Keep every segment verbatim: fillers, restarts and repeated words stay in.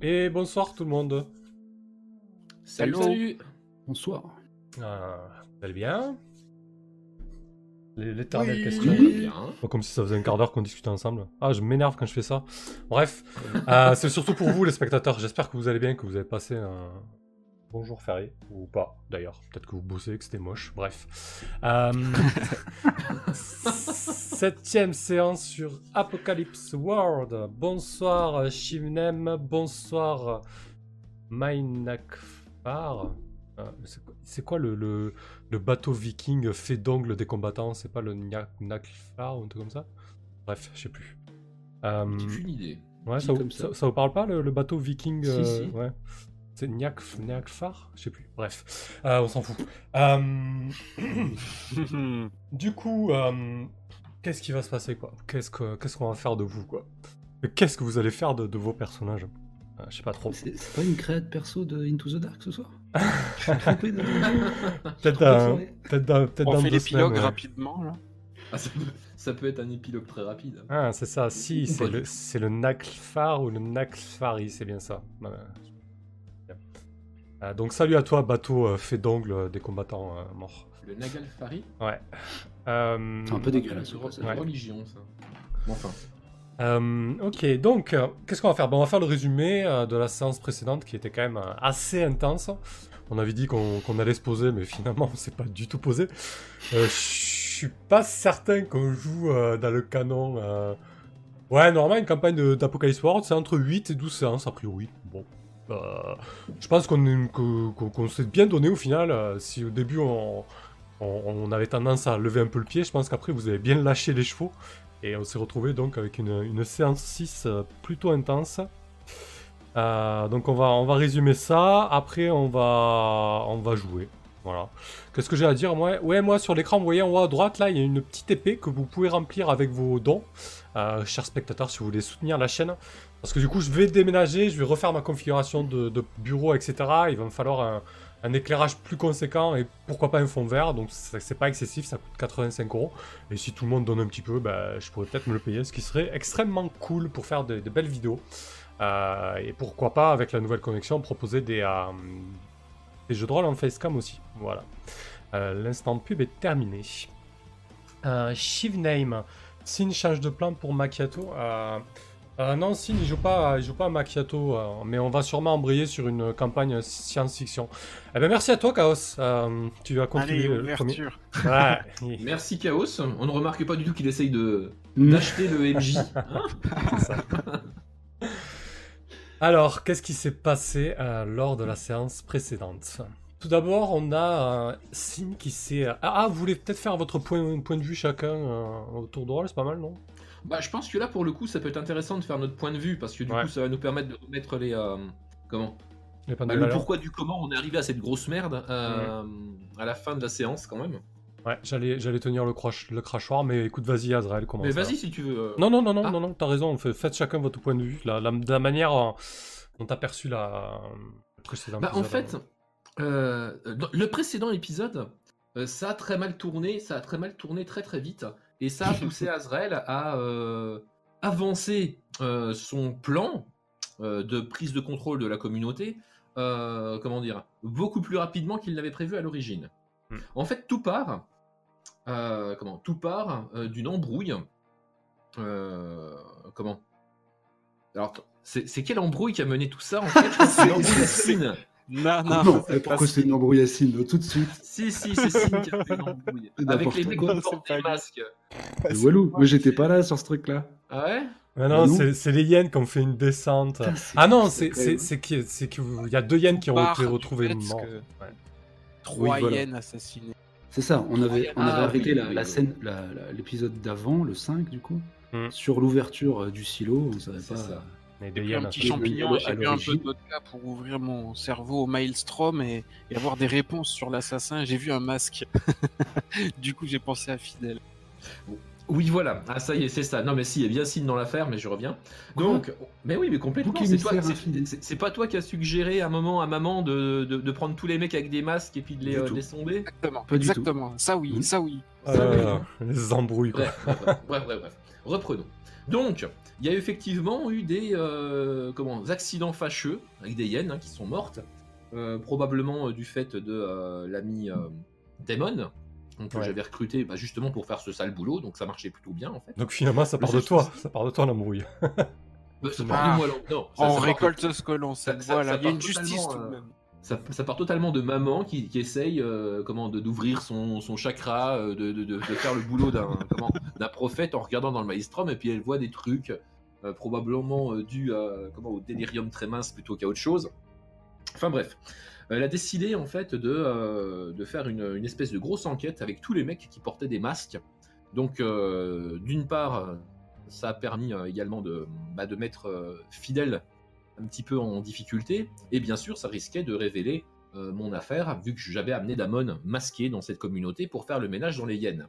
Et bonsoir tout le monde. Salut, Hello. salut. Bonsoir. Euh, vous allez bien? L'éternelle Oui. question. Bien. Pas comme si ça faisait un quart d'heure qu'on discutait ensemble. Ah, je m'énerve quand je fais ça. Bref, euh, c'est surtout pour vous les spectateurs. J'espère que vous allez bien, que vous avez passé un bonjour férié. Ou pas, d'ailleurs. Peut-être que vous bossez, que c'était moche. Bref. Euh... Septième séance sur Apocalypse World. Bonsoir Shivnem. Bonsoir Mainakfar. Euh, c'est quoi, c'est quoi le, le, le bateau viking fait d'ongles des combattants? C'est pas le Nakfar ou un truc comme ça? Bref, je sais plus. Euh, J'ai une idée. ouais, Dit ça, vous- comme ça. ça, ça vous parle pas le, le bateau viking? Si, euh, si. Ouais. C'est Nyakf- Nyakfar? Je sais plus. Bref, Euh, on s'en fout. Euh, Du coup, euh, qu'est-ce qui va se passer, quoi? Qu'est-ce que, qu'est-ce qu'on va faire de vous, quoi? Et qu'est-ce que vous allez faire de, de vos personnages? Euh, Je sais pas trop. C'est c'est pas une créate perso de Into the Dark ce soir? Je suis trompé de... Peut-être trompé de dans, soirée. peut-être dans, peut-être On dans fait deux l'épilogue semaines, ouais. rapidement là. Ah, ça, peut, ça peut être un épilogue très rapide. Ah, c'est ça, si, Ou c'est pas le, du tout. c'est le Naklfar ou le Naklfari, c'est bien ça. Ouais. Bien. Euh, donc salut à toi, bateau euh, fait d'ongles euh, des combattants euh, morts. Le Nagalfari. Ouais. Euh, C'est un peu dégueulasse. C'est au passage. Ouais. religion, ça. Bon, enfin. euh, ok, donc, euh, qu'est-ce qu'on va faire? Bon, on va faire le résumé euh, de la séance précédente qui était quand même euh, assez intense. On avait dit qu'on qu'on allait se poser, mais finalement, on s'est pas du tout posé. Euh, Je suis pas certain qu'on joue euh, dans le canon. euh, Ouais, normalement, une campagne de- d'Apocalypse World, c'est entre huit et douze séances, a priori. Bon. Euh, je pense qu'on est- que- qu'on qu'on s'est bien donné au final. euh, Si au début, on, on- on avait tendance à lever un peu le pied, je pense qu'après, vous avez bien lâché les chevaux. Et on s'est retrouvé donc avec une, une séance six euh, plutôt intense. Euh, donc on va, on va résumer ça. Après, on va, on va jouer. Voilà. Qu'est-ce que j'ai à dire, moi? Ouais, moi, sur l'écran, vous voyez en haut à droite, là, il y a une petite épée que vous pouvez remplir avec vos dons. Euh, chers spectateurs, si vous voulez soutenir la chaîne. Parce que du coup, je vais déménager, je vais refaire ma configuration de, de bureau, et cetera. Il va me falloir un, un éclairage plus conséquent et pourquoi pas un fond vert. Donc, c'est c'est pas excessif, ça coûte quatre-vingt-cinq euros. Et si tout le monde donne un petit peu, bah, je pourrais peut-être me le payer, ce qui serait extrêmement cool pour faire de, de belles vidéos. Euh, et pourquoi pas, avec la nouvelle connexion, proposer des, euh, des jeux de rôle en facecam aussi. Voilà. Euh, L'instant pub est terminé. Euh, Shivname. Sin change de plan pour Macchiato. Euh, euh, non, Sin, il joue pas, il joue pas à Macchiato, euh, mais on va sûrement embrayer sur une campagne science-fiction. Eh ben, merci à toi, Chaos. Euh, tu as contribué Allez, le premier. ouverture. Ouais. Merci, Chaos. On ne remarque pas du tout qu'il essaye de Mm. d'acheter le M J. Hein. C'est ça. Alors, qu'est-ce qui s'est passé euh, lors de la séance précédente? Tout d'abord, on a euh, Sin qui s'est... Ah, ah, vous voulez peut-être faire votre point, point de vue chacun euh, au tour de rôle, c'est pas mal, non? Bah, je pense que là, pour le coup, ça peut être intéressant de faire notre point de vue parce que du Ouais. coup, ça va nous permettre de remettre les. euh, comment Les Bah, pendules le à l'heure. pourquoi du comment on est arrivé à cette grosse merde euh, à la fin de la séance, quand même. Ouais, j'allais, j'allais tenir le, croche- le crachoir, mais écoute, vas-y, Azrael, commence. Mais alors. vas-y si tu veux. euh. Non, non, non, non, Ah. non, non, t'as raison, fait- faites chacun votre point de vue, la, la, de la manière euh, dont t'as perçu la le précédent Bah, en épisode. fait, euh, dans le précédent épisode, euh, ça a très mal tourné, ça a très mal tourné très très vite, et ça a poussé Azrael à euh, avancer euh, son plan euh, de prise de contrôle de la communauté, euh, comment dire, beaucoup plus rapidement qu'il l'avait prévu à l'origine. Hmm. En fait, tout part, euh, comment, tout part euh, d'une embrouille. euh, comment Alors, t- c'est c'est quelle embrouille qui a mené tout ça en fait? C'est l'embrouille à Sin. Non, non, Non, c'est eh, pas pourquoi ça. c'est une embrouillassine tout de suite? Si, si, c'est Sin qui a fait l'embrouille. C'est Avec n'importe les mecs quoi. qui portent C'est des pas lui. masques. C'est Walou, moi j'étais pas là sur ce truc-là. Ah ouais? Mais non, Bah non. c'est, c'est les hyènes qui ont fait une descente. Putain, c'est- Ah non, c'est c'est, quand c'est, même- c'est qu'il c'est qu'il y a deux hyènes qui ont Part été du retrouvées fait mortes. que- Ouais. Trois Oui, voilà. hyènes assassinées. C'est ça, on avait, on Ah, avait arrêté oui, la, oui, la oui. scène, la- la- l'épisode d'avant, le cinq du coup, Mm. sur l'ouverture euh, du silo, on savait C'est pas. ça. Les J'ai deux pris hyènes. un petit Et le- champignon, à j'ai bu un peu l'origine- de vodka pour ouvrir mon cerveau au maelstrom et, et avoir des réponses sur l'assassin. J'ai vu un masque. Du coup, j'ai pensé à Fidèle. Oui, voilà. Ah, ça y est, c'est ça. Non, mais si, il y a bien signe dans l'affaire, mais je reviens. Donc, mais oui, mais complètement. Bouc C'est toi, émissaire c'est, infini. c'est- c'est pas toi qui as suggéré à un moment à maman de, de, de prendre tous les mecs avec des masques et puis de les, Du euh, de tout. les sonder. Exactement. Pas du tout. Exactement. Ça oui, Mhm. ça oui. Ça, oui, Euh, hein. les embrouilles, quoi. Bref, bref, bref, bref, bref, bref. Reprenons. Donc, il y a effectivement eu des euh, comment, accidents fâcheux avec des hyènes hein, qui sont mortes, euh, probablement euh, du fait de euh, l'ami euh, Daemon, donc, que Ouais. j'avais recruté bah, justement pour faire ce sale boulot, donc ça marchait plutôt bien en fait. Donc finalement, ça Le part de seul toi. souci- Ça part de toi, l'embrouille. Bah, ça Ah. part de moi, là. Non, ça- On ça part- récolte ce que l'on ça- sème. ça- Voilà, ça il y a part une justice totalement, tout de euh, même. Ça, ça part totalement de maman qui, qui essaye euh, comment, de, d'ouvrir son, son chakra, euh, de, de, de- de faire le boulot d'un, comment, d'un prophète en regardant dans le maelstrom, et puis elle voit des trucs euh, probablement euh, dus à, comment, au délirium très mince plutôt qu'à autre chose. Enfin bref, elle a décidé en fait de, euh, de faire une, une espèce de grosse enquête avec tous les mecs qui portaient des masques. Donc euh, d'une part, euh, ça a permis euh, également de, bah, de mettre euh, Fidèle un petit peu en difficulté, et bien sûr ça risquait de révéler euh, mon affaire, vu que j'avais amené Damon masqué dans cette communauté pour faire le ménage dans les hyènes.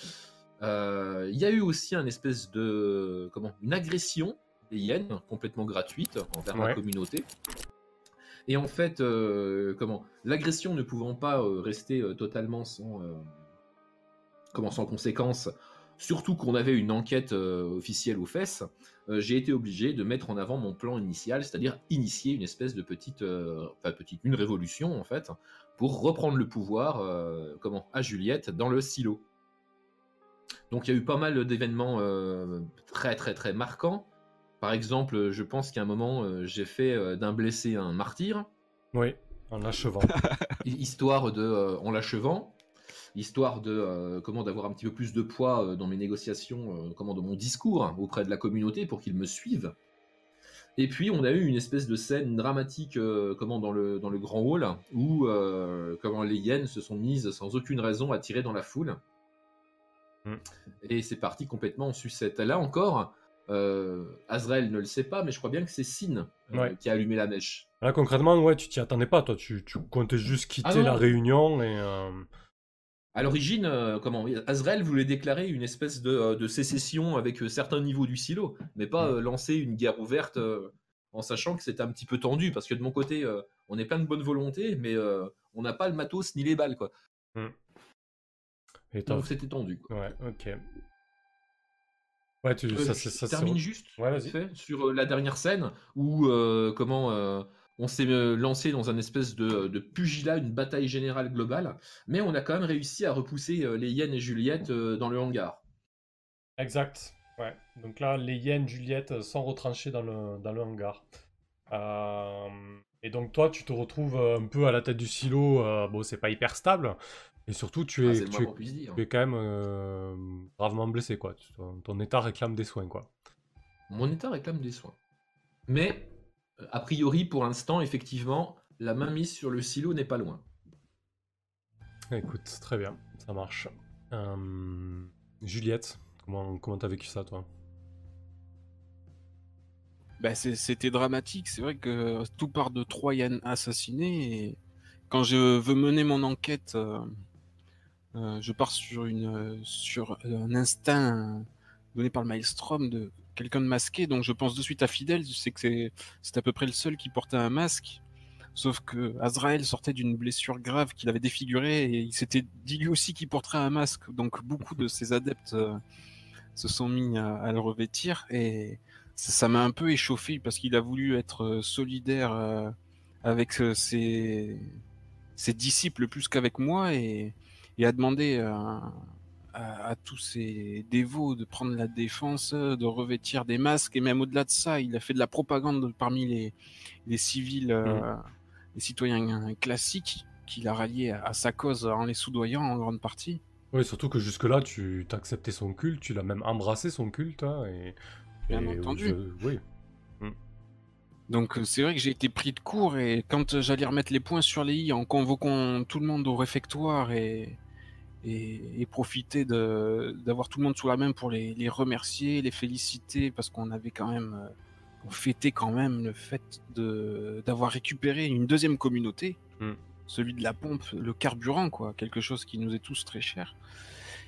Euh, Il y a eu aussi un espèce de... comment, une agression des hyènes, complètement gratuite, envers Ouais. la communauté. Et en fait, euh, comment, l'agression ne pouvant pas euh, rester euh, totalement sans, euh, comment, sans conséquence, surtout qu'on avait une enquête euh, officielle aux fesses, euh, j'ai été obligé de mettre en avant mon plan initial, c'est-à-dire initier une espèce de petite, euh, enfin petite, une révolution en fait, pour reprendre le pouvoir, euh, comment, à Juliette dans le silo. Donc il y a eu pas mal d'événements euh, très très très marquants. Par exemple, je pense qu'à un moment, euh, j'ai fait euh, d'un blessé un martyr, Oui, en l'achevant. histoire de, euh, en l'achevant, histoire de euh, comment, d'avoir un petit peu plus de poids euh, dans mes négociations, euh, comment, dans mon discours hein, auprès de la communauté pour qu'ils me suivent. Et puis on a eu une espèce de scène dramatique euh, comment, dans, le, dans le grand hall où euh, comment, les hyènes se sont mises sans aucune raison à tirer dans la foule. Mm. Et c'est parti complètement en sucette. Là encore, euh, Azrael ne le sait pas, mais je crois bien que c'est Sin euh, Ouais. qui a allumé la mèche. Là, concrètement, ouais, tu t'y attendais pas, toi. Tu, tu comptais juste quitter Ah non. la réunion et... euh, À l'origine, euh, comment, Azrael voulait déclarer une espèce de, euh, de sécession avec euh, certains niveaux du silo, mais pas Mm. euh, lancer une guerre ouverte euh, en sachant que c'était un petit peu tendu, parce que de mon côté, euh, on est plein de bonne volonté, mais euh, on n'a pas le matos ni les balles, quoi. Mm. Et t'as- Donc c'était tendu, quoi. Ouais, ok. Ouais, tu... Euh, ça, je c'est- ça, c'est- termine juste Ouais, vas-y. fait, sur euh, la dernière scène où euh, comment euh, on s'est euh, lancé dans un espèce de, de pugilat, une bataille générale globale, mais on a quand même réussi à repousser euh, les hyènes et Juliette euh, dans le hangar. Exact. Ouais. Donc là, les hyènes, Juliette, euh, sont retranchées dans le, dans le hangar. Euh, Et donc toi, tu te retrouves euh, un peu à la tête du silo. euh, Bon, c'est pas hyper stable. Et surtout, tu Ah, es, c'est le tu moins es, qu'on puisse dire. tu es quand même euh, gravement blessé, quoi. Tu- Ton, ton état réclame des soins, quoi. Mon état réclame des soins. Mais, euh, a priori, pour l'instant, effectivement, la main mise sur le silo n'est pas loin. Écoute, très bien, ça marche. Euh, Juliette, comment comment t'as vécu ça, toi? Bah, c'est- c'était dramatique. C'est vrai que tout part de trois hyènes assassinés. Et quand je veux mener mon enquête, euh, euh, je pars sur, une, euh, sur un instinct euh, donné par le Maelstrom de quelqu'un de masqué. Donc je pense de suite à Fidèle. Je sais que c'est c'est à peu près le seul qui portait un masque. Sauf que Azrael sortait d'une blessure grave qu'il avait défigurée et il s'était dit lui aussi qu'il porterait un masque. Donc beaucoup de ses adeptes euh, se sont mis à, à le revêtir et ça ça m'a un peu échauffé parce qu'il a voulu être euh, solidaire euh, avec euh, ses, ses disciples plus qu'avec moi et, et a demandé euh, à, à tous ses dévots de prendre la défense, euh, de revêtir des masques et même au-delà de ça, il a fait de la propagande parmi les, les civils, euh, les citoyens classiques qu'il a ralliés à, à sa cause en les soudoyant en grande partie. Oui, surtout que jusque-là, tu t'acceptais son culte, tu l'as même embrassé son culte, hein, et... Bien et entendu. je- Oui. Donc euh, c'est vrai que j'ai été pris de court et quand euh, j'allais remettre les points sur les i en convoquant tout le monde au réfectoire et, et, et profiter de, d'avoir tout le monde sous la main pour les, les remercier, les féliciter parce qu'on avait quand même, euh, on fêtait quand même le fait de, d'avoir récupéré une deuxième communauté, Mm. celui de la pompe, le carburant quoi, quelque chose qui nous est tous très cher.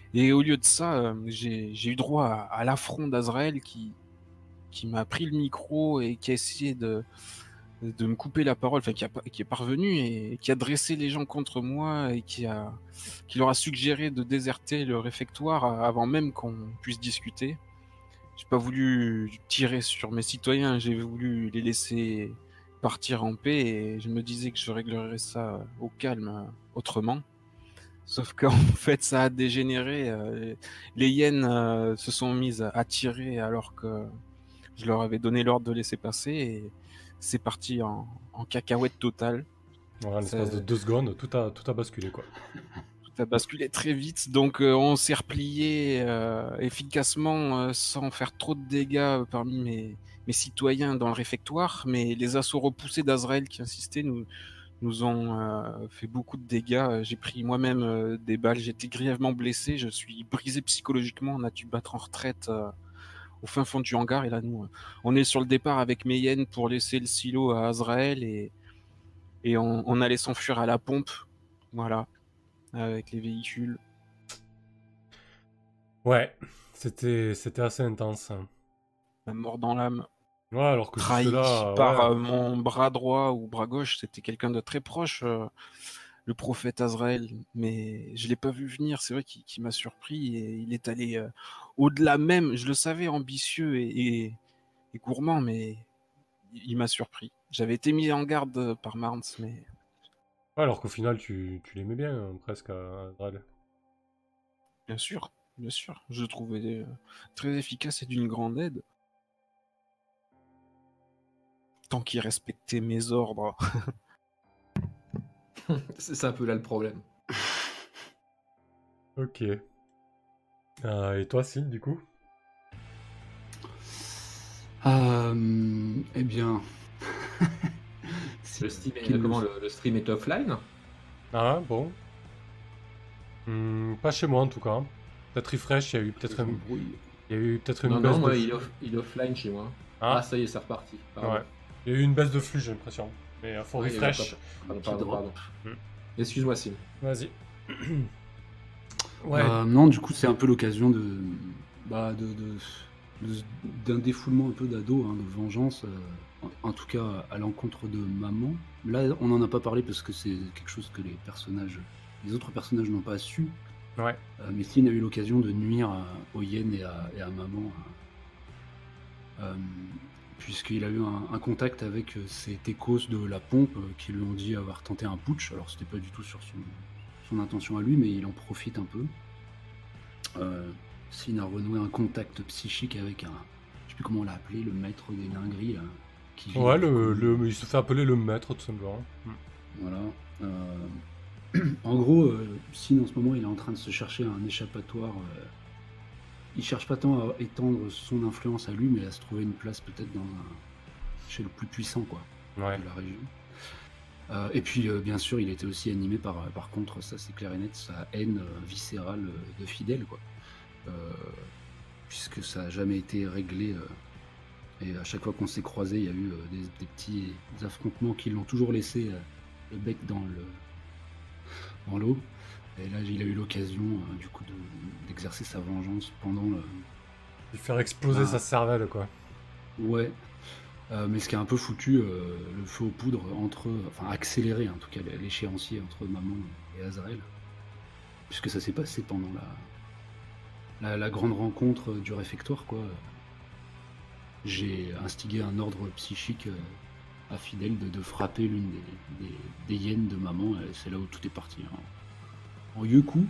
Et au lieu de ça, euh, j'ai j'ai eu droit à, à l'affront d'Azrael qui, qui m'a pris le micro et qui a essayé de, de me couper la parole, enfin qui, a, qui est parvenu et qui a dressé les gens contre moi et qui, a, qui leur a suggéré de déserter le réfectoire avant même qu'on puisse discuter. J'ai pas voulu tirer sur mes citoyens, j'ai voulu les laisser partir en paix et je me disais que je réglerais ça au calme autrement. Sauf qu'en fait, ça a dégénéré. euh, Les hyènes euh, se sont mises à tirer alors que je leur avais donné l'ordre de laisser passer et c'est parti en, en cacahuète totale. Voilà, en Ça- l'espace de deux secondes, tout a, tout a basculé, quoi. Tout a basculé très vite, donc euh, on s'est replié euh, efficacement euh, sans faire trop de dégâts parmi mes, mes citoyens dans le réfectoire, mais les assauts repoussés d'Azrael qui insistaient nous, nous ont euh, fait beaucoup de dégâts. J'ai pris moi-même euh, des balles, j'ai été grièvement blessé, je suis brisé psychologiquement, on a dû battre en retraite euh, au fin fond du hangar, et là nous, euh, on est sur le départ avec mes hyènes pour laisser le silo à Azrael, et, et on, on allait s'enfuir à la pompe, voilà, avec les véhicules. Ouais, c'était c'était assez intense, hein. La mort dans l'âme, Ouais, alors que trahi jusque-là, par ouais. euh, mon bras droit ou bras gauche, c'était quelqu'un de très proche, euh, le prophète Azrael, mais je l'ai pas vu venir, c'est vrai qu'il qu'il m'a surpris et il est allé euh, au-delà même, je le savais, ambitieux et, et- et gourmand, mais il, il m'a surpris. J'avais été mis en garde euh, par Marnes, mais Ouais, alors qu'au final, tu, tu l'aimais bien, hein, presque, à Azrael. bien sûr, bien sûr, je le trouvais euh, très efficace et d'une grande aide. Tant qu'il respectait mes ordres. C'est c'est un peu là le problème. Ok. Euh, et toi, Sid, du coup? Euh, eh bien. C'est Le stream est, qu'il comment, le- le, le stream est offline? Ah, bon. Hmm, pas chez moi, en tout cas. Peut-être refresh, il y a eu peut-être un- embrouilles. il y a eu peut-être une Non, baisse non, moi, de il flux. est, off- il est offline chez moi. Ah, Ah, ça y est, c'est reparti. Pardon. ouais. Il y a eu une baisse de flux, j'ai l'impression. Mais il faut Ah, il y a eu un refresh. pop- Pardon, Qui pardon, drop. pardon. Hmm. Excuse-moi, Sim. Vas-y. Ouais. Euh, non, du coup, c'est un peu l'occasion de, bah, de, de- de- d'un défoulement un peu d'ado, hein, de vengeance, euh, en, en tout cas à l'encontre de maman. Là, on n'en a pas parlé parce que c'est quelque chose que les personnages, les autres personnages n'ont pas su. Ouais. Euh, mais Céline a eu l'occasion de nuire à, aux hyènes et à, et à maman, euh, euh, puisqu'il a eu un, un contact avec euh, ces techos de la pompe euh, qui lui ont dit avoir tenté un putsch. Alors c'était pas du tout sur son, son intention à lui, mais il en profite un peu. Euh, Céline a renoué un contact psychique avec un, je sais plus comment on l'a appelé, le maître des dingueries là, qui vit Ouais, dans le, commune. le- il se fait appeler le maître, tout simplement. Hmm. Voilà. Euh, en gros, euh, Sin en ce moment il est en train de se chercher un échappatoire. euh, il cherche pas tant à étendre son influence à lui, mais à se trouver une place peut-être dans un... chez le plus puissant quoi, Ouais. de la région. Euh, et puis euh, bien sûr, il était aussi animé par, par contre, ça c'est clair et net, sa haine euh, viscérale euh, de Fidèle quoi. Euh, puisque ça n'a jamais été réglé. euh, et à chaque fois qu'on s'est croisés, il y a eu euh, des, des petits affrontements qui l'ont toujours laissé euh, le bec dans le dans l'eau. Et là, il a eu l'occasion, euh, du coup, de- d'exercer sa vengeance pendant le... Lui faire exploser Ah. sa cervelle, quoi. Ouais. Euh, mais ce qui a un peu foutu euh, le feu aux poudres entre... Enfin, accéléré, en tout cas, l'échéancier entre Maman et Azrael. Puisque ça s'est passé pendant la... la, la grande rencontre du réfectoire, quoi. J'ai instigé un ordre psychique euh, à Fidèle de, de frapper l'une des, des, des hyènes de Maman. Et c'est là où tout est parti. Hein. En yeux-coup.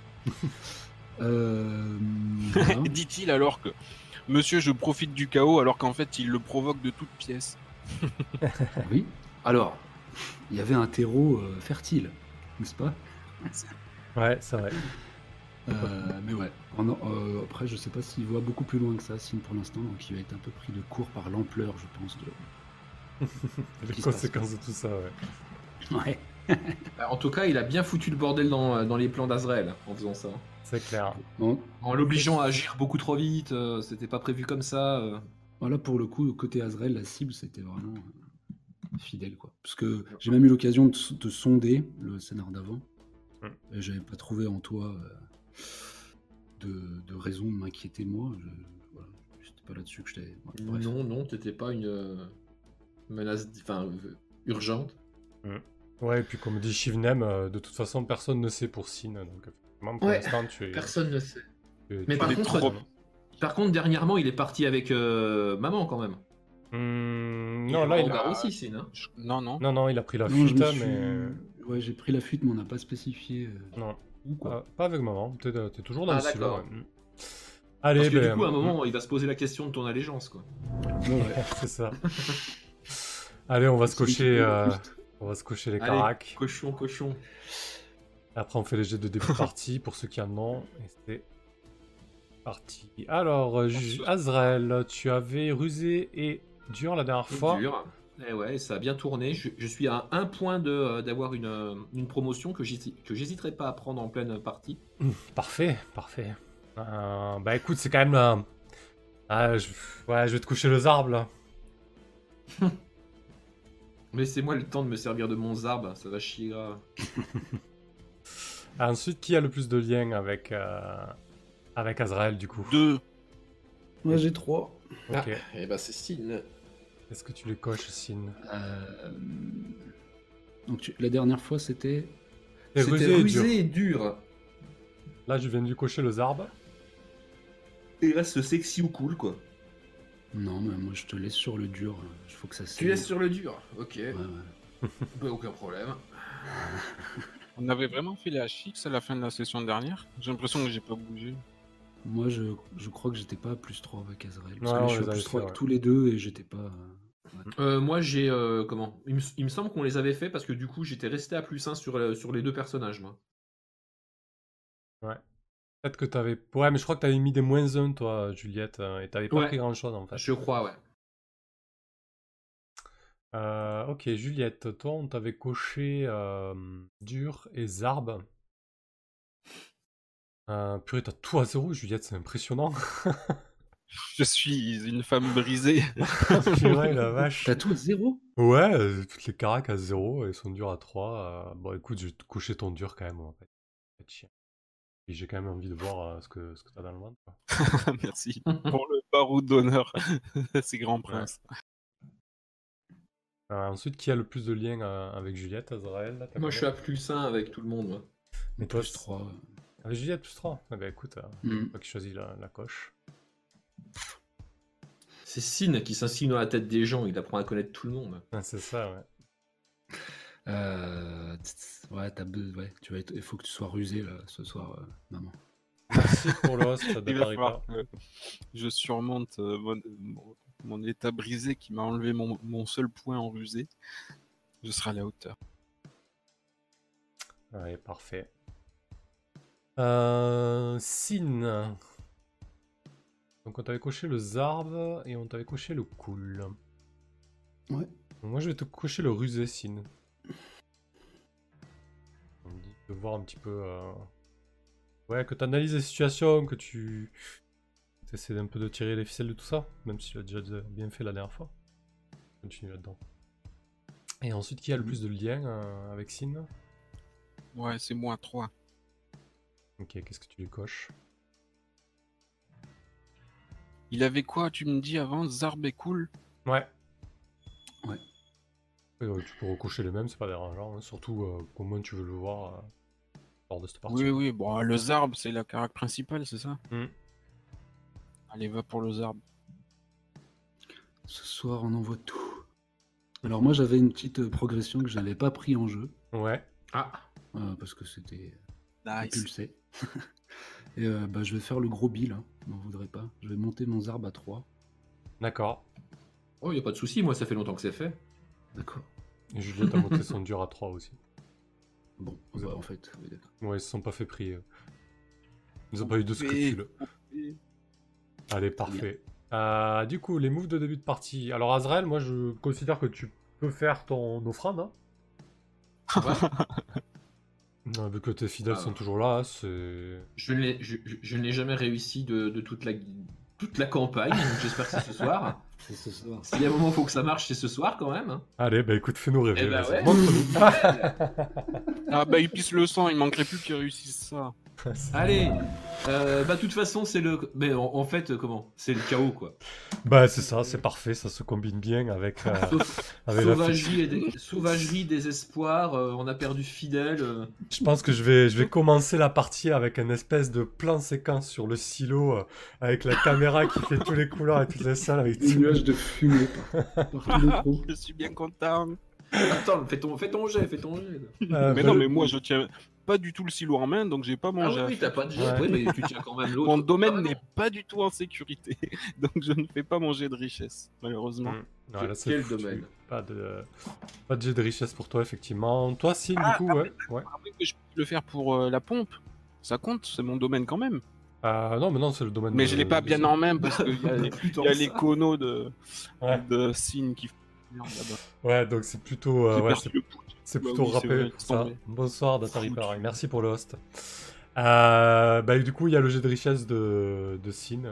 euh, voilà. Dit-il alors que monsieur, je profite du chaos, alors qu'en fait, il le provoque de toutes pièces. Oui. Alors, il y avait un terreau euh, fertile, n'est-ce pas? Ouais, c'est vrai. Euh, mais ouais. En- euh, après, je sais pas s'il voit beaucoup plus loin que ça, Sin, pour l'instant, donc il va être un peu pris de court par l'ampleur, je pense. De... Les Qui se conséquences de tout ça, ouais. Ouais. Bah, En tout cas, il a bien foutu le bordel dans, dans les plans d'Azrael en faisant ça. C'est clair. Bon, En l'obligeant à agir beaucoup trop vite, euh, c'était pas prévu comme ça. euh. voilà, pour le coup, côté Azrael, la cible, c'était vraiment euh, Fidèle, quoi. Parce que j'ai même eu l'occasion de, de sonder le scénar d'avant. Mm. Et j'avais pas trouvé en toi euh, de, de raison de m'inquiéter moi. Je, voilà, c'était pas là-dessus que j'étais. Ouais, bref. Non, non, t'étais pas une euh, menace enfin, euh, urgente. Ouais, et puis comme dit Shivnem, euh, de toute façon, personne ne sait pour Sin. Donc, effectivement, pour Ouais, l'instant, tu es. Personne ne sait. tu es- Mais tu par es contre, trop- Par contre, dernièrement, il est parti avec euh, maman quand même. Hmm, Il non, est là, en il hangar a... aussi, c'est, non Je- Non, non. Non, non, il a pris la Non, je fuite, me suis- mais... Ouais, j'ai pris la fuite, mais on n'a pas spécifié euh, Non, où, quoi. pas, pas avec maman. T'es t'es toujours dans Ah, le silo. d'accord. Ouais. Hmm. Allez, Parce que ben... du coup, à un hmm, moment, il va se poser la question de ton allégeance, quoi. Ouais, ouais. c'est ça. Allez, on va se Celui qui cocher... paye le euh, plus. On va se cocher les Allez, caracs. cochon, cochon. Après, on fait les jets de début de partie pour ceux qui en ont. Et c'est parti. Alors, euh, Ju- Azrael, tu avais rusé et dur la dernière fois. Dur. Et ouais, ça a bien tourné. Je, je suis à un point de, euh, d'avoir une, euh, une promotion que j'hési- que j'hésiterai pas à prendre en pleine partie. Parfait, parfait. Euh, bah écoute, c'est quand même... euh, ah, je... Ouais, je vais te coucher les arbres, là. Laissez-moi le temps de me servir de mon zarbe, ça va chier grave. Ah, ensuite, qui a le plus de liens avec, euh, avec Azrael, du coup? Deux. Moi, j'ai trois. Ok. et bah c'est Sin. Est-ce que tu les coches, Sin? Euh, Donc, tu- la dernière fois, c'était. C'est C'était rusé et dur. rusé et dur. Là, je viens de lui cocher les arbres. Et il reste sexy ou cool, quoi. Non, mais moi, je te laisse sur le dur. Il faut que ça se. Tu laisses sur le dur. Ok, Ouais, ouais. bah, aucun problème. On avait vraiment fait les H X à la fin de la session dernière. J'ai l'impression que j'ai pas bougé. Moi, je, je crois que j'étais pas à plus trois avec Azrael. Ouais, Parce que là, on je suis les à avait plus trois fait, avec ouais. tous les deux et j'étais pas. euh, Euh, moi j'ai euh, comment il me, il me semble qu'on les avait fait parce que du coup j'étais resté à plus un sur, euh, sur les deux personnages moi. Peut-être que t'avais... Ouais, mais je crois que t'avais mis des moins un, toi, Juliette, euh, et t'avais pas Ouais. pris grand-chose, en fait. Je crois ouais. Euh, ok, Juliette, toi, on t'avait coché euh, dur et zarbe. Euh, purée, t'as tout à zéro, Juliette, c'est impressionnant. Je suis une femme brisée. Purée, la vache. T'as tout à zéro? Ouais, euh, toutes les caracs à zéro et son dur à trois. euh, Bon, écoute, je vais te coucher ton dur quand même, en fait. Ça fait chier. Et j'ai quand même envie de voir euh, ce que, ce que t'as dans le ventre, quoi. Merci pour le baroud d'honneur. C'est grand prince. Euh, ensuite, qui a le plus de liens euh, avec Juliette, Azrael là, t'as Moi je suis combien à plus un avec tout le monde moi. Mais toi, Plus trois. avec Juliette, plus trois. Ah bah écoute, euh, Hmm. toi qui choisis la, la coche. C'est Sin qui s'insigne dans la tête des gens, il apprend à connaître tout le monde. Ah, c'est ça, ouais. Euh, tss, ouais, t'as be- ouais, tu vas être- il faut que tu sois rusé là, ce soir, euh, maman. Merci pour le host, ça Il va t'apparaît falloir pas. que je surmonte euh, mon, mon- mon état brisé qui m'a enlevé mon, mon seul point en rusé. Je serai à la hauteur. Ouais, parfait. Euh, Sin. Donc on t'avait coché le zarbe et on t'avait coché le cool. Ouais. Donc moi je vais te cocher le rusé, Sin. On me dit de voir un petit peu... euh, Ouais, que tu analyses les situations, que tu essaies un peu de tirer les ficelles de tout ça, même si tu l'as déjà bien fait la dernière fois. Continue là-dedans. Et ensuite, qui a le plus de liens euh, avec Sin? Ouais, c'est moi trois. Ok, qu'est-ce que tu lui coches? Il avait quoi, tu me dis avant? Zarb et cool? Ouais. Ouais. Et, euh, tu peux recocher les mêmes, c'est pas dérangeant, hein, surtout euh, comment tu veux le voir euh, lors de cette partie. Oui, oui, bon, le Zarb, c'est la carac principale, c'est ça? Hmm. Allez, va pour le Zarb. Ce soir, on envoie tout. Alors moi, j'avais une petite euh, progression que je n'avais pas pris en jeu Ouais. Ah euh, parce que c'était Nice. pulsé. Et euh, bah, je vais faire le gros bill, hein, m'en voudrais pas. Je vais monter mon zarbe à trois. D'accord. oh y a pas de souci, moi ça fait longtemps que c'est fait. D'accord. Et Juliette a monté son dur à trois aussi. Bon, Vous bah, avez- en fait, oui, d'accord. Ouais, ils se sont pas fait prier. Ils ont pas eu de Et- scrupules. Allez, parfait. Euh, du coup, les moves de début de partie. Alors, Azrael, moi, je considère que tu peux faire ton offrande. Hein. Euh, Vu que tes fidèles Ah. sont toujours là, c'est... Je ne l'ai je, je- je ne l'ai jamais réussi de, de toute, la, toute la campagne, donc j'espère que c'est ce soir. C'est ce soir. S'il y a un moment où il faut que ça marche, c'est ce soir quand même. hein. Allez, bah écoute, fais-nous rêver. Eh bah vas-y. ouais. Montre-nous. Ah bah il pisse le sang, il manquerait plus qu'il réussisse ça. Allez, Euh, bah, de toute façon, c'est le. Mais en, en fait, euh, comment? C'est le chaos, quoi. Bah c'est ça, c'est parfait, ça se combine bien avec, euh, Sauf- avec la Sauvagerie, et dé- Sauvagerie, désespoir, euh, on a perdu Fidèle. euh. Je pense que je vais, je vais commencer la partie avec un espèce de plan séquence sur le silo, euh, avec la caméra qui fait tous les couleurs et toutes les salles. Avec Des nuages de fumée par, par tous les trous. Je suis bien content. Attends, fais ton, fais ton jet, fais ton jet. Euh, mais bah, non, le- mais moi je tiens pas du tout le silo en main, donc j'ai pas Ah mangé. oui, à oui, t'as faire. pas de jet. Ouais. Oui, mais tu tiens quand même l'autre. Mon domaine Ah, n'est non. pas du tout en sécurité, donc je ne fais pas manger de richesse, malheureusement. Hmm. Ouais, là, c'est Quel foutu. domaine. Pas de, pas de jet de richesse pour toi, effectivement. Toi, si, du coup, ouais. ouais. Après que je puisse le faire pour euh, la pompe, ça compte, c'est mon domaine quand même. Euh, non, mais non, c'est le domaine Mais de- je l'ai pas de- bien en main parce qu'il y a, les- Plus il tant y a que les ça. conos de, Ouais. de signes qui font merde là-bas. Ouais, donc c'est plutôt, euh, J'ai ouais, perdu c'est le pouls. c'est Bah plutôt oui, c'est râpé, vrai, laisse ça. tomber. Bonsoir, Data Foutu. Reaper, et merci pour le host. Euh, bah, du coup, il y a le jet de richesse de, de Sin.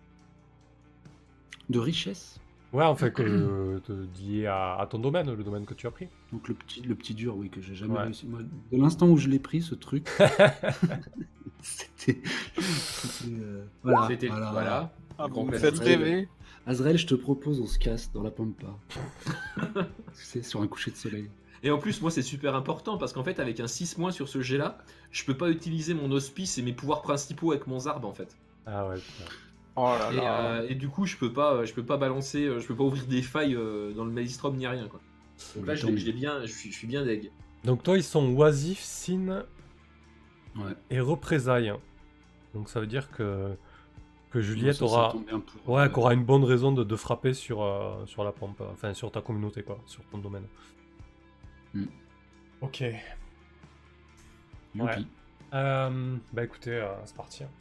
De richesse. Ouais, en fait, que, de- lié à, à ton domaine, le domaine que tu as pris. Donc le petit, le petit dur, oui, que j'ai jamais Ouais. réussi. Moi, de l'instant où je l'ai pris, ce truc, c'était. c'était, euh, Voilà. C'était. voilà. Voilà. Ah, vous me Complètement. faites rêver. Azrael, je te propose, on se casse dans la pampa. C'est sur un coucher de soleil. Et en plus, moi, c'est super important parce qu'en fait, avec un six moins sur ce jet-là, je peux pas utiliser mon hospice et mes pouvoirs principaux avec mon zarb en fait. Ah ouais, putain. Oh là Et, là. euh, et du coup, je peux pas, je peux pas balancer, euh, je peux pas ouvrir des failles euh, dans le maelstrom ni rien quoi. Donc là, je l'ai- je l'ai bien, je suis, je suis bien deg. Donc toi, ils sont oisifs, Sin Ouais. et représailles. Donc ça veut dire que, que Juliette Ça, ça aura, tombe bien pour, ouais, euh, qu'aura une bonne raison de, de frapper sur, euh, sur la pompe, enfin sur ta communauté, quoi, sur ton domaine. Hmm. Ok. youpi. Ouais. Euh, bah écoutez, euh, c'est parti. hein.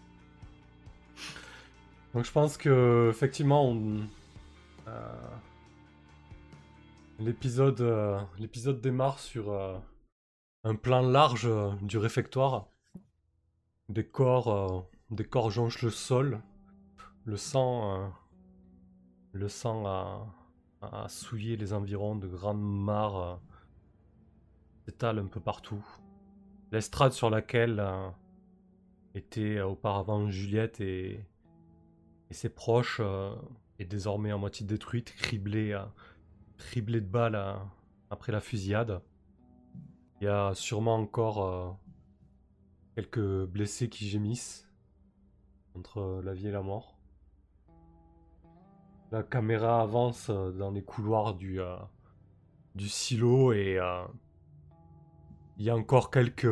Donc je pense que effectivement, on- euh, l'épisode, euh, l'épisode démarre sur euh, un plan large euh, du réfectoire. Des corps, euh, des corps jonchent le sol. Le sang, euh, le sang a, a souillé les environs de grandes mares. Euh, s'étalent un peu partout. L'estrade sur laquelle euh, étaient euh, auparavant Juliette et, et ses proches euh, est désormais à moitié détruite, criblée, euh, criblée de balles euh, après la fusillade. Il y a sûrement encore euh, quelques blessés qui gémissent entre la vie et la mort. La caméra avance euh, dans les couloirs du, euh, du silo et euh, il y a encore quelques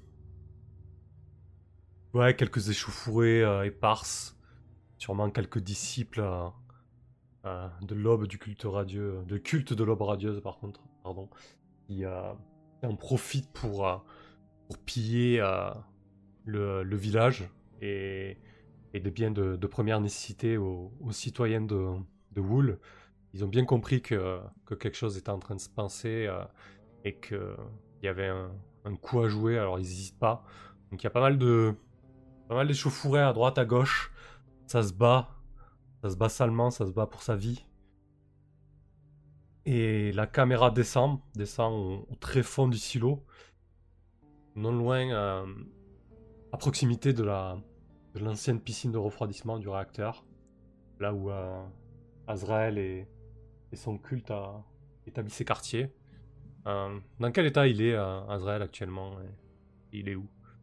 ouais quelques échauffourées euh, éparses, sûrement quelques disciples euh, euh, de l'aube du culte radieux, de culte de l'aube radieuse par contre, pardon, qui, euh, qui en profitent pour euh, pour piller euh, le, le village et, et des biens de, de première nécessité aux, aux citoyens de, de Wool. Ils ont bien compris que, que quelque chose était en train de se passer euh, et qu'il y avait un, un coup à jouer, alors ils n'hésitent pas. Donc il y a pas mal de pas mal d'échauffourées à droite, à gauche. Ça se bat, ça se bat salement, ça se bat pour sa vie. Et la caméra descend, descend au, au très fond du silo, non loin, euh, à proximité de la de l'ancienne piscine de refroidissement du réacteur, là où euh, Azrael et, et son culte a établi ses quartiers. Euh, dans quel état il est, euh, Azrael, actuellement et il est où?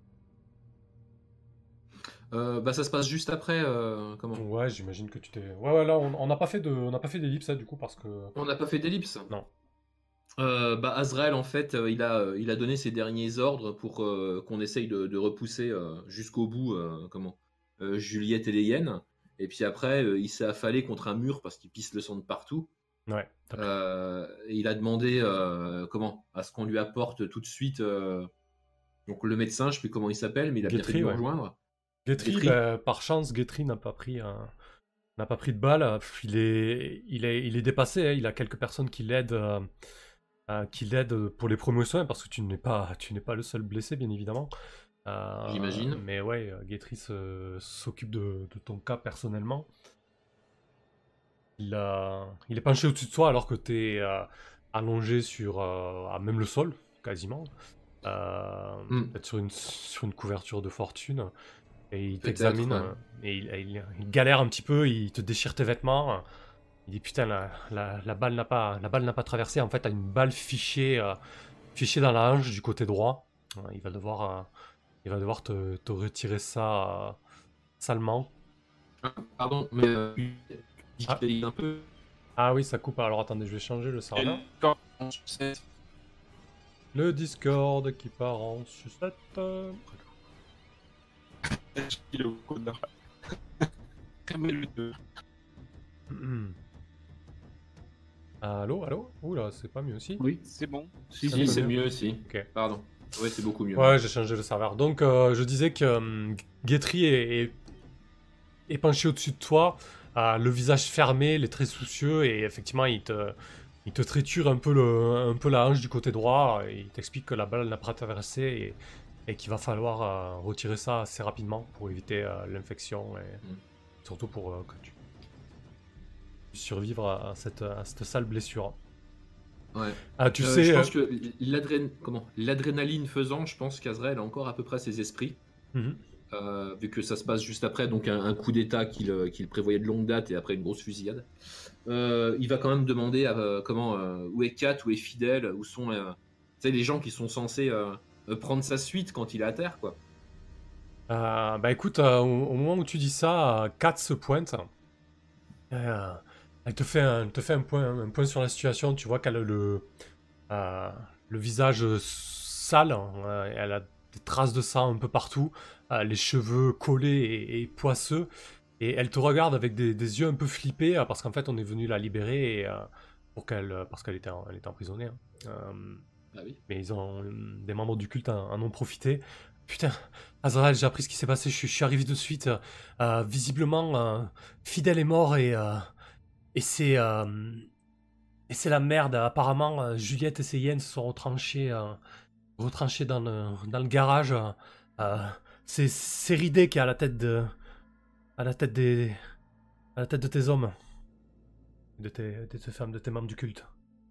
Euh, bah, ça se passe juste après. euh, comment? Ouais, j'imagine que tu t'es. Ouais, ouais, là, on on n'a pas fait de, on n'a pas fait d'ellipse, là, du coup, parce que. On n'a pas fait d'ellipse. Non. Euh, bah, Azrael, en fait, euh, il a, euh, il a donné ses derniers ordres pour euh, qu'on essaye de, de repousser euh, jusqu'au bout, euh, comment, euh, Juliette et les hyènes. Et puis après, euh, il s'est affalé contre un mur parce qu'il pisse le sang de partout. Ouais. t'as- Euh, et il a demandé euh, comment, à ce qu'on lui apporte tout de suite. euh, donc le médecin, je sais plus comment il s'appelle, mais il a bien fait Guetry, de nous ouais. rejoindre. Guetry, Guetry. bah, par chance, Guetry n'a pas pris un- n'a pas pris de balle. Il est, il est, il est dépassé. hein. Il a quelques personnes qui l'aident, euh, euh, qui l'aident pour les premiers soins parce que tu n'es pas, tu n'es pas le seul blessé, bien évidemment. Euh, J'imagine. Mais ouais, euh, Guetry se- s'occupe de, de ton cas personnellement. Il, a, il est penché au-dessus de toi alors que tu es allongé sur euh, à même le sol, quasiment. Euh, Mm. Peut-être sur une, sur une couverture de fortune. Et il Peut-être, t'examine, ouais. euh, et il, il- il galère un petit peu, il te déchire tes vêtements. Il dit putain, la, la, la balle n'a pas, la balle n'a pas traversé. En fait, t'as une balle fichée, euh, fichée dans la hanche du côté droit. Euh, il va devoir, euh, il va devoir te, te retirer ça euh, salement. Ah, pardon, mais euh, tu Ah. digitalises un peu. Ah oui, ça coupe. Alors attendez, je vais changer le serveur. Le Discord qui part en sucette. euh. Allô, allô. Oula, c'est pas mieux aussi. Oui, C'est bon. si, Ça Si, peut si. c'est mieux. mieux, si. Ok. Pardon. Ouais, c'est beaucoup mieux. Ouais, j'ai changé le serveur. Donc, euh, je disais que euh, Guetry est, est, est penché au-dessus de toi, euh, le visage fermé, les traits soucieux, et effectivement, il te, il te triture un peu, le, un peu la hanche du côté droit, et il t'explique que la balle n'a pas traversé, et, et qu'il va falloir euh, retirer ça assez rapidement pour éviter euh, l'infection, et Mm. surtout pour euh, que tu puisses survivre à cette, à cette sale blessure. Ouais. Ah, tu Euh, sais... je euh, pense que l'adrén- comment l'adrénaline faisant, je pense qu'Azrael a encore à peu près ses esprits. mhm. Euh, vu que ça se passe juste après, donc un, un coup d'état qu'il euh, qu'il prévoyait de longue date et après une grosse fusillade. Euh, il va quand même demander à, euh, comment, euh, où est Kat, où est Fidel, où sont euh, tu sais, les gens qui sont censés euh, euh, prendre sa suite quand il est à terre, quoi. Euh, bah écoute, euh, au, au moment où tu dis ça, euh, Kat se pointe. Euh, elle te fait, un, elle te fait un, point, un point sur la situation. Tu vois qu'elle a le, euh, le visage sale. Euh, elle a des traces de sang un peu partout. Euh, les cheveux collés et, et poisseux. Et elle te regarde avec des, des yeux un peu flippés. euh, parce qu'en fait, on est venu la libérer. Et, euh, pour qu'elle, parce qu'elle était, en- elle était emprisonnée. hein. Euh, Ah oui. mais ils ont, des membres du culte en, en ont profité. Putain, Azrael, j'ai appris ce qui s'est passé. Je, suis- je suis arrivé de suite. Euh, visiblement, euh, Fidèle est mort et. euh, et c'est euh, et c'est la merde. Apparemment, euh, Juliette et ses hyènes se sont retranchées, euh, retranchées dans le, dans le garage. Euh, c'est c'est Ridé qui est à la tête de à la tête des à la tête de tes hommes, de tes de tes femmes, de tes membres du culte.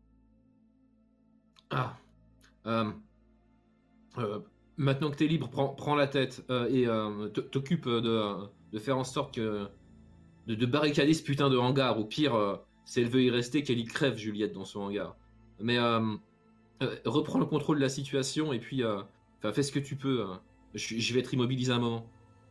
Ah. Euh, euh, Maintenant que t'es libre, prends, prends la tête euh, et euh, t- t'occupe de, de faire en sorte que de, de barricader ce putain de hangar. Au pire, euh, si elle veut y rester, qu'elle y crève, Juliette, dans son hangar. Mais euh, euh, reprends le contrôle de la situation et puis euh, enfin, fais ce que tu peux. hein. Je, je vais être immobilisé un moment.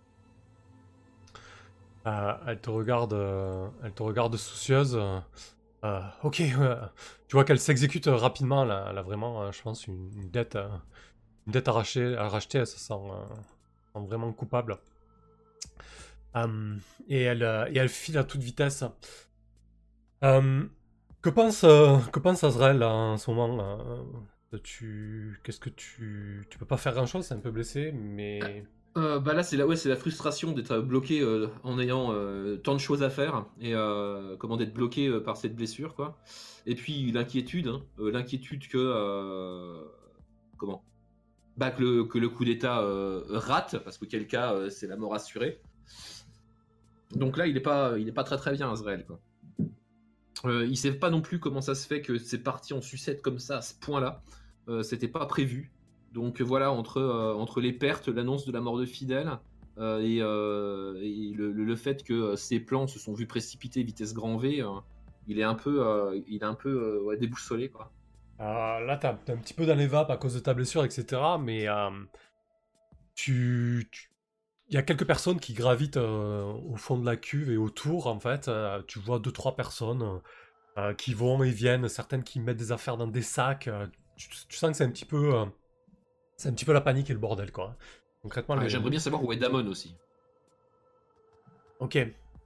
Euh, elle te regarde, euh, elle te regarde soucieuse. euh, euh, ok, euh, tu vois qu'elle s'exécute rapidement. Là, elle a vraiment, euh, je pense, une, une dette, euh, une dette à racheter. À racheter, elle se sent, euh, sent vraiment coupable. Euh, et elle, euh, et elle file à toute vitesse. Euh, que pense, euh, que pense Azrael là, en ce moment euh, tu, qu'est-ce que tu, tu peux pas faire grand-chose, c'est un peu blessé, mais Euh, bah là, c'est la, ouais, c'est la frustration d'être bloqué euh, en ayant euh, tant de choses à faire et euh, comment d'être bloqué euh, par cette blessure, quoi. Et puis l'inquiétude, hein, euh, l'inquiétude que euh, comment bah, que le, que le coup d'état euh, rate parce qu'auquel cas euh, c'est la mort assurée. Donc là, il est pas, il est pas très très bien, Azrael, quoi. Euh, il sait pas non plus comment ça se fait que c'est parti en sucette comme ça à ce point-là. Euh, c'était pas prévu. Donc euh, voilà, entre, euh, entre les pertes, l'annonce de la mort de Fidel euh, et, euh, et le, le- le fait que euh, ses plans se sont vus précipiter vitesse grand V, euh, il est un peu, euh, il est un peu euh, ouais, déboussolé, quoi. euh, là t'as, t'es un petit peu dans les vapes à cause de ta blessure, et cetera. Mais euh, tu, tu- il y a quelques personnes qui gravitent euh, au fond de la cuve et autour, en fait. Euh, tu vois deux, trois personnes euh, qui vont et viennent, certaines qui mettent des affaires dans des sacs. euh, tu, tu sens que c'est un petit peu, euh, c'est un petit peu la panique et le bordel, quoi. Concrètement, Ouais, les... J'aimerais bien savoir où est Damon aussi. Ok.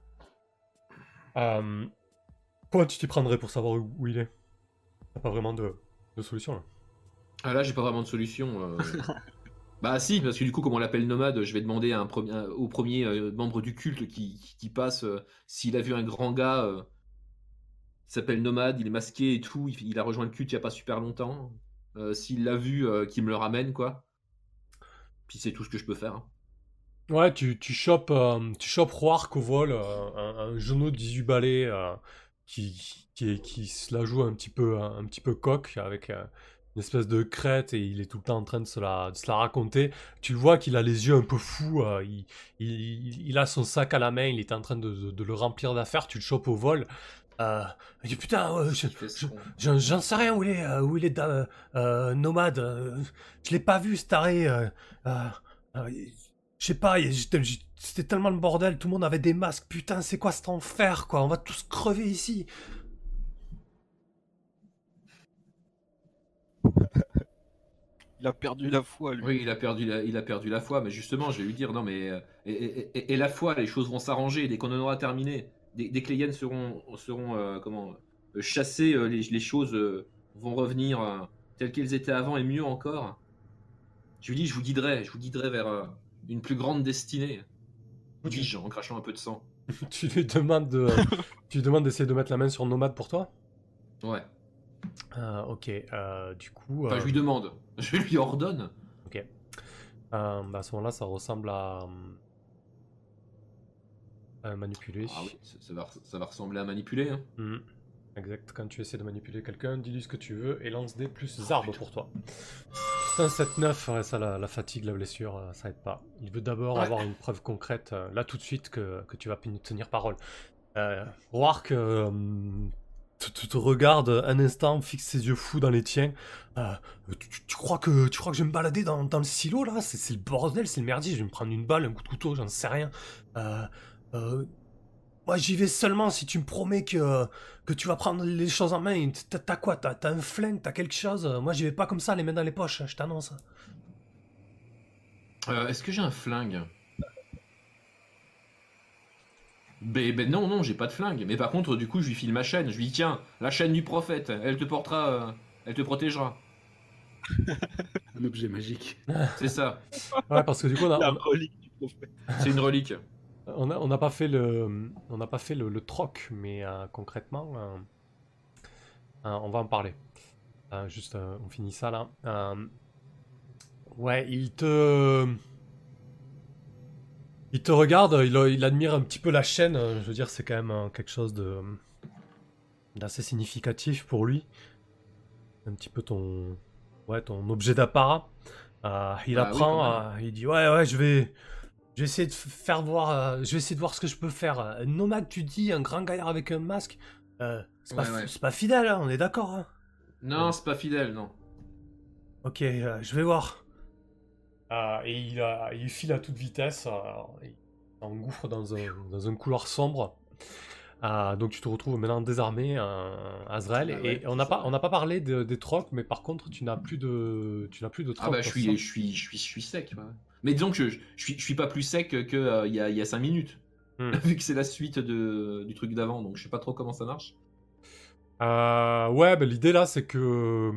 Euh, Comment tu t'y prendrais pour savoir où, où il est? T'as pas vraiment de, de solution là. Ah là, j'ai pas vraiment de solution. euh. Bah si, parce que du coup, comme on l'appelle nomade, je vais demander à un premier, à- au premier euh, membre du culte qui, qui, qui passe euh, s'il a vu un grand gars. euh, Il s'appelle Nomade, il est masqué et tout. Il, il a rejoint le culte il y a pas super longtemps. Euh, S'il l'a vu, euh, qu'il me le ramène, quoi. Puis c'est tout ce que je peux faire. hein. Ouais, tu, tu chopes, euh, tu chopes Roark au vol, euh, un, un genou de dix-huit balais euh, qui, qui, qui se la joue un petit peu, un, petit peu coq avec, euh, une espèce de crête et il est tout le temps en train de se la, de se la raconter. Tu le vois qu'il a les yeux un peu fous, euh, il, il, il a son sac à la main, il est en train de, de, de le remplir d'affaires, tu le chopes au vol. Euh, il dit putain, euh, je, Il fait je- son- j'en j'en sais rien où il est, euh, où il est euh, euh, nomade. euh, je l'ai pas vu, ce taré. Euh, euh, euh, je sais pas, il- j'étais- j'étais- c'était tellement le bordel, tout le monde avait des masques. Putain, c'est quoi cet enfer, quoi? On va tous crever ici. Il a perdu la foi, lui. Oui, il a perdu la, il a perdu la foi, mais justement, je vais lui dire non, mais euh, et, et- et- et la foi, les choses vont s'arranger dès qu'on en aura terminé, dès, dès que les hyènes seront, seront euh, comment euh, chassées, euh, les, les choses euh, vont revenir euh, telles qu'elles étaient avant et mieux encore. Je lui dis, je vous guiderai, je vous guiderai vers euh, une plus grande destinée. Dis-je en crachant un peu de sang. Tu lui demandes de, tu lui demandes d'essayer de mettre la main sur Nomade pour toi? Ouais. Euh, ok, euh, du coup... Enfin, euh, je lui demande, je lui ordonne. Ok. Euh, bah, à ce moment-là, ça ressemble à... à manipuler. Ah oui, ça, ça va, ça va ressembler à manipuler. Hein. Mhm. Exact, quand tu essaies de manipuler quelqu'un, dis-lui ce que tu veux et lance des plus arbres pour toi. Putain, sept neuf, ouais, ça, la, la fatigue, la blessure, euh, ça aide pas. Il veut d'abord Ouais. avoir une preuve concrète, euh, là tout de suite, que, que tu vas p- tenir parole. Euh, Roark euh, te, te- te regarde un instant, fixe ses yeux fous dans les tiens. Euh, tu, tu- tu crois que, tu crois que je vais me balader dans, dans le silo là? C'est c'est le bordel, c'est le merdier, je vais me prendre une balle, un coup de couteau, j'en sais rien. Euh, euh, moi j'y vais seulement si tu me promets que, que tu vas prendre les choses en main. T'as t'as quoi? T'as t'as un flingue? T'as quelque chose? Moi j'y vais pas comme ça, les mains dans les poches, je t'annonce. Euh, Est-ce que j'ai un flingue? Ben, ben non, non, j'ai pas de flingue. Mais par contre, du coup, je lui file ma chaîne. Je lui dis, tiens, la chaîne du prophète, elle te portera, euh, elle te protégera. Un objet magique. C'est ça, Ouais, parce que du coup on a, La on a- relique du prophète. c'est une relique. On a- on n'a pas fait le, on n'a pas fait le, le troc, mais euh, concrètement, euh, euh, on va en parler. Euh, juste, euh, on finit ça là. Euh, ouais, il te, il te regarde, il, il admire un petit peu la chaîne. euh, Je veux dire, c'est quand même euh, quelque chose de d'assez significatif pour lui. Un petit peu ton, ouais, ton objet d'apparat. Euh, il Bah oui, apprend, quand euh, il dit ouais, ouais, je vais. Je vais essayer de f- faire voir, euh, je vais essayer de voir ce que je peux faire. Euh, Nomade, tu dis, un grand gaillard avec un masque. Euh, c'est pas, Ouais, fi- ouais. c'est pas fidèle, hein, on est d'accord. Hein. Non, c'est pas fidèle, non. Ok, euh, je vais voir. Euh, et il, euh, il file à toute vitesse. euh, il s'engouffre dans un, dans un couloir sombre. Euh, donc tu te retrouves maintenant désarmé, euh, Azrael. Ah ouais, et on n'a c'est pas, ça. on n'a pas parlé de- des trocs, mais par contre, tu n'as plus de, tu n'as plus de trocs. Ah bah, je pour suis, ça. je suis, je suis, je suis sec. Ouais. Mais disons que je, je, suis, je suis pas plus sec que euh, il y a, il y a cinq minutes. Hmm. Vu que c'est la suite de, du truc d'avant, donc je sais pas trop comment ça marche. Euh, ouais, bah, l'idée là, c'est que.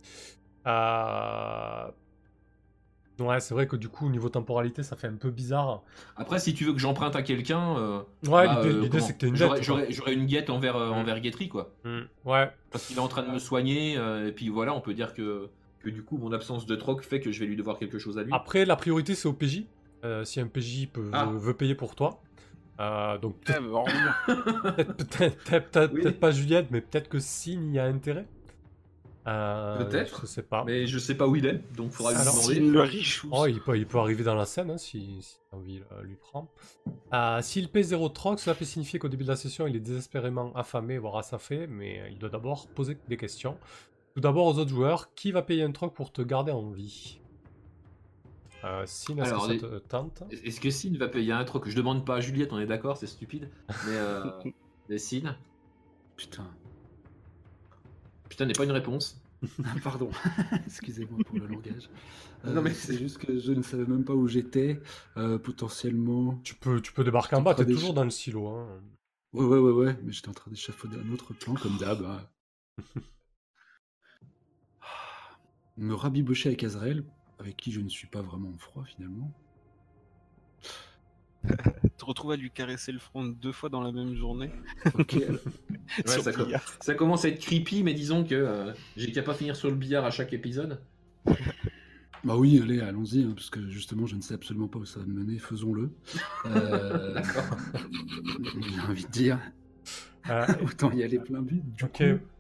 euh, Ouais, c'est vrai que du coup, au niveau temporalité, ça fait un peu bizarre. Après, si tu veux que j'emprunte à quelqu'un, euh, Ouais, bah, l'idée, euh, l'idée, comment c'est que t'es une J'aurais- dette. quoi. J'aurais j'aurais une guette envers, euh, Mm. envers Guetry, quoi. Hmm, Ouais. Parce qu'il est en train de me soigner, euh, et puis voilà, on peut dire que, que du coup, mon absence de troc fait que je vais lui devoir quelque chose à lui. Après, la priorité, c'est au P J. Euh, si un P J peut, Ah. veut, veut payer pour toi. Euh, donc, Eh, peut-être bah, revenir. peut-être- peut-être- peut-être- peut-être- Oui. peut-être pas Juliette, mais peut-être que Signe y a intérêt. Euh, Peut-être. Je sais pas. Mais je sais pas où il est, donc faudra lui Alors, demander. Signe le riche. Oh, il peut, il peut arriver dans la scène hein, si, si envie euh, lui prend. Euh, S'il paie zéro troc, cela peut signifier qu'au début de la session, il est désespérément affamé, voire assoiffé, mais euh, il doit d'abord poser des questions. Tout d'abord aux autres joueurs, qui va payer un troc pour te garder en vie? euh, Sin, est-ce que Alors, ça les- te tente? Est-ce que Sin va payer un troc? Je demande pas à Juliette, on est d'accord, c'est stupide. Mais, euh, mais Sin, Putain. putain, n'est pas une réponse. Ah, pardon. Excusez-moi pour le langage. Euh, Non, mais c'est c'est- juste que je ne savais même pas où j'étais. Euh, potentiellement. Tu peux, tu peux débarquer en bas, Pas t'es des toujours ch- dans le silo. Hein. Ouais, ouais, ouais, ouais. Mais j'étais en train d'échafauder un autre plan, comme d'hab. hein. Me rabibocher avec Azrael, avec qui je ne suis pas vraiment en froid finalement. Te retrouves à lui caresser le front deux fois dans la même journée. Ok. Ouais, Sur ça, com- billard. ça commence à être creepy, mais disons que euh, j'ai qu'à pas finir sur le billard à chaque épisode. Bah oui, allez, allons-y, hein, parce que justement, je ne sais absolument pas où ça va me mener, faisons-le. Euh, D'accord. J'ai envie de dire, Euh, autant y aller plein but. Du ok. coup,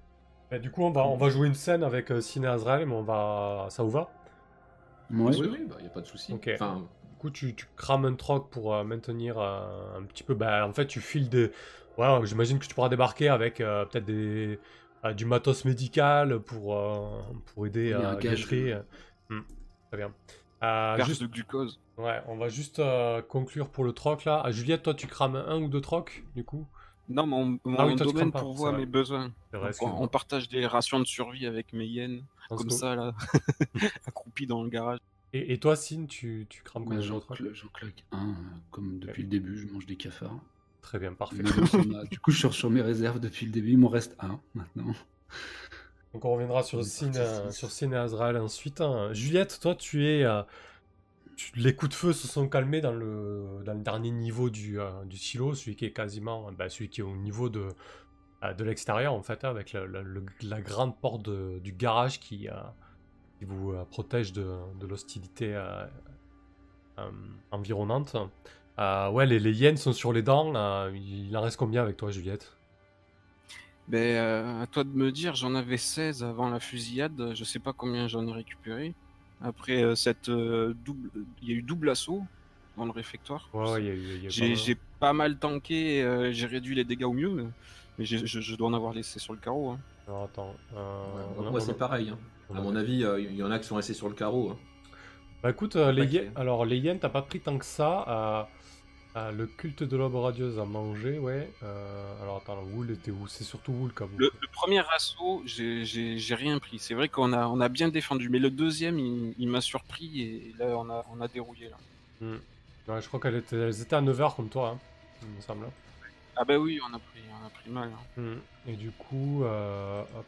Et du coup, on va, on va jouer une scène avec euh, Ciné Azrael, mais on va... Ça vous va? Ouais. Oui, oui, bah, y a pas de souci. Ok. Enfin, Du coup, tu, tu crames un troc pour euh, maintenir euh, un petit peu... Bah, en fait, tu files des... Ouais, j'imagine que tu pourras débarquer avec euh, peut-être des... euh, du matos médical pour, euh, pour aider Il y a à un gage. Gâcherie. Hmm, très bien. Euh, Perte juste... de glucose. Ouais, on va juste euh, conclure pour le troc, là. Ah, Juliette, toi, tu crames un ou deux trocs, du coup? Non, mon, mon Ah oui, toi, tu domaine crames pas, pourvoit c'est vrai. mes besoins. C'est vrai, Donc, on, on excuse-moi. partage des rations de survie avec mes hyènes, Dans ce comme coup. ça, là, accroupis dans le garage. Et, et toi, Sin, tu, tu crames Bah, combien de j'en, trocs? cla- j'en claque un, euh, comme depuis le début, je mange des cafards. Très bien, parfait. Maintenant, sur ma- Du coup, je suis sur mes réserves depuis le début, il m'en reste un maintenant. Donc on reviendra sur On est Sin, parti euh, six. sur Sin et Azrael ensuite. hein. Juliette, toi, tu es... euh, tu- les coups de feu se sont calmés dans le, dans le dernier niveau du, euh, du silo, celui qui est quasiment... bah, celui qui est au niveau de, euh, de l'extérieur, en fait, hein, avec la, la- le- la grande porte de- du garage qui, euh, qui vous euh, protège de, de l'hostilité euh, euh, environnante. Euh, ouais, les, les hyènes sont sur les dents. euh, il en reste combien avec toi, Juliette? Ben, euh, à toi de me dire, j'en avais seize avant la fusillade, je sais pas combien j'en ai récupéré. Après euh, cette euh, double, il y a eu double assaut dans le réfectoire. Ouais, ouais, il y a eu, il y a eu pas J'ai mal. j'ai pas mal tanké, euh, j'ai réduit les dégâts au mieux, mais, mais j'ai- je, je dois en avoir laissé sur le carreau. hein. Alors, attends. euh, ouais, on moi, a- moi, on a- c'est pareil. hein. on À a- mon avis, il y en a qui sont restés sur le carreau. hein. Bah écoute, euh, Faut les pas qu'il y hyènes, ait- alors les hyènes, t'as pas pris tant que ça. euh, euh, le culte de l'aube radieuse a mangé, ouais. Euh, alors attends, Wool était où? C'est surtout Wool qui a Le, bouffé. le premier assaut, j'ai- j'ai j'ai rien pris. C'est vrai qu'on a, on a bien défendu, mais le deuxième, il, il m'a surpris et là, on a, on a dérouillé. Là. Hmm. Ouais, je crois qu'elles étaient, elles étaient à neuf heures comme toi, hein, il me semble. Ah bah oui, on a pris, on a pris mal. hein. Hmm. Et du coup, euh, hop.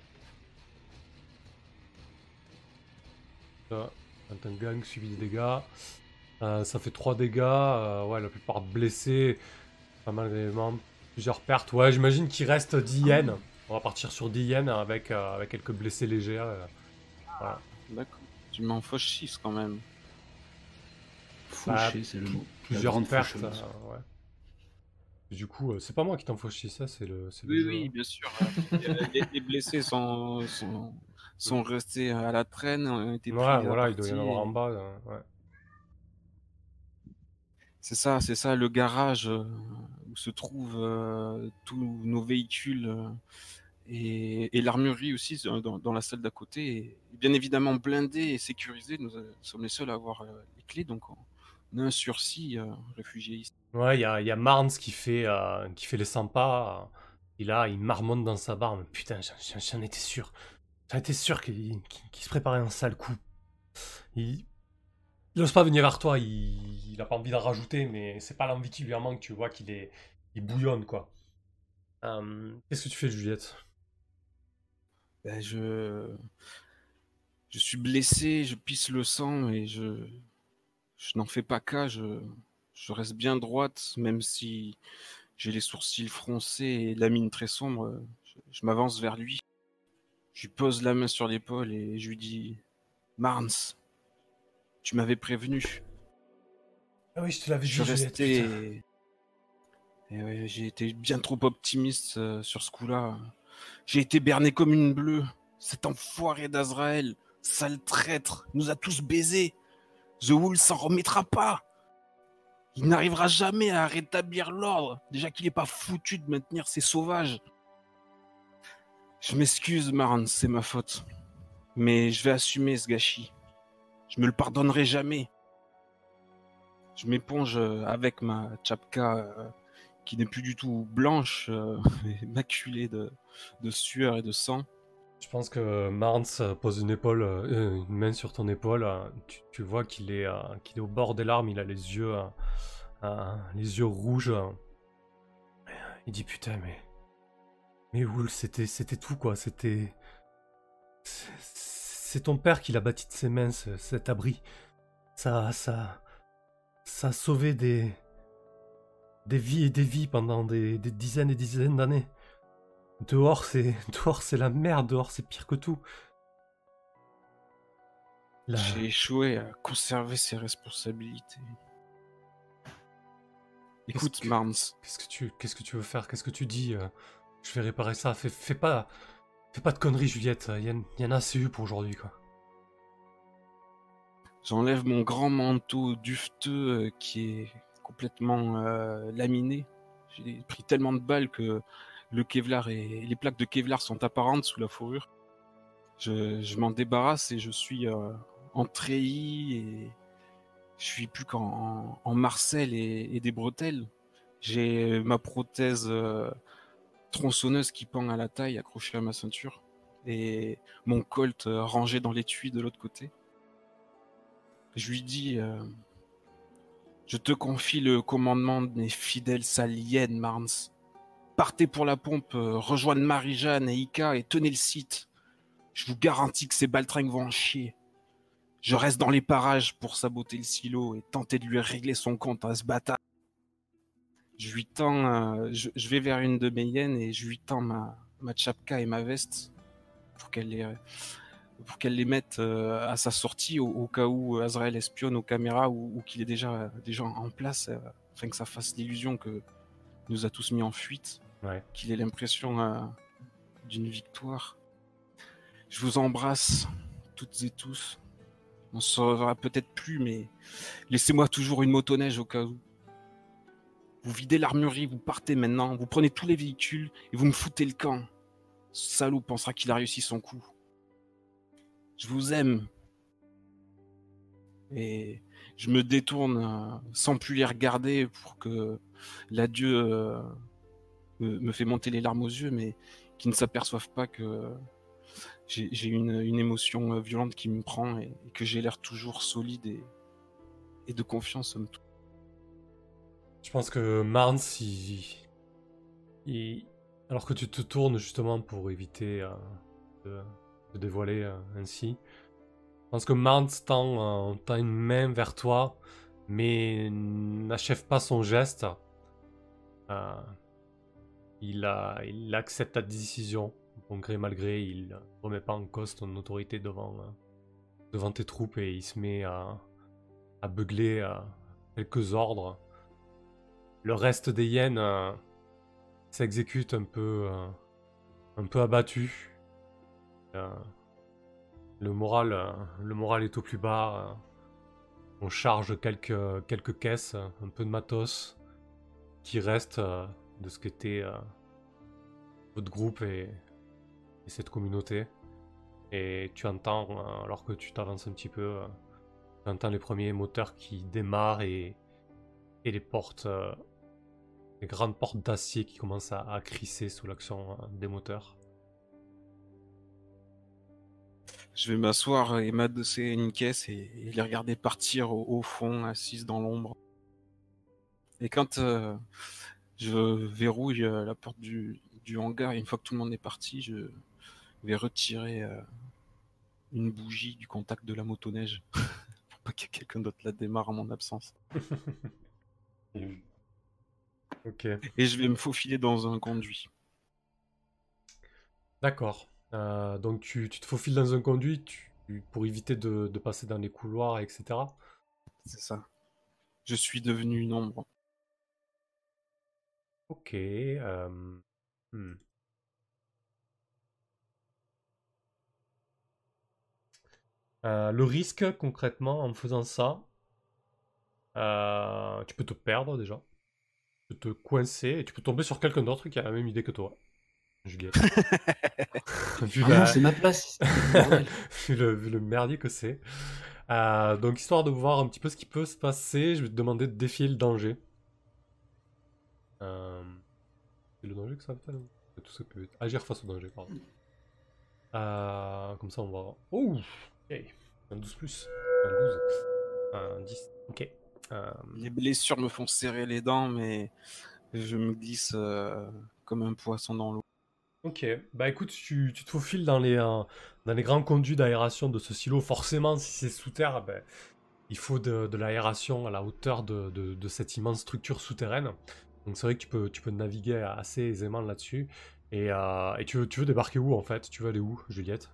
Ça, un gang suivi des dégâts. Euh, ça fait trois dégâts. euh, ouais, la plupart blessés. Pas mal d'éléments. Plusieurs pertes. Ouais, j'imagine qu'il reste dix hyènes. On va partir sur dix hyènes avec, euh, avec quelques blessés légers. euh, voilà. D'accord. Tu m'en fauches six quand même. Fauché, c'est le mot. La Plusieurs grande pertes. faucheuse. euh, ouais. Et du coup, euh, c'est pas moi qui t'en fauche six, ça, c'est le, c'est le Oui, jeu. oui, hein. bien sûr. Euh, les, les blessés sont, sont, sont restés à la traîne, ont été pris Ouais, à voilà, il doit y en partie avoir et- en bas. euh, ouais. C'est ça, c'est ça, le garage euh, où se trouvent euh, tous nos véhicules euh, et, et l'armurerie aussi euh, dans, dans la salle d'à côté. Et bien évidemment blindé et sécurisé, nous, euh, sommes les seuls à avoir euh, les clés, donc on, on a un sursis euh, réfugié ici. Ouais, il y a, il y a Marnes qui fait, euh, qui fait les cent pas. euh, Il a, il marmonne dans sa barbe. Putain, j'en- j'en j'en étais sûr. J'en étais sûr qu'il qu'il- qu'il se préparait un sale coup. Il, il ose pas venir vers toi. Il, il a pas envie d'en rajouter, mais c'est pas l'envie qui lui en manque. Tu vois qu'il est, il bouillonne quoi. Euh, Qu'est-ce que tu fais, Juliette? Ben, je, je suis blessé, je pisse le sang et je, je n'en fais pas cas, je, je reste bien droite, même si j'ai les sourcils froncés et la mine très sombre. Je, je m'avance vers lui. Je lui pose la main sur l'épaule et je lui dis Marnes, tu m'avais prévenu. Ah oui, je te l'avais Je dit, suis Juliette. putain. resté. Et ouais, j'ai été bien trop optimiste euh, sur ce coup-là. J'ai été berné comme une bleue. Cet enfoiré d'Azraël, sale traître, nous a tous baisés. The Wool s'en remettra pas. Il n'arrivera jamais à rétablir l'ordre. Déjà qu'il n'est pas foutu de maintenir ces sauvages. Je m'excuse, Marne, c'est ma faute. Mais je vais assumer ce gâchis. Je me le pardonnerai jamais. Je m'éponge euh, avec ma tchapka euh, qui n'est plus du tout blanche, euh, mais maculée de, de sueur et de sang. Je pense que Marnes euh, pose une épaule, euh, une main sur ton épaule. euh, tu, tu vois qu'il est, euh, qu'il est au bord des larmes. Il a les yeux, euh, euh, les yeux rouges. euh. Il dit putain, mais, mais Wool, c'était, c'était tout quoi. C'était, c'est, c'est ton père qui l'a bâti de ses mains, ce- cet abri. Ça, ça, ça a sauvé des, des vies et des vies pendant des, des dizaines et dizaines d'années. Dehors, c'est, dehors, c'est la merde. Dehors, c'est pire que tout. Là, J'ai échoué à conserver ses responsabilités. Écoute, que- Marnes, qu'est-ce que tu, qu'est-ce que tu veux faire? Qu'est-ce que tu dis? euh, Je vais réparer ça. Fais, fais pas, Fais pas de conneries, Juliette. Il y, en- y en a assez eu pour aujourd'hui, quoi. J'enlève mon grand manteau dufteux euh, qui est complètement euh, laminé. J'ai pris tellement de balles que le Kevlar et les plaques de Kevlar sont apparentes sous la fourrure. Je, je m'en débarrasse et je suis euh, en treillis et je suis plus qu'en en, en marcel et, et des bretelles. J'ai ma prothèse euh, tronçonneuse qui pend à la taille accrochée à ma ceinture et mon colt euh, rangé dans l'étui de l'autre côté. Je lui dis euh, je te confie le commandement de mes fidèles saliennes, Marnes. Partez pour la pompe, euh, rejoignez Marie-Jeanne et Ika et tenez le site. Je vous garantis que ces baltringues vont en chier. Je reste dans les parages pour saboter le silo et tenter de lui régler son compte à ce bâtard. Je lui tends, euh, je, je vais vers une de mes hyènes et je lui tends ma, ma tchapka et ma veste pour qu'elle les, pour qu'elle les mette euh, à sa sortie au, au cas où Azrael espionne aux caméras ou, ou qu'il est déjà, déjà en place, euh, afin que ça fasse l'illusion que nous a tous mis en fuite, Ouais. qu'il ait l'impression euh, d'une victoire. Je vous embrasse toutes et tous. On se reverra peut-être plus, mais laissez-moi toujours une motoneige au cas où. Vous videz l'armurerie, vous partez maintenant, vous prenez tous les véhicules et vous me foutez le camp. Ce salaud pensera qu'il a réussi son coup. Je vous aime. Et je me détourne euh, sans plus les regarder pour que l'adieu euh, me, me fait monter les larmes aux yeux, mais qu'ils ne s'aperçoivent pas que j'ai, j'ai une, une émotion violente qui me prend et, et que j'ai l'air toujours solide et, et de confiance somme toute. Je pense que Marnes, il... il- alors que tu te tournes justement pour éviter euh, de, de dévoiler euh, ainsi, je pense que Marnes tend, euh, tend une main vers toi, mais n'achève pas son geste. Euh, il, a, il accepte ta décision, bon gré mal gré, il ne remet pas en cause ton autorité devant, euh, devant tes troupes et il se met à, à beugler euh, quelques ordres. Le reste des hyènes euh, s'exécute un peu, euh, un peu abattu. Euh, le, moral, euh, le moral est au plus bas. euh, on charge quelques, quelques caisses, un peu de matos qui reste euh, de ce qu'était euh, votre groupe et, et cette communauté. Et tu entends, euh, alors que tu t'avances un petit peu, euh, tu entends les premiers moteurs qui démarrent et, et les portes, euh, les grandes portes d'acier qui commencent à, à crisser sous l'action euh, des moteurs. Je vais m'asseoir et m'adosser à une caisse et, et les regarder partir au, au fond, assises dans l'ombre. Et quand euh, je verrouille euh, la porte du, du hangar, et une fois que tout le monde est parti, je vais retirer euh, une bougie du contact de la motoneige pour pas que quelqu'un d'autre la démarre en mon absence. Ok, Et je vais me faufiler dans un conduit. d'accord. Euh, donc tu, tu te faufiles dans un conduit tu- pour éviter de, de passer dans les couloirs, et cetera. C'est ça. Je suis devenu une ombre. Ok. euh, hmm. Euh, le risque, concrètement, en faisant ça, euh, tu peux te perdre déjà. Tu peux te coincer et tu peux tomber sur quelqu'un d'autre qui a la même idée que toi. Juliette. vu, Ah non, la... c'est ma place. Bordel. vu, le, vu le merdier que c'est. Euh, donc, histoire de voir un petit peu ce qui peut se passer, je vais te demander de défier le danger. Euh... C'est le danger que ça appelle hein. Tout ça peut être... Agir face au danger, pardon. Euh, comme ça, on va... Oh ok. Un douze plus. Un douze. Un dix. Ok. Euh, Les blessures me font serrer les dents, mais je me glisse euh, comme un poisson dans l'eau. Ok, bah écoute, tu, tu te faufiles dans les, euh, dans les grands conduits d'aération de ce silo. Forcément, si c'est sous terre, ben, il faut de, de l'aération à la hauteur de, de- de cette immense structure souterraine. Donc c'est vrai que tu peux, tu peux naviguer assez aisément là-dessus. Et, euh, et tu veux, tu veux débarquer où en fait? Tu veux aller où, Juliette?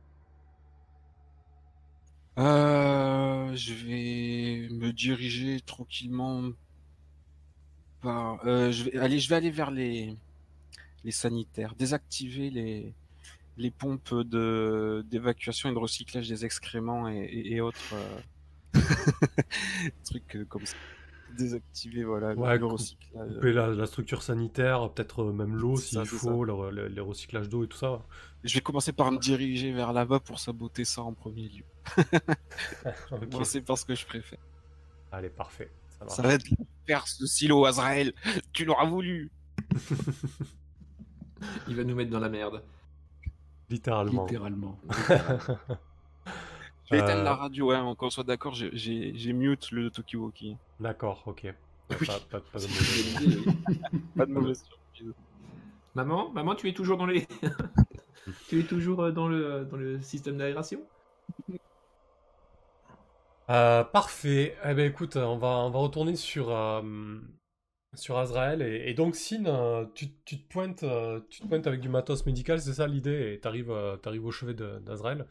Euh, je vais me diriger tranquillement par. Euh, je vais aller, je vais aller vers les, les sanitaires, désactiver les, les pompes de d'évacuation et de recyclage des excréments et, et, et autres euh, trucs euh, comme ça. Désactiver voilà, Ouais, le cou- recyclage. couper la, la structure sanitaire, peut-être euh, même l'eau C'est ça, s'il c'est faut, le, le- les recyclages d'eau et tout ça. Je vais commencer par me diriger vers là-bas pour saboter ça en premier lieu. Ok. Moi, c'est pas ce que je préfère. Allez, parfait. Ça marche. Ça va être la perce de silo, Azrael. Tu l'auras voulu. Il va nous mettre dans la merde. Littéralement. Littéralement. Je vais éteindre Euh, la radio, hein, qu'on soit d'accord, j'ai- j'ai j'ai mute le Tokiwoki. D'accord, ok. Ouais, Oui. pas, pas- pas de C'est mauvais- une bonne idée, oui. Pas de mauvaise surprise. Maman, maman, tu es toujours dans les, tu es toujours euh, dans le dans le système d'aération? Euh, parfait. Eh ben écoute, on va, on va retourner sur, euh, sur Azrael. Et, et donc, Sin, euh, tu, tu te pointes, euh, tu te pointes avec du matos médical, c'est ça l'idée? Et t'arrives, euh, t'arrives au chevet de- d'Azrael.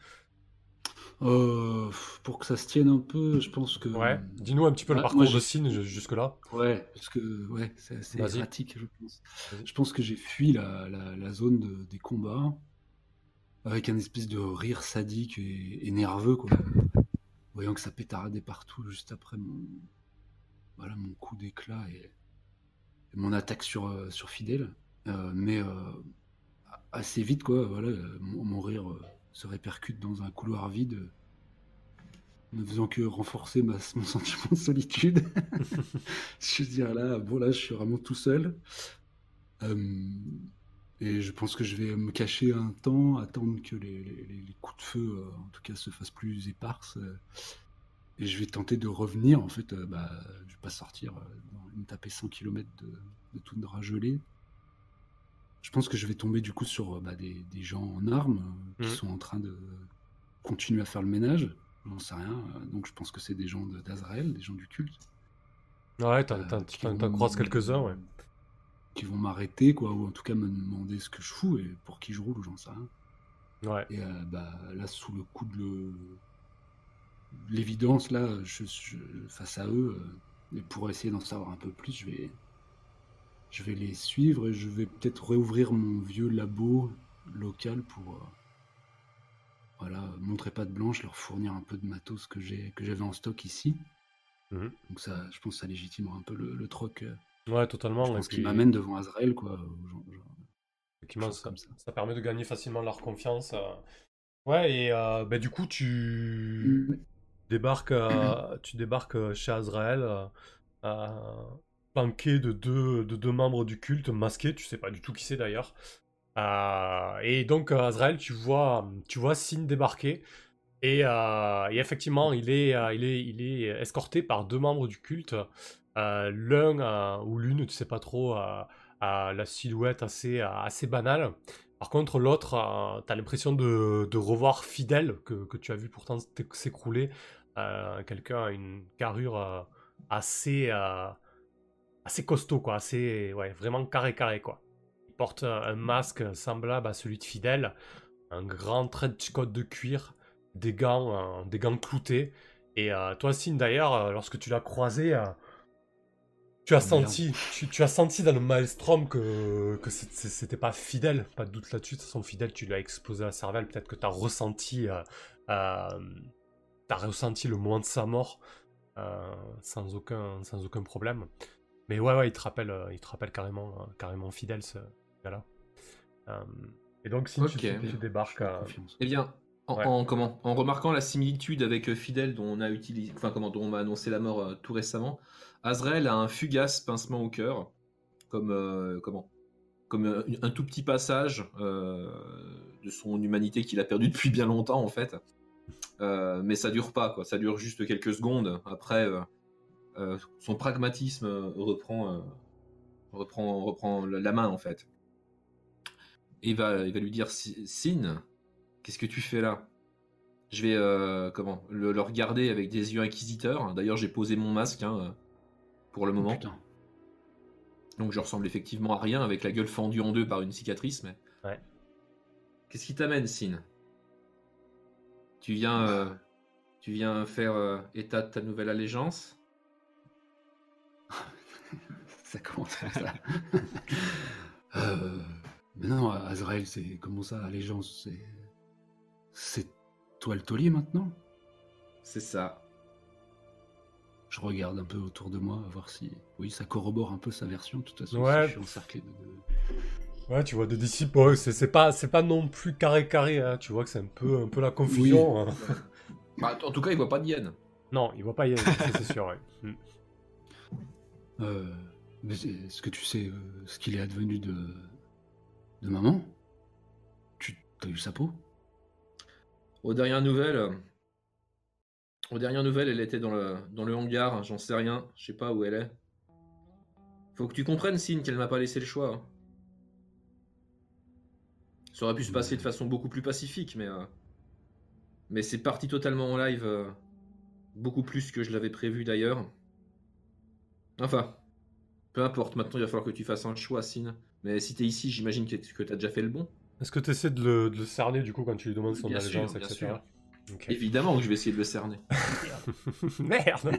Euh, pour que ça se tienne un peu, je pense que. Ouais. Dis-nous un petit peu le Ah, parcours moi, de j'ai- Sin ju- jusque-là. Ouais, parce que ouais, c'est assez Vas-y. erratique, je pense. Vas-y. Je pense que j'ai fui la, la, la zone de- des combats avec un espèce de rire sadique et, et nerveux, quoi. Voyant que ça pétaradait partout juste après mon, voilà, mon coup d'éclat et, et mon attaque sur, euh, sur Fidèle. Euh, mais euh, assez vite, quoi, voilà, euh, mon, mon rire euh, se répercute dans un couloir vide, euh, ne faisant que renforcer ma, mon sentiment de solitude. Je veux dire, là, bon, là, je suis vraiment tout seul. Euh, et je pense que je vais me cacher un temps, attendre que les, les- les coups de feu, euh, en tout cas, se fassent plus éparses. euh, et je vais tenter de revenir. En fait, euh, bah, je vais pas sortir, euh, dans- me taper cent kilomètres de, de toundra gelée. Je pense que je vais tomber du coup sur euh, bah, des, des gens en armes euh, qui Mhm. sont en train de continuer à faire le ménage. J'en sais rien. euh, donc je pense que c'est des gens de- d'Azrael, des gens du culte. Ouais, t'en, euh, t'en, qui t'en- t'en vont- croises quelques-uns, ouais. Qui vont m'arrêter, quoi, ou en tout cas me demander ce que je fous et pour qui je roule, ou j'en sais rien. Ouais. Et euh, bah, là, sous le coup de le- l'évidence, là, je, je- face à eux, euh, et pour essayer d'en savoir un peu plus, je vais, je vais les suivre et je vais peut-être réouvrir mon vieux labo local pour, euh, voilà, montrer patte blanche, leur fournir un peu de matos que j'ai, que j'avais en stock ici. Mhm. Donc ça, je pense que ça légitimera un peu le, le troc. euh, Ouais, totalement. je Et pense puis, qu'il m'amène devant Azrael, quoi. ou genre- genre- effectivement, chose ça, comme ça. ça permet de gagner facilement leur confiance. euh. Ouais, et euh, bah, du coup, tu Mm. débarques, euh, tu débarques euh, chez Azrael, euh, euh, flanqué de deux, de deux membres du culte, masqués, tu sais pas du tout qui c'est d'ailleurs. Euh, et donc, euh, Azrael, tu vois, tu vois Sin débarquer. Et, euh, et effectivement, il est, euh, il, est, il est escorté par deux membres du culte. Euh, L'un euh, ou l'une, tu sais pas trop, euh, a la silhouette assez, euh, assez banale. Par contre, l'autre, euh, tu as l'impression de, de revoir Fidèle, que, que tu as vu pourtant s'éc- s'écrouler. Euh, Quelqu'un a une carrure euh, assez, euh, assez costaud, quoi. Assez, ouais, vraiment carré-carré, quoi. Il porte un, un masque semblable à celui de Fidèle, un grand trench coat de cuir, des gants, euh, des gants cloutés. Et euh, toi, Sin, d'ailleurs, euh, lorsque tu l'as croisé, euh, tu as Oh, merde. senti, tu, tu as senti dans le maelstrom que, que c'est- c'est- c'était pas Fidèle, pas de doute là-dessus. De toute façon, Fidèle, tu lui as explosé la cervelle. Peut-être que tu as ressenti, euh, euh, t'as ressenti le moment de sa mort euh, sans aucun, sans aucun problème. Mais ouais, ouais, il te rappelle, euh, il te rappelle carrément, euh, carrément Fidèle, ce gars-là. Euh, et donc, Sin, tu, Ok. tu Bien. débarques. J'ai euh, confiance. Eh bien, en, Ouais. en- comment, en remarquant la similitude avec euh, Fidèle dont on a utilisé, enfin comment dont on m'a annoncé la mort euh, tout récemment, Azrael a un fugace pincement au cœur, comme euh, comment, comme euh, un tout petit passage euh, de son humanité qu'il a perdu depuis bien longtemps en fait. Euh, mais ça dure pas quoi, ça dure juste quelques secondes. Après, euh, euh, son pragmatisme euh, reprend, euh, reprend, reprend la la main en fait. Et il va, il va lui dire, Sin, qu'est-ce que tu fais là? Je vais euh, comment le, le regarder avec des yeux inquisiteurs. D'ailleurs, j'ai posé mon masque hein, pour le Oh, moment. putain. Donc je ressemble effectivement à rien avec la gueule fendue en deux par une cicatrice. Mais Ouais. qu'est-ce qui t'amène, Sin? Tu viens, euh, tu viens faire euh, état de ta nouvelle allégeance? Ça commence comme ça. Euh, Mais non, Azrael, c'est comment ça, allégeance, c'est. C'est toi le taulier maintenant? C'est ça. Je regarde un peu autour de moi, à voir si. Oui, ça corrobore un peu sa version, de toute façon, Ouais. si je suis encerclé de. de- Ouais, tu vois des disciples, ouais, c'est c'est pas, c'est pas non plus carré carré, hein, tu vois que c'est un peu, un peu la confusion. hein. Bah, en tout cas, il voit pas de hyène. Non, il voit pas y aller, ça, c'est sûr. Ouais. Mm. Euh, mais c'est- est-ce que tu sais euh, ce qu'il est advenu de. de maman? Tu as eu sa peau? Aux dernières nouvelles, euh, aux dernières nouvelles, elle était dans le, dans le hangar, hein, j'en sais rien, je sais pas où elle est. Faut que tu comprennes, Sin, qu'elle m'a pas laissé le choix. hein. Ça aurait pu se passer de façon beaucoup plus pacifique, mais... euh, Mais c'est parti totalement en live, euh, beaucoup plus que je l'avais prévu d'ailleurs. Enfin, peu importe, maintenant il va falloir que tu fasses un choix, Sin. Mais si t'es ici, j'imagine que, que t'as déjà fait le bon. Est-ce que tu essaies de le, de le cerner du coup quand tu lui demandes son Bien sûr, allégeance, bien et cetera. sûr. Ok. Évidemment que je vais essayer de le cerner. Merde.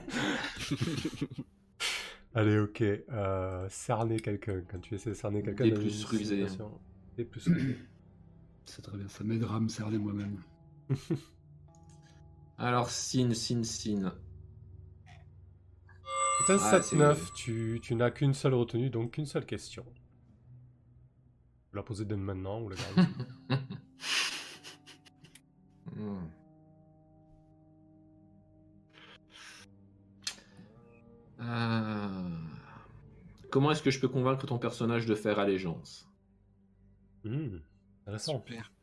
Allez, ok. Euh, cerner quelqu'un. Quand tu essaies de cerner quelqu'un, Des dans plus une rusés. situation- Des plus rusés. C'est très bien, ça m'aidera à me cerner moi-même. Alors, Sin, Sin, Sin. C'est un Ah, sept c'est- neuf, tu, tu n'as qu'une seule retenue, donc qu'une seule question. Vous la posez dès maintenant ou la gardez. Hmm. Euh, Comment est-ce que je peux convaincre ton personnage de faire allégeance? Hmm, intéressant. Super.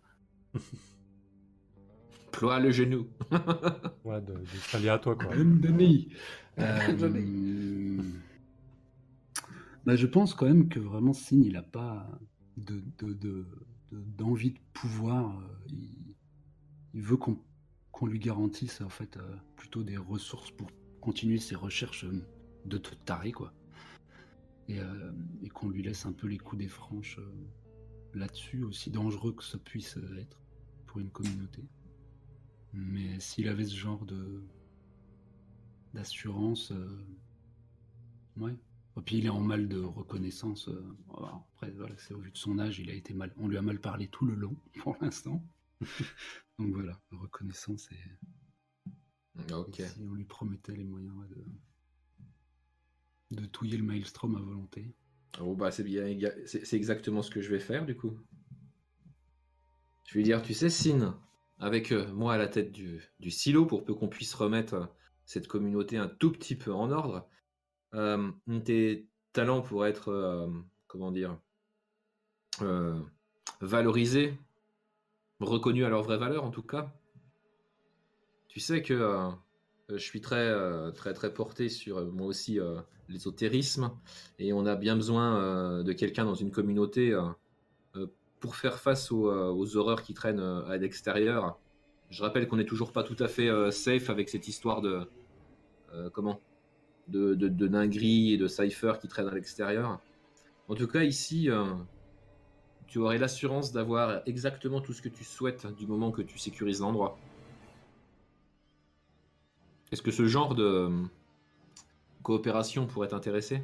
Ploie le genou. Ouais, de, de s'allier à toi, quoi. Denis. Denis. Bah, je pense quand même que vraiment Sin, il a pas de, de, de- de- d'envie de pouvoir. euh, il, il veut qu'on qu'on lui garantisse en fait euh, plutôt des ressources pour continuer ses recherches euh, de de taré, quoi. Et, euh, et qu'on lui laisse un peu les coups des franches euh, là-dessus, aussi dangereux que ça puisse euh, être pour une communauté. Mais s'il avait ce genre de d'assurance, euh, ouais. Et puis il est en mal de reconnaissance. euh, alors après, voilà, c'est au vu de son âge, il a été mal. On lui a mal parlé tout le long, pour l'instant. Donc voilà, la reconnaissance et, Ok. et si on lui promettait les moyens ouais, de, de touiller le maelstrom à volonté. Oh bah c'est bien, c'est c'est exactement ce que je vais faire du coup. Je vais lui dire, tu sais, Sin, avec euh, moi à la tête du, du silo pour peu qu'on puisse remettre euh, cette communauté un tout petit peu en ordre, euh, tes talents pourraient être, euh, comment dire, euh, valorisés, reconnus à leur vraie valeur en tout cas. Tu sais que euh, je suis très, euh, très, très porté sur euh, moi aussi euh, l'ésotérisme et on a bien besoin euh, de quelqu'un dans une communauté euh, euh, pour faire face aux, euh, aux horreurs qui traînent euh, à l'extérieur. Je rappelle qu'on n'est toujours pas tout à fait euh, safe avec cette histoire de euh, comment de, de, de dinguerie et de cypher qui traînent à l'extérieur. En tout cas, ici, euh, tu aurais l'assurance d'avoir exactement tout ce que tu souhaites du moment que tu sécurises l'endroit. Est-ce que ce genre de euh, coopération pourrait t'intéresser?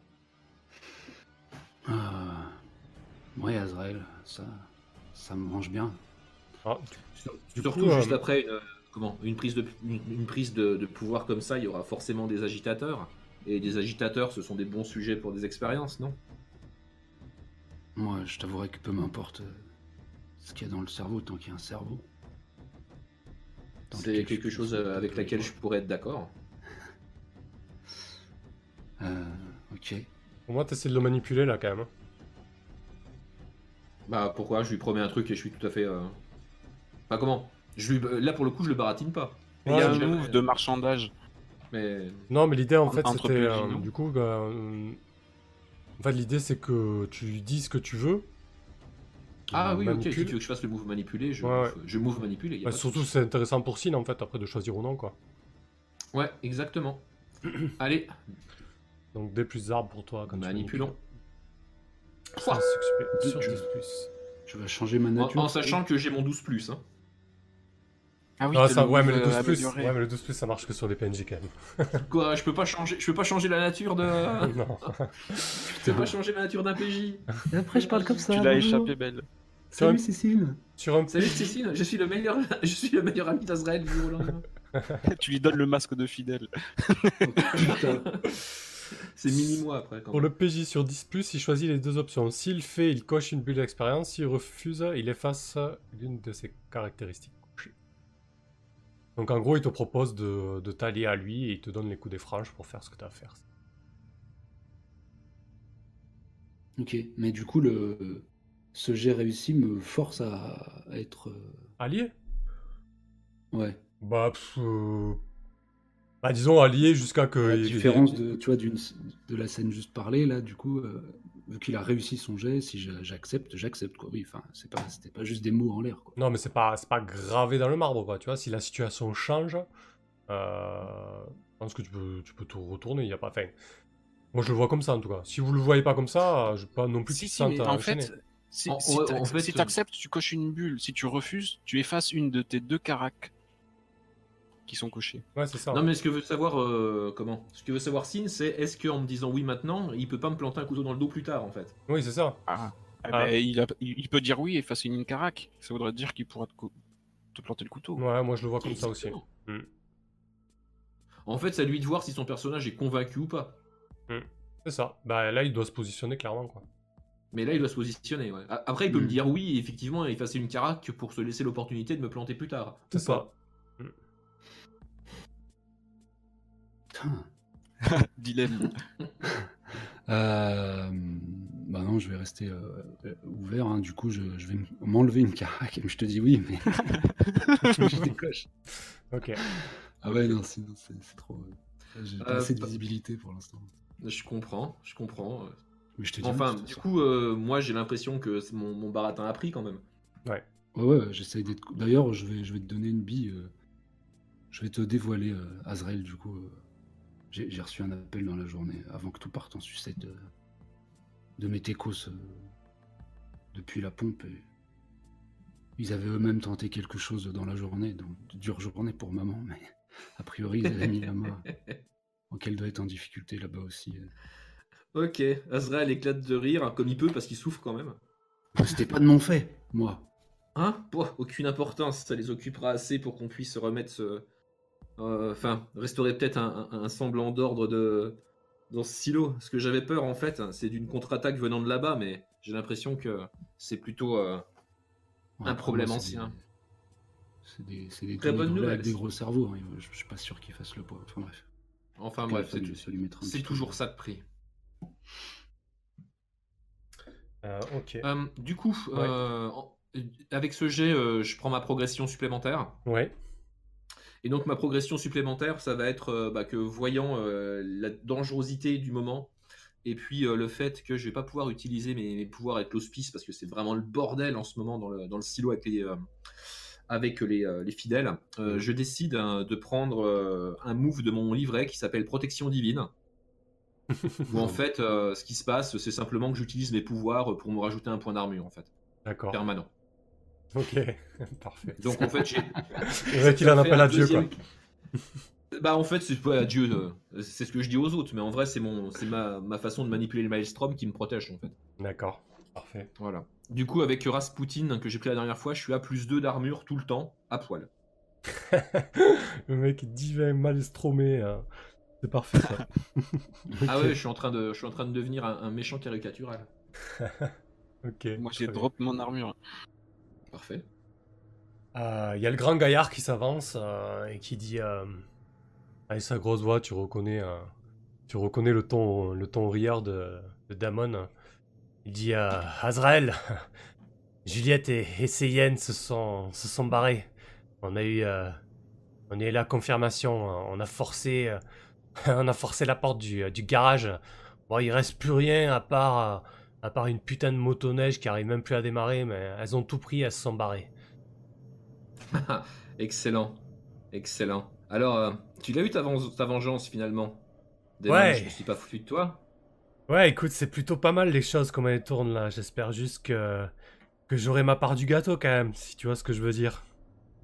Ah, ouais, Azrael, ça, ça me range bien. Ah, du- du Surtout coup, euh, juste après une, comment, une prise, de, une, une prise de, de pouvoir comme ça, il y aura forcément des agitateurs. Et des agitateurs, ce sont des bons sujets pour des expériences, non? Moi, je t'avouerai que peu m'importe euh, ce qu'il y a dans le cerveau, tant qu'il y a un cerveau. Dans C'est lequel je quelque peux chose essayer de avec taper, laquelle ouais. je pourrais être d'accord. Euh, ok. pour moi, t'essaies de le manipuler là quand même. hein. Bah pourquoi? Je lui promets un truc et je suis tout à fait... Euh... Enfin comment? Je lui... Là pour le coup je le baratine pas. Il y a Ouais, un je- move de marchandage. Mais... Non, mais l'idée en En- fait, entre c'était. P J, euh, non du coup, bah, euh, en fait, l'idée c'est que tu lui dis ce que tu veux. Ah il oui ok, manipule. si tu veux que je fasse le move manipulé, je, Ouais, move... ouais. je move manipulé. y a Bah, pas de surtout, souci. c'est intéressant pour Sin en fait, après de choisir ou non quoi. Ouais exactement. Allez, Donc, D plus arbre pour toi quand manipulons. tu manipules. C'est succès sur Tu- dix plus. Tu vas changer ma En, nature. en sachant que j'ai mon douze plus. Hein. Ah oui, Ah, t'as ça, le ouais, mais le move, douze euh, plus, amélioré. ouais, mais le douze plus, ça marche que sur des P N J quand même. Quoi, je peux pas changer, je peux pas changer la nature de. Non. Je peux pas changer la nature d'un P J. Et après, je parle comme ça. Tu l'as bonjour. échappé belle. Salut, Ouais. Cécile. Sur un Salut P J, Cécile, je suis le meilleur, je suis le meilleur ami d'Azrael du jour au lendemain. Tu lui donnes le masque de fidèle. Putain. C'est mini-moi après. Quand Pour même. le P J sur dix plus, il choisit les deux options. S'il fait, il coche une bulle d'expérience. S'il refuse, il efface l'une de ses caractéristiques cochées. Donc en gros, il te propose de, de t'allier à lui et il te donne les coups des franges pour faire ce que tu as à faire. Ok, mais du coup, le... ce jet réussi me force à, à être. euh, Allié? Ouais. Bah, pff, euh, bah disons allié jusqu'à que... À la il- différence de, tu vois, d'une, de la scène juste parlée, là, du coup, euh, vu qu'il a réussi son jet, si j'a- j'accepte, j'accepte, quoi. Oui, enfin, c'est pas, c'était pas juste des mots en l'air, quoi. Non, mais c'est pas, c'est pas gravé dans le marbre, quoi. Tu vois, si la situation change, euh, je pense que tu peux, tu peux tout retourner. Il y a pas... Enfin, moi, je le vois comme ça, en tout cas. Si vous le voyez pas comme ça, je veux pas non plus Si, qu'il se si, sente mais en enchaîné. fait, si, En- si ouais, t'ac- en fait, si t'acceptes, tu coches une bulle. Si tu refuses, tu effaces une de tes deux caracs qui sont cochés. Ouais, c'est ça. Non mais ce que veut savoir euh, comment Ce que veut savoir Sin, c'est est-ce qu'en me disant oui maintenant, il peut pas me planter un couteau dans le dos plus tard en fait. Oui, c'est ça. Ah. Eh Ah. ben, il, a- il- il peut dire oui et effacer une carac. Ça voudrait dire qu'il pourra te, co- te planter le couteau. Ouais, moi, je le vois comme ça aussi. Exactement. Mm. En fait, c'est à lui de voir si son personnage est convaincu ou pas. C'est ça. Bah là, il doit se positionner clairement, quoi. Mais là, il doit se positionner. Ouais. A- Après, il peut Mm. me dire oui, effectivement, et effacer une carac pour se laisser l'opportunité de me planter plus tard. C'est Ou ça. pas. Putain. Dilemme. Euh, bah non, je vais rester euh, euh, ouvert, hein. Du coup, je, je vais m- m'enlever une carac. Je te dis oui, mais je décoche. Ok. Ah ouais, non, sinon c'est c'est trop. euh, J'ai pas Euh, assez de pas- visibilité pour l'instant. Je comprends, je comprends. euh. Mais je te dis Enfin, oui, de toute du façon. coup, euh, moi, j'ai l'impression que c'est- mon, mon baratin a pris quand même. Ouais, ouais, j'essaye d'être. D'ailleurs, je vais, je vais te donner une bille. euh, Je vais te dévoiler, euh, Azrael, du coup. euh, J'ai j'ai reçu un appel dans la journée, avant que tout parte en sucette, de, de mes techos euh, depuis la pompe. Et ils avaient eux-mêmes tenté quelque chose dans la journée, donc de dure journée pour maman, mais a priori, ils avaient mis la main. Donc elle doit être en difficulté là-bas aussi. euh. Ok, Azrael éclate de rire, hein, comme il peut, parce qu'il souffre quand même. C'était pas de mon fait, moi. Hein Pouah, aucune importance, ça les occupera assez pour qu'on puisse se remettre ce... euh, Enfin, restaurer peut-être un, un- un semblant d'ordre de... dans ce silo. Ce que j'avais peur, en fait, hein, c'est d'une contre-attaque venant de là-bas, mais j'ai l'impression que c'est plutôt... euh, Ouais, Un après, problème moi, c'est ancien. des- C'est des, c'est des Très Tony bonne Dolan nouvelle. avec des gros cerveaux. hein. Je, je suis pas sûr qu'ils fassent le poids. Enfin bref. Enfin Que bref, ça c'est lui- ça lui mettra un c'est petit peu toujours de- ça de prix. Euh, ok. Euh, du coup, Ouais. euh, en- avec ce jet, euh, je prends ma progression supplémentaire. Ouais. Et donc ma progression supplémentaire, ça va être euh, bah, que voyant euh, la dangerosité du moment, et puis euh, le fait que je vais pas pouvoir utiliser mes, mes pouvoirs avec l'hospice, parce que c'est vraiment le bordel en ce moment dans le, dans le silo avec les, euh, avec les, euh, les fidèles, euh, Mhm. je décide hein, de prendre euh, un move de mon livret qui s'appelle Protection Divine. Où en fait, euh, ce qui se passe, c'est simplement que j'utilise mes pouvoirs pour me rajouter un point d'armure, en fait, D'accord. permanent. Ok. Parfait. Donc en fait, j'ai... Le mec, il en ça fait appelle un à Dieu, quoi. deuxième- Bah en fait, c'est pas à Dieu, euh, c'est ce que je dis aux autres, mais en vrai, c'est mon, c'est ma, ma façon de manipuler le Maelstrom qui me protège, en fait. D'accord. Parfait. Voilà. Du coup, avec Rasputin, que j'ai pris la dernière fois, je suis à plus deux d'armure tout le temps, à poil. Le mec est divin, malstromé. hein. C'est parfait, ça. Ah Ok. ouais, je suis en train de, je suis en train de devenir un, un méchant caricatural. Ok. Moi, j'ai très bien. drop mon armure. Parfait. Euh, Il y a le grand gaillard qui s'avance euh, et qui dit euh, avec sa grosse voix, tu reconnais, euh, tu reconnais le ton, le ton rieur de, de Damon. Il dit euh, Azrael, Juliette et, et Seyenne se sont, se sont barrés. On a eu, euh, on a eu la confirmation. On a forcé, euh, on a forcé la porte du, du garage. Bon, il reste plus rien à part, euh, à part une putain de motoneige qui arrive même plus à démarrer, mais elles ont tout pris, elles se sont barrées. Excellent. Excellent. Alors, euh, tu l'as eu ta, ven- ta vengeance finalement Damon, Ouais. Je me suis pas foutu de toi. Ouais, écoute, c'est plutôt pas mal les choses comme elles tournent là. J'espère juste que, que j'aurai ma part du gâteau quand même, si tu vois ce que je veux dire.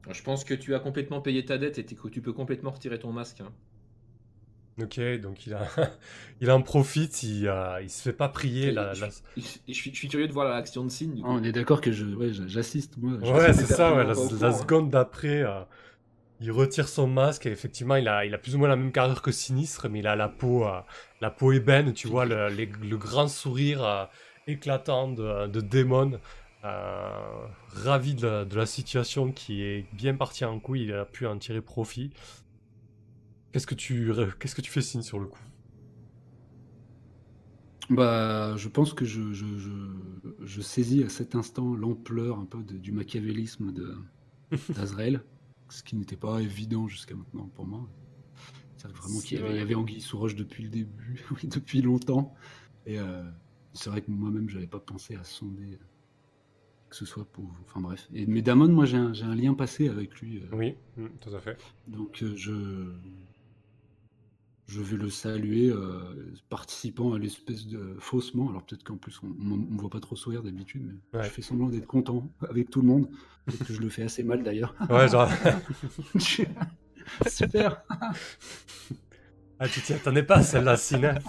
Je pense que tu as complètement payé ta dette et que tu peux complètement retirer ton masque. Hein. Ok, donc il, a... il en profite, il, euh, il se fait pas prier. Et La, je, la... suis, je suis- je suis- je suis curieux de voir la réaction de Sin du Ah, coup. on est d'accord que je, ouais, je- j'assiste, moi. Je... Ouais, c'est T'es ça, ouais, absolument la, pas au la courant. Hein. seconde d'après, euh, il retire son masque et effectivement, il a, il a plus ou moins la même carrure que Sinistre, mais il a la peau, euh, la peau ébène, tu vois, le, les- le grand sourire euh, éclatant de, de Daemon, euh, ravi de la, de la situation qui est bien partie en couille, il a pu en tirer profit. Qu'est-ce que tu, qu'est-ce que tu fais, Sin, sur le coup? Bah, je pense que je, je, je, je saisis à cet instant l'ampleur un peu de- du machiavélisme de d'Azrael, ce qui n'était pas évident jusqu'à maintenant pour moi. C'est vraiment qu'il y avait, il y avait Anguille sous roche depuis le début, oui, depuis longtemps. Et euh, c'est vrai que moi-même, j'avais pas pensé à sonder euh, que ce soit pour. Enfin bref. Et, mais Damon, moi, j'ai un, j'ai un lien passé avec lui. euh, Oui, mm, tout à fait. donc euh, je, je vais le saluer, euh, participant à l'espèce de faussement. Alors peut-être qu'en plus, on ne me voit pas trop sourire d'habitude, mais Ouais, je fais semblant d'être content avec tout le monde. Peut-être que je le fais assez mal d'ailleurs. ouais, genre... Super. Ah, tu t'y attendais pas, celle-là, Sin, hein.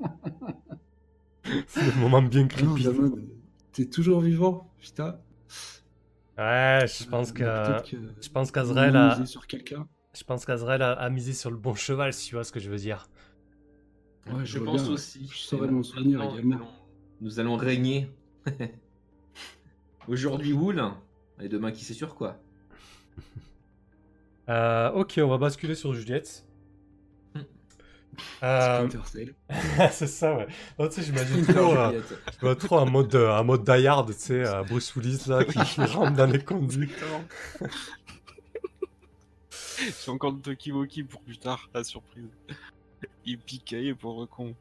C'est le moment bien Ah non, creepy. Damon, t'es toujours vivant, putain. Ouais, je pense Euh, que... bah, peut-être que Je pense au qu'Azrael moins miser a... sur quelqu'un. Je pense qu'Azrael a, a misé sur le bon cheval, si tu vois ce que je veux dire. Ouais, Je je vois pense bien, ouais. aussi. Je Et saurais m'en souvenir maintenant, nous également. allons, nous allons régner. Aujourd'hui Wool, et demain qui sait sur quoi. Euh, ok, on va basculer sur Juliette. Hmm. Euh, Splinter Cell. c'est ça, ouais. Non, tu sais, j'imagine trop, euh, Juliette. je vois trop un mode, euh, un mode Die Hard, tu sais, euh, Bruce Willis, là, qui, qui rentre dans les conduits. Exactement. J'ai encore de Tokiwoki pour plus tard, la surprise. Il piquait pour con.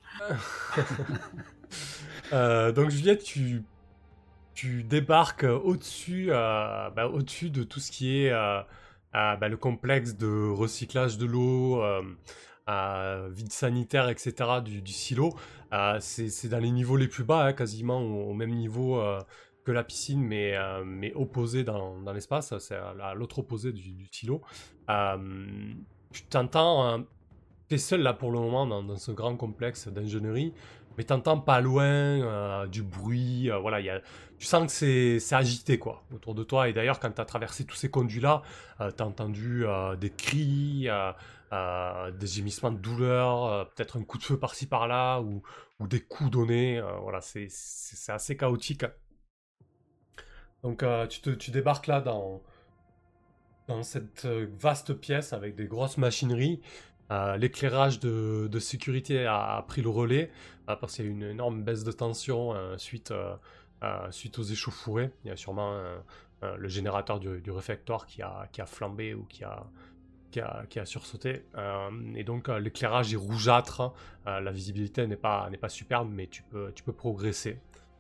Euh, donc, Juliette, tu, tu débarques euh, au-dessus, euh, bah, au-dessus de tout ce qui est euh, euh, bah, le complexe de recyclage de l'eau, euh, euh, vide sanitaire, et cetera du, du silo. Euh, c'est, c'est dans les niveaux les plus bas, hein, quasiment au, au même niveau euh, que la piscine, mais, euh, mais opposé dans, dans l'espace. C'est à, à l'autre opposé du, du silo. Euh, tu t'entends, hein, t'es seul là pour le moment dans, dans ce grand complexe d'ingénierie, mais t'entends pas loin euh, du bruit, euh, voilà, y a, tu sens que c'est, c'est agité quoi autour de toi. Et d'ailleurs, quand t'as traversé tous ces conduits-là, euh, t'as entendu euh, des cris, euh, euh, des gémissements de douleur, euh, peut-être un coup de feu par-ci par-là, ou, ou des coups donnés. euh, voilà, c'est, c'est, c'est assez chaotique. Donc euh, tu, te, tu débarques là dans, dans cette euh, vaste pièce avec des grosses machineries. Euh, l'éclairage de, de sécurité a, a pris le relais euh, parce qu'il y a eu une énorme baisse de tension euh, suite, euh, euh, suite aux échauffourées. Il y a sûrement euh, euh, le générateur du, du réfectoire qui a, qui a flambé ou qui a, qui a, qui a sursauté. Euh, et donc euh, l'éclairage est rougeâtre. Hein. Euh, la visibilité n'est pas, n'est pas superbe, mais tu peux, tu peux progresser.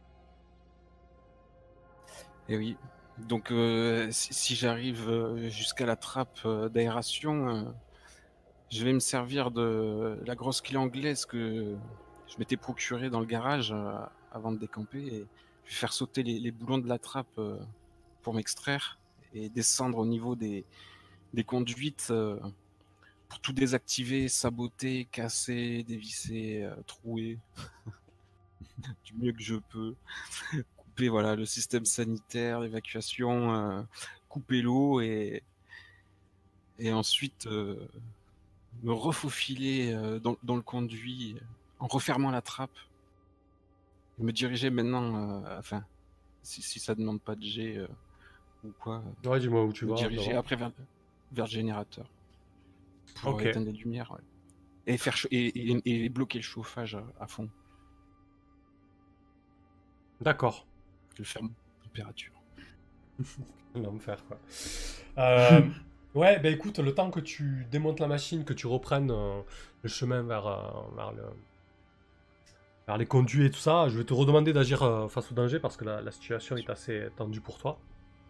Et oui. Donc, euh, si, si j'arrive euh, jusqu'à la trappe euh, d'aération, euh, je vais me servir de la grosse clé anglaise que je m'étais procurée dans le garage euh, avant de décamper. Et je vais faire sauter les, les boulons de la trappe euh, pour m'extraire et descendre au niveau des, des conduites euh, pour tout désactiver, saboter, casser, dévisser, euh, trouer du mieux que je peux. Couper voilà, le système sanitaire, l'évacuation, euh, couper l'eau et, et ensuite euh, me refaufiler euh, dans, dans le conduit en refermant la trappe. Et me diriger maintenant, euh, enfin, si, si ça demande pas de jet euh, ou quoi, euh, Ouais, dis-moi où tu me vas. diriger d'abord. après vers, vers le générateur pour Ok. éteindre les lumières ouais. et, faire cha- et, et, et bloquer le chauffage à, à fond. D'accord. Je vais faire mon température. L'enfer, quoi. Euh, ouais, bah écoute, le temps que tu démontes la machine, que tu reprennes euh, le chemin vers, euh, vers, le, vers les conduits et tout ça, je vais te redemander d'agir euh, face au danger parce que la, la situation est assez tendue pour toi.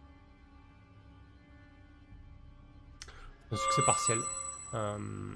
Un succès partiel. Euh,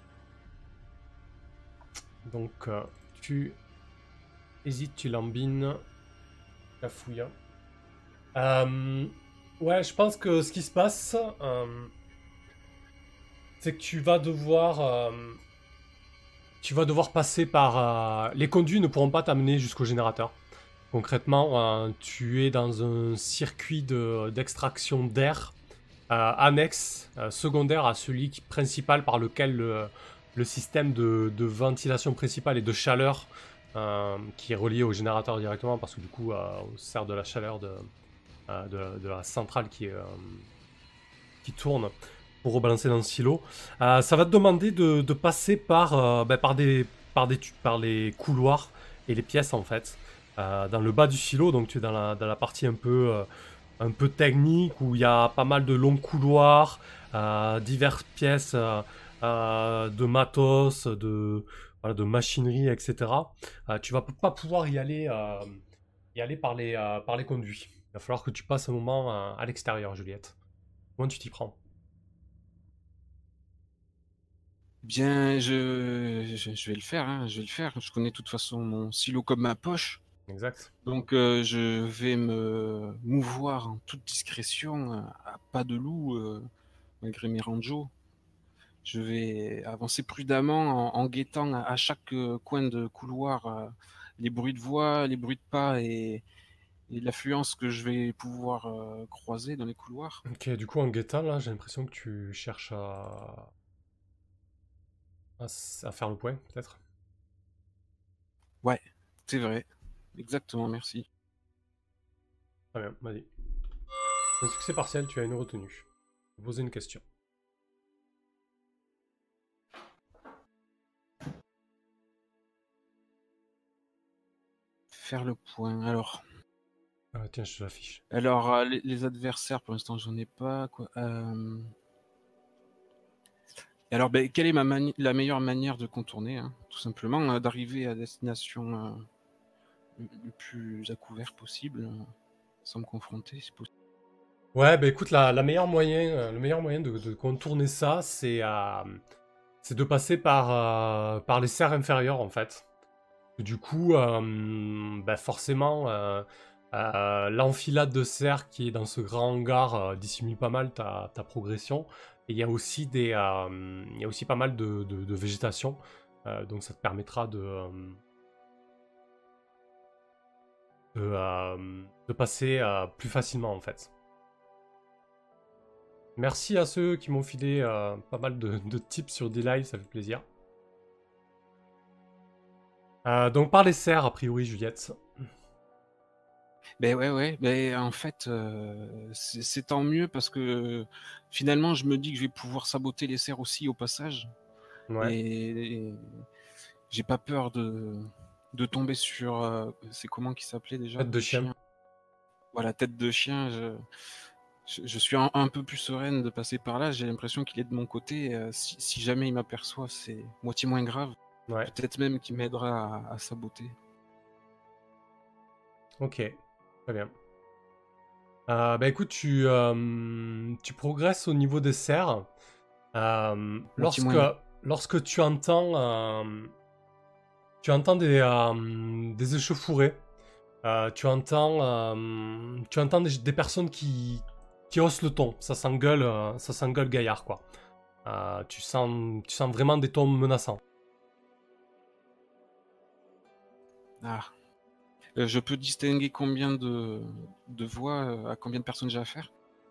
donc, euh, tu hésites, tu lambines, la fouille. Euh, Ouais, je pense que ce qui se passe, euh, c'est que tu vas devoir, euh, tu vas devoir passer par. euh, Les conduits ne pourront pas t'amener jusqu'au générateur. Concrètement, euh, tu es dans un circuit de- d'extraction d'air euh, annexe, euh, secondaire à celui qui- principal par lequel le, le système de, de ventilation principale et de chaleur euh, qui est relié au générateur directement parce que du coup, euh, on sert de la chaleur de, euh, de, de la centrale qui, est, euh, qui tourne pour rebalancer dans le silo. Euh, ça va te demander de, de passer par, euh, ben, par, des, par, des, tu- par les couloirs et les pièces en fait. Euh, dans le bas du silo, donc tu es dans la, dans la partie un peu, euh, un peu technique où il y a pas mal de longs couloirs, euh, diverses pièces euh, euh, de matos, de, voilà, de machinerie, et cetera. Euh, tu vas p- pas pouvoir y aller, euh, y aller par, les, euh, par les conduits. Il va falloir que tu passes un moment euh, à l'extérieur, Juliette. Comment tu t'y prends? Bien, je, je, je vais le faire, hein, je vais le faire. Je connais de toute façon mon silo comme ma poche. Exact. Donc euh, je vais me mouvoir en toute discrétion, euh, à pas de loup, euh, malgré mes ranjos. Je vais avancer prudemment en, en guettant à, à chaque euh, coin de couloir euh, les bruits de voix, les bruits de pas et, et l'affluence que je vais pouvoir euh, croiser dans les couloirs. Ok, du coup, en guettant, là, j'ai l'impression que tu cherches à... à, s- à faire le point, peut-être. Ouais, c'est vrai. Exactement, merci. Très bien, vas-y. Un succès partiel, tu as une retenue. Poser une question. Faire le point. Alors, Ah, tiens, je te l'affiche. alors euh, les, les adversaires, pour l'instant, j'en ai pas. Quoi. Euh, Et alors, ben, quelle est ma mani- la meilleure manière de contourner, hein, tout simplement, euh, d'arriver à destination euh, le, le plus à couvert possible, euh, sans me confronter, si possible. Ouais, bah écoute, la, la meilleure moyen, euh, le meilleur moyen de, de contourner ça, c'est euh, c'est de passer par, euh, par les serres inférieures, en fait. Du coup, euh, bah forcément, euh, euh, l'enfilade de serres qui est dans ce grand hangar euh, dissimule pas mal ta, ta progression. Et il y a aussi des, euh, il y a aussi pas mal de, de- de végétation. Euh, donc ça te permettra de, euh, de, euh, de passer euh, plus facilement, en fait. Merci à ceux qui m'ont filé euh, pas mal de, de tips sur D-Live, ça fait plaisir. Euh, donc par les serres, a priori, Juliette. Ben ouais, ouais, ben en fait, euh, c'est c'est tant mieux parce que finalement, je me dis que je vais pouvoir saboter les serres aussi au passage. Ouais. Et, et j'ai pas peur de, de tomber sur. euh, c'est comment qui s'appelait déjà Tête de le chien. chien? Voilà, tête de chien. Je, je, je suis un, un peu plus sereine de passer par là. J'ai l'impression qu'il est de mon côté. euh, si, si jamais il m'aperçoit, c'est moitié moins grave. Ouais. Peut-être même qu'il m'aidera à, à saboter. Ok. Très bien. Euh, bah écoute, tu, euh, tu progresses au niveau des serres. Euh, Moitié lorsque, moins grave. lorsque tu entends, euh, tu entends des, euh, des échauffourées, euh, tu entends, euh, tu entends des, des personnes qui, qui haussent le ton. Ça s'engueule, euh, ça s'engueule gaillard, quoi. Euh, tu sens, tu sens vraiment des tons menaçants. Ah. Euh, je peux distinguer combien de, de voix, euh, à combien de personnes j'ai affaire?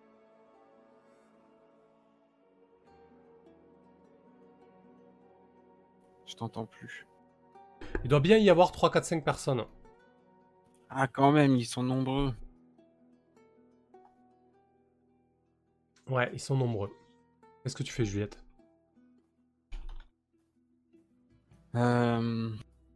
Je t'entends plus. Il doit bien y avoir trois, quatre, cinq personnes. Ah, quand même, ils sont nombreux. Ouais, ils sont nombreux. Qu'est-ce que tu fais, Juliette? Euh,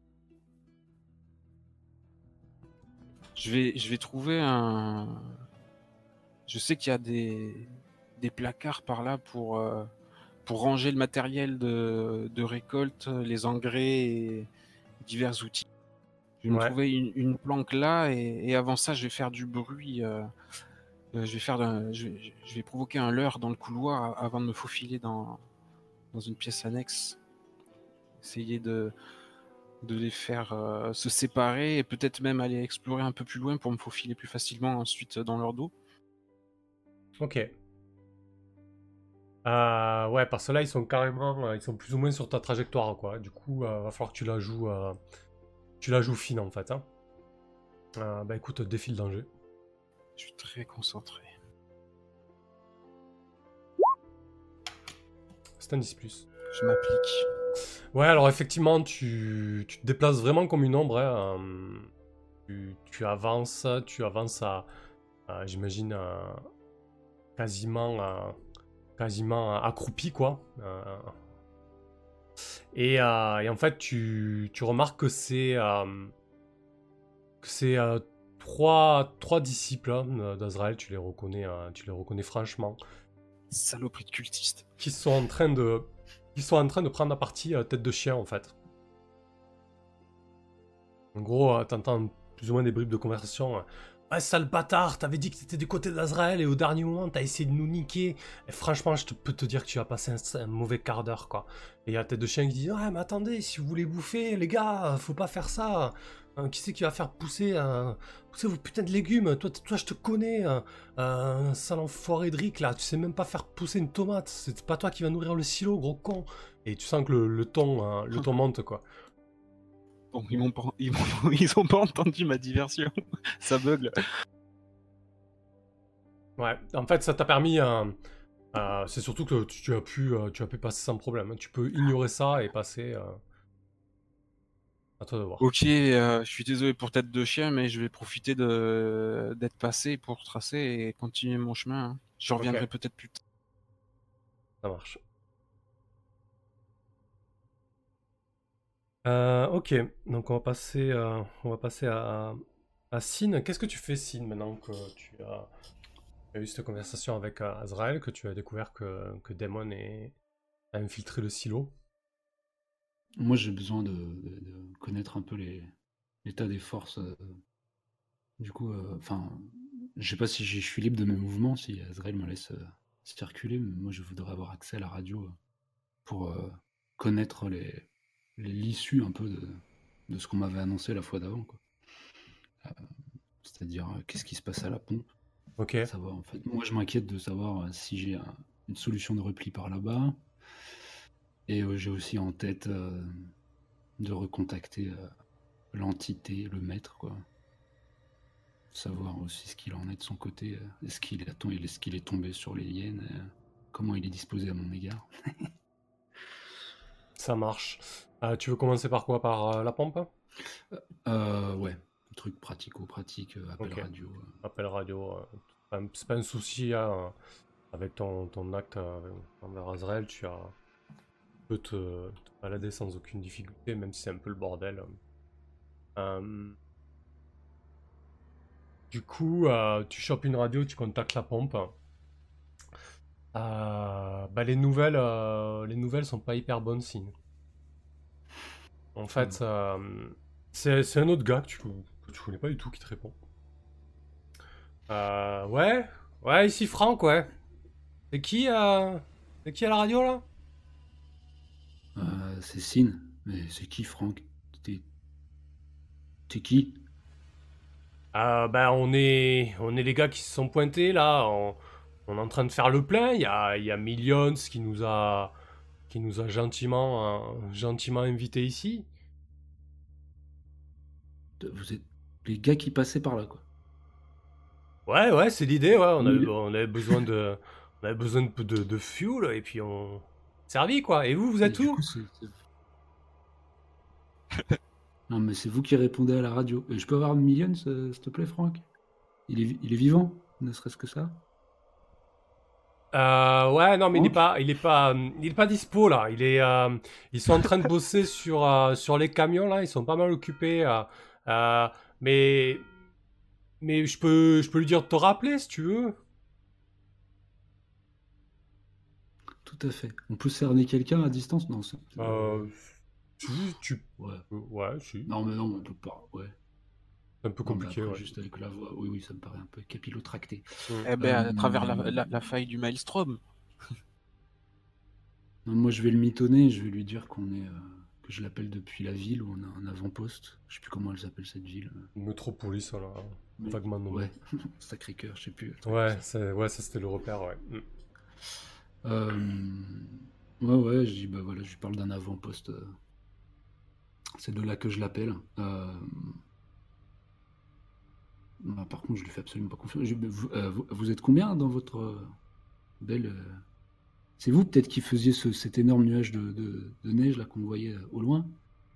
je vais, je vais trouver un. Je sais qu'il y a des, des placards par là pour, euh, pour ranger le matériel de, de récolte, les engrais et divers outils. Je vais me Ouais. trouver une, une planque là et, et avant ça, je vais faire du bruit. euh, euh, je vais faire, d'un- je, vais, je vais provoquer un leurre dans le couloir avant de me faufiler dans, dans une pièce annexe. Essayer de, de les faire euh, se séparer et peut-être même aller explorer un peu plus loin pour me faufiler plus facilement ensuite dans leur dos. Ok. Euh, ouais, parce que là, ils sont carrément, euh, ils sont plus ou moins sur ta trajectoire, quoi. Du coup, euh, va falloir que tu la joues, euh, tu la joues fine, en fait. Hein. Euh, bah écoute, défi le danger. Je suis très concentré. C'est un dix plus. Je m'applique. Ouais, alors effectivement, tu, tu te déplaces vraiment comme une ombre. Hein. euh, Tu, tu avances, tu avances à, à, j'imagine, à- quasiment, à- quasiment accroupi, quoi. Euh, et, euh, et en fait, tu, tu remarques que c'est euh, que c'est euh, trois, trois disciples hein, d'Azraël, tu les reconnais, euh, tu les reconnais franchement, Saloperie de cultiste. qui sont en train de, qui sont en train de prendre la partie euh, tête de chien, en fait. En gros, euh, t'entends plus ou moins des bribes de conversation. euh, Ouais, sale bâtard, t'avais dit que t'étais du côté d'Azraël et au dernier moment, t'as essayé de nous niquer. Et franchement, je te, peux te dire que tu as passé un, un mauvais quart d'heure, quoi. Et il y a tête de chien qui dit Ouais, mais attendez, si vous voulez bouffer, les gars, euh, faut pas faire ça. Euh, qui c'est qui va faire pousser, euh, pousser vos putains de légumes toi, t- toi, je te connais, euh, euh, sale enfoiré de Rick, là. Tu sais même pas faire pousser une tomate. C'est pas toi qui va nourrir le silo, gros con. Et tu sens que le, le ton, euh, le ton monte, quoi. Bon, ils m'ont pas, ils m'ont- ils ont pas entendu ma diversion. Ça bugle. Ouais, en fait, ça t'a permis. euh, euh, c'est surtout que tu, tu as pu, euh, tu as pu passer sans problème. Tu peux ignorer ça et passer. euh, À toi de voir. Ok, euh, je suis désolé pour tête de chien, mais je vais profiter de d'être passé pour tracer et continuer mon chemin. Hein. Je reviendrai Ok. peut-être plus tard. Ça marche. Euh, ok, donc on va passer, euh, on va passer à, à Sin. Qu'est-ce que tu fais, Sin, maintenant que tu as, tu as eu cette conversation avec euh, Azrael, que tu as découvert que, que Daemon est, a infiltré le silo? Moi, j'ai besoin de, de- de connaître un peu les- l'état des forces. euh, du coup, euh, enfin, je sais pas si je suis libre de mes mouvements, si Azrael me laisse euh, circuler, mais moi, je voudrais avoir accès à la radio euh, pour euh, connaître les les- l'issue un peu de, de ce qu'on m'avait annoncé la fois d'avant, quoi. Euh, C'est-à-dire, euh, qu'est-ce qui se passe à la pompe. Ok. Savoir, en fait. Moi, je m'inquiète de savoir euh, si j'ai un- une solution de repli par là-bas. Et euh, j'ai aussi en tête euh, de recontacter euh, l'entité, le maître, quoi. Savoir aussi ce qu'il en est de son côté. euh, Est-ce qu'il est, attends, est-ce qu'il est tombé sur les hyènes euh, Comment il est disposé à mon égard. Ça marche. Euh, tu veux commencer par quoi? Par euh, la pompe? Euh, ouais, truc pratico-pratique, euh, appel Ok. radio. euh. Appel radio. euh, c'est pas un- c'est pas un souci hein, avec ton, ton acte euh, envers Azrael. Tu as, tu peux te, te balader sans aucune difficulté, même si c'est un peu le bordel. Euh, du coup, euh, tu chopes une radio, tu contactes la pompe. Euh, bah, les nouvelles, euh, les nouvelles sont pas hyper bonnes signes. En fait, euh, c'est c'est un autre gars que tu, que tu connais pas du tout qui te répond. Euh, ouais, ouais, ici Franck, ouais. C'est qui, euh, c'est qui à la radio là? Euh, c'est Sin. Mais c'est qui, Franck? T'es t'es qui? Euh, ben on est, on est les gars qui se sont pointés là. On, on est en train de faire le plein. Il y a, il y a Millions qui nous a, qui nous a gentiment, euh, gentiment invités ici. Vous êtes les gars qui passaient par là, quoi. Ouais, ouais, c'est l'idée. Ouais, on avait, Oui. on avait besoin de, on avait besoin de, de, de fuel et puis on servi quoi. Et vous, vous Et êtes du où? coup, c'est. c'est- Non, mais c'est vous qui répondez à la radio. Et je peux avoir Millions, euh, s'il te plaît, Franck? Il est, il est vivant, ne serait-ce que ça. Euh, ouais, non, mais il est Franck? pas, il est pas, euh, il est pas dispo là. Il est, euh, ils sont en train de bosser sur, euh, sur les camions là. Ils sont pas mal occupés. euh, euh, mais, mais je peux, je peux lui dire de te rappeler si tu veux. Tout à fait. On peut cerner quelqu'un à distance? Non, c'est. euh, Euh, tu, tu, Ouais. ouais, si. Non, mais non, on peut pas. Ouais. C'est un peu Non, mais compliqué, après, ouais. juste avec la voix. Oui, oui, ça me paraît un peu capillotracté. Mm. Eh ben, à Euh, travers la, la, la faille du Maelstrom. Non, moi, je vais le mitonner. Je vais lui dire qu'on est. euh, que je l'appelle depuis la ville où on a un avant-poste. Je sais plus comment elle s'appelle cette ville. Métropolis, voilà. Mais- Vaguement nommé. Ouais, Sacré-Cœur, je sais plus. Ouais, c'est- ouais, ça c'était le repère, ouais. Mm. Euh, Ouais, ouais, je dis, bah voilà, je lui parle d'un avant-poste. euh, C'est de là que je l'appelle. Euh, bah, par contre, je lui fais absolument pas confiance. Je dis, mais vous, euh, vous- vous êtes combien dans votre euh, belle. euh, C'est vous peut-être qui faisiez ce- cet énorme nuage de, de- de neige là qu'on voyait euh, au loin?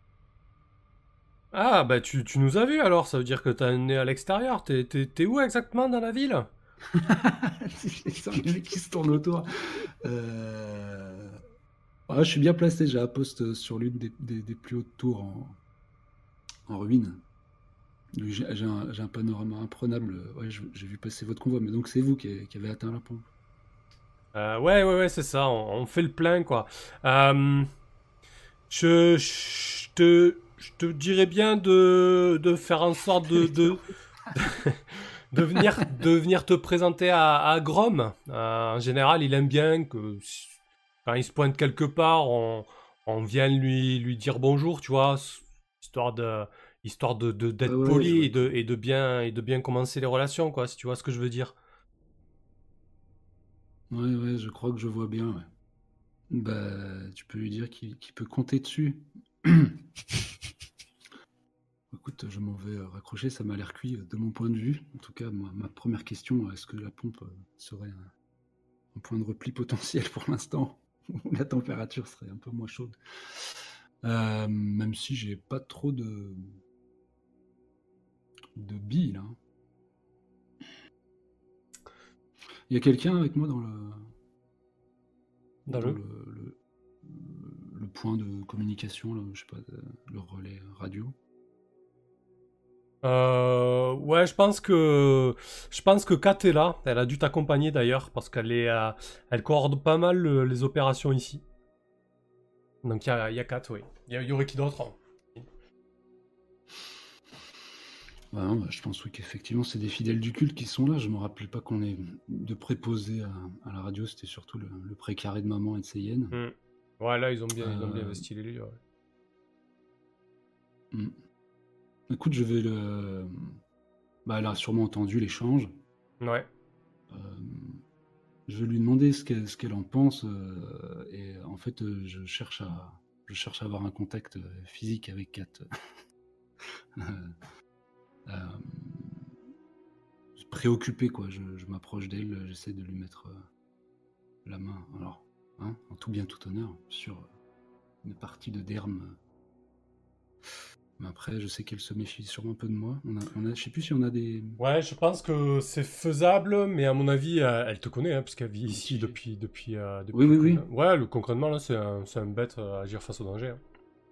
Ah, bah tu, tu nous as vus alors, ça veut dire que t'as un nez à l'extérieur. T'es, t'es, t'es où exactement dans la ville? Les gens, les mecs qui se tournent autour. Euh, ah, je suis bien placé, j'ai un poste sur l'une des, des- des plus hautes tours en, en ruine. Donc, J'ai j'ai un, j'ai un panorama imprenable. Ouais, je- j'ai vu passer votre convoi, mais donc c'est vous qui, qui avez atteint la pompe. Euh, ouais, ouais, ouais, c'est ça, on, on fait le plein, quoi. Euh, je, je te, je te dirais bien de, de faire en sorte de, de, de venir, de venir te présenter à, à Grom. Euh, en général, il aime bien que si- quand il se pointe quelque part, on, on vienne lui, lui dire bonjour, tu vois, s- histoire de, histoire de, de- d'être Ouais, ouais, je poli vois et de, tout. et de bien, et de bien commencer les relations, quoi, si tu vois ce que je veux dire. Ouais, ouais, je crois que je vois bien. Ouais. Bah, tu peux lui dire qu'il qu'il peut compter dessus. Écoute, je m'en vais euh, raccrocher, ça m'a l'air cuit euh, de mon point de vue. En tout cas, moi, ma première question, euh, est-ce que la pompe euh, serait un, un point de repli potentiel pour l'instant, où la température serait un peu moins chaude? Euh, même si j'ai pas trop de, de billes là. Il y a quelqu'un avec moi dans le, Dans dans le... le, le, le point de communication, là, je sais pas, de- le relais radio. Euh, ouais, je pense que je pense que Kat est là. Elle a dû t'accompagner d'ailleurs parce qu'elle est, euh, elle coordonne pas mal le- les opérations ici. Donc il y a, il y a Kat, oui. Il y, a- il y aurait qui d'autre? Ouais, non, bah, je pense oui, qu'effectivement, c'est des fidèles du culte qui sont là. Je me rappelais pas qu'on est de préposés à, à la radio, c'était surtout le, le précaré de maman et de ses hyènes. Hmm. Ouais, là ils ont bien, ils ont bien Euh, investi les lieux. Ouais. hmm. Écoute, je vais le. Bah, elle a sûrement entendu l'échange. Ouais. Euh, je vais lui demander ce qu'elle ce qu'elle en pense. euh, et en fait, euh, je cherche à, je cherche à avoir un contact euh, physique avec Kat. Euh, euh, préoccupé, quoi. Je, je m'approche d'elle, j'essaie de lui mettre euh, la main. Alors, hein, en tout bien, tout honneur, sur euh, une partie de derme. Mais après, je sais qu'elle se méfie sûrement un peu de moi. On a, on a, je sais plus si on a des. Ouais, je pense que c'est faisable, mais à mon avis, euh, elle te connaît, hein, puisqu'elle vit un ici petit- depuis, depuis, euh, Oui, depuis. oui, oui. Ouais, le, concrètement là, c'est un, c'est un bête euh, à agir face au danger. Hein.